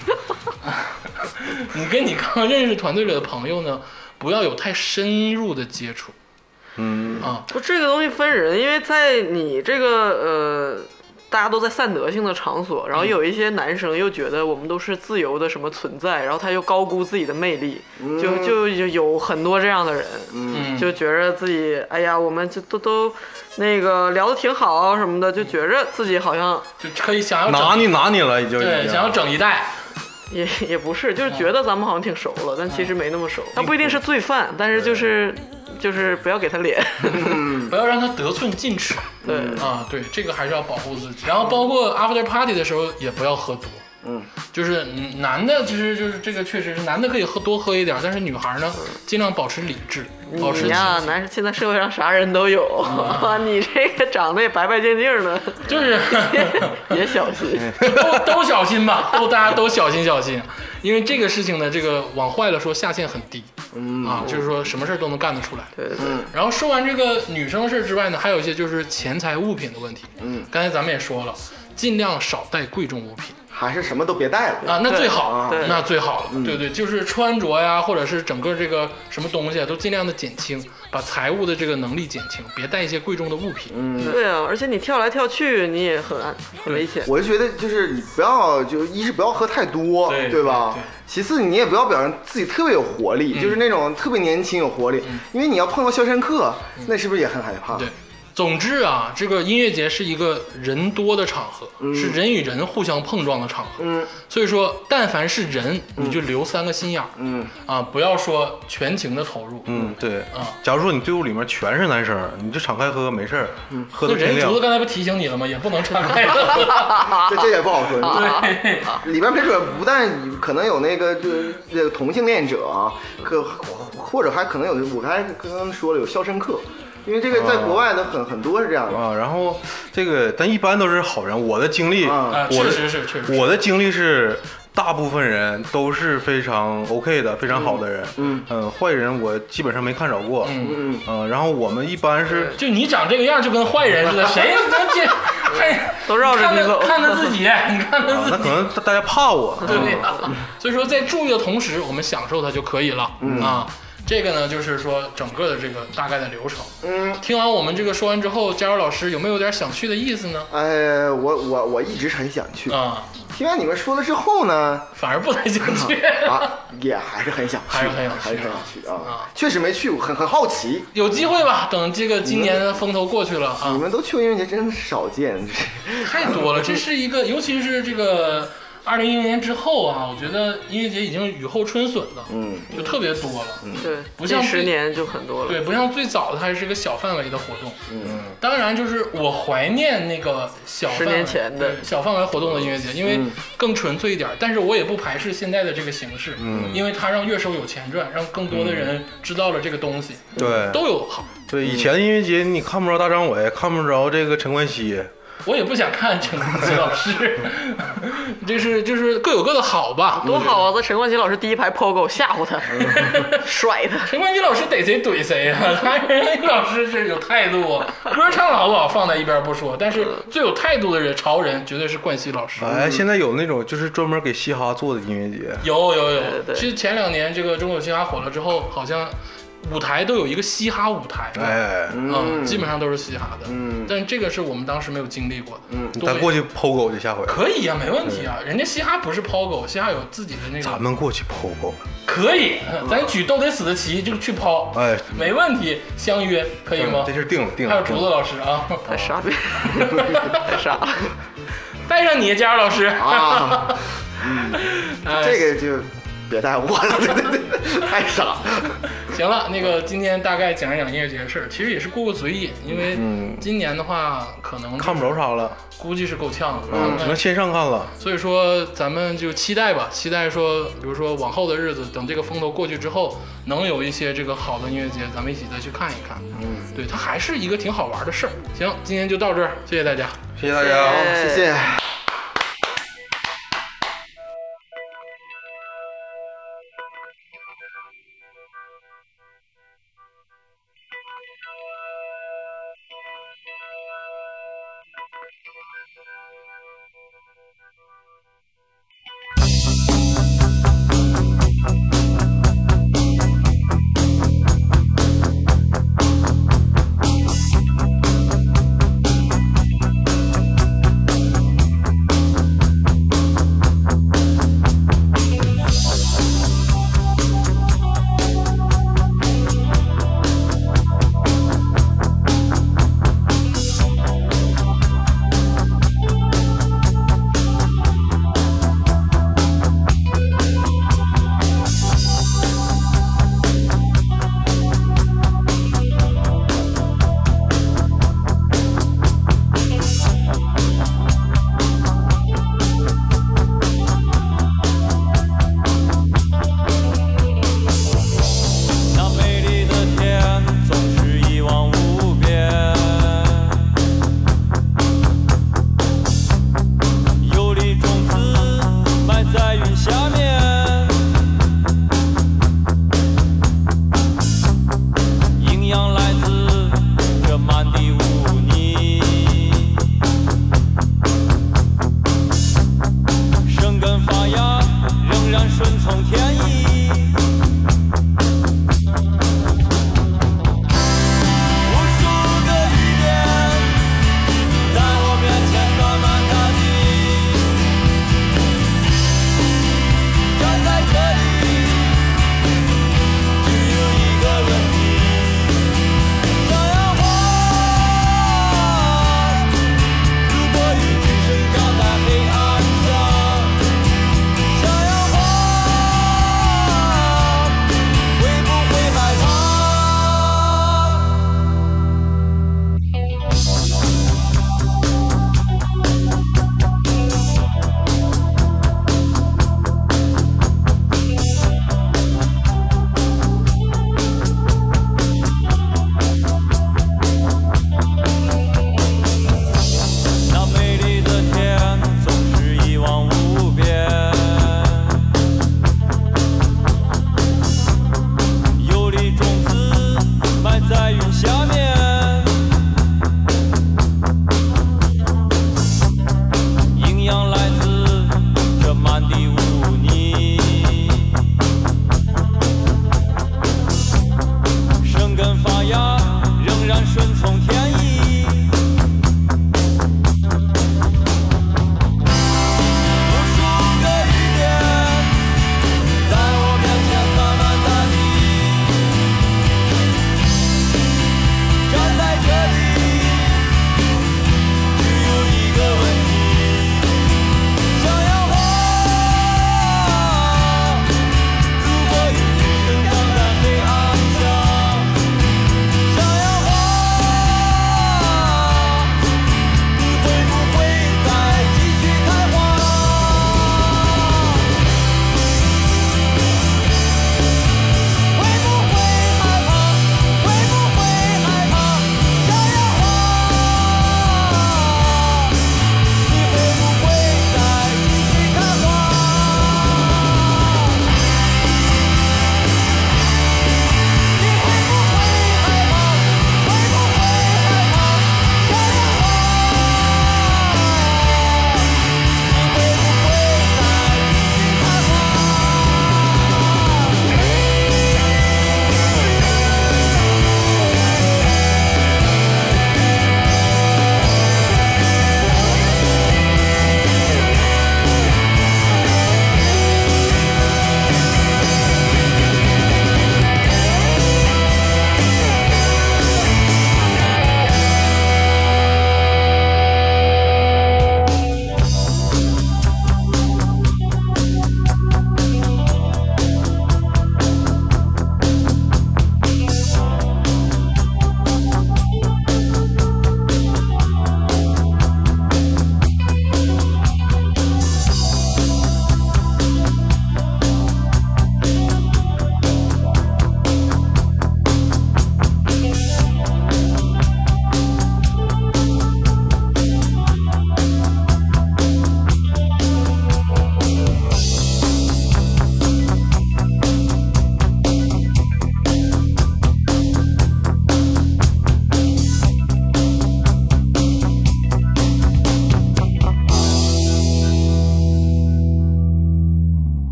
你跟你刚认识团队里的朋友呢，不要有太深入的接触。 这个东西分人，因为在你这个大家都在散德性的场所，然后有一些男生又觉得我们都是自由的什么存在，然后他又高估自己的魅力，就有很多这样的人，就觉着自己哎呀，我们就都那个聊得挺好什么的，就觉着自己好像就可以想要拿你了，已经对，想要整一代。 也不是，就是觉得咱们好像挺熟了，但其实没那么熟。他不一定是罪犯，但是就是不要给他脸， 不要让他得寸进尺。对，这个还是要保护自己。然后包括 after party 的时候也不要喝多。就是男的，其实就是这个确实是男的可以多喝一点，但是女孩呢，尽量保持理智，保持清醒。 现在社会上啥人都有，你这个长得也白白净净的， 就是也小心， 都小心吧，大家都小心，因为这个事情呢，这个往坏了说下限很低。就是说什么事都能干得出来。 对。 然后说完这个女生的事之外呢，还有一些就是钱财物品的问题。刚才咱们也说了，尽量少带贵重物品。 还是什么都别带了那最好，那最好了。对，就是穿着呀，或者是整个这个什么东西都尽量的减轻，把财务的这个能力减轻，别带一些贵重的物品。 对啊，而且你跳来跳去，你也很危险。 我就觉得就是你不要一是不要喝太多，对吧？其次你也不要表现自己特别有活力，就是那种特别年轻有活力，因为你要碰到肖申克，那是不是也很害怕？ 对。总之啊，这个音乐节是一个人多的场合，是人与人互相碰撞的场合。所以说，但凡是人，你就留3个心眼儿。不要说全情的投入。 对。假如说你队伍里面全是男生，你就敞开喝没事儿，喝的天亮。 人竹子刚才不提醒你了吗？也不能敞开喝。 这也不好说。 对。 里边没准不但可能有那个就同性恋者啊，或者还可能有我刚刚说了有肖申克。因为这个在国外的很多是这样的然后这个但一般都是好人。我的经历确实我的经历是大部分人都是非常 OK 的，非常好的人。坏人我基本上没看着过。然后我们一般是就你长这个样就跟坏人似的，谁能这都绕着你走， 看他自己，你看他自己。 那可能大家怕我。 对。所以说在注意的同时，我们享受它就可以了。 这个呢，就是说整个的这个大概的流程。听完我们这个说完之后，加入老师有没有点想去的意思呢？ 我一直很想去啊。听完你们说了之后呢， 反而不太想去啊，也还是很想去， 还是很想去啊。确实没去过，很好奇。 有机会吧，等这个今年的风头过去了啊。 你们都去音乐节真是少见， 太多了。这是一个，尤其是这个2010年之后啊，我觉得音乐节已经雨后春笋了，就特别多了， 对， 不像 10年就很多了， 对，不像最早的它是个小范围的活动，当然就是我怀念那个10年前的小范围活动的音乐节，因为更纯粹一点，但是我也不排斥现在的这个形式，因为它让乐手有钱赚，让更多的人知道了这个东西， 对， 都有好。 对，以前的音乐节你看不着大张伟，看不着这个陈冠希。 我也不想看陈冠希老师，就是各有各的好吧， 多好啊！在陈冠希老师第一排 POGO 吓唬他，甩他。 陈冠希老师逮谁怼谁啊！他陈老师是有态度，歌唱的好不好放在一边不说，但是最有态度的人潮人绝对是冠希老师。 哎，现在有那种就是专门给嘻哈做的音乐节， 有。其实前2年这个中国嘻哈火了之后，好像舞台都有一个嘻哈舞台，基本上都是嘻哈的，但这个是我们当时没有经历过的， 咱过去抛狗去下回可以呀，没问题啊，人家嘻哈不是抛狗，嘻哈有自己的那个， 咱们过去抛狗可以，咱举都得死的旗就去抛，哎，没问题，相约可以吗？ 这事定了。 还有竹子老师啊， 太傻逼，太傻了， 带上你，佳儿老师啊，这个就。别带我了，对，太傻了。 行了，那个今天大概讲一讲音乐节的事儿，其实也是过嘴瘾，因为今年的话可能看不着啥了， 估计是够呛的， 只能线上看了。 所以说咱们就期待吧，期待说，比如说往后的日子，等这个风头过去之后，能有一些这个好的音乐节，咱们一起再去看一看。对，它还是一个挺好玩的事儿。行，今天就到这儿，谢谢大家， 谢谢大家， 谢谢。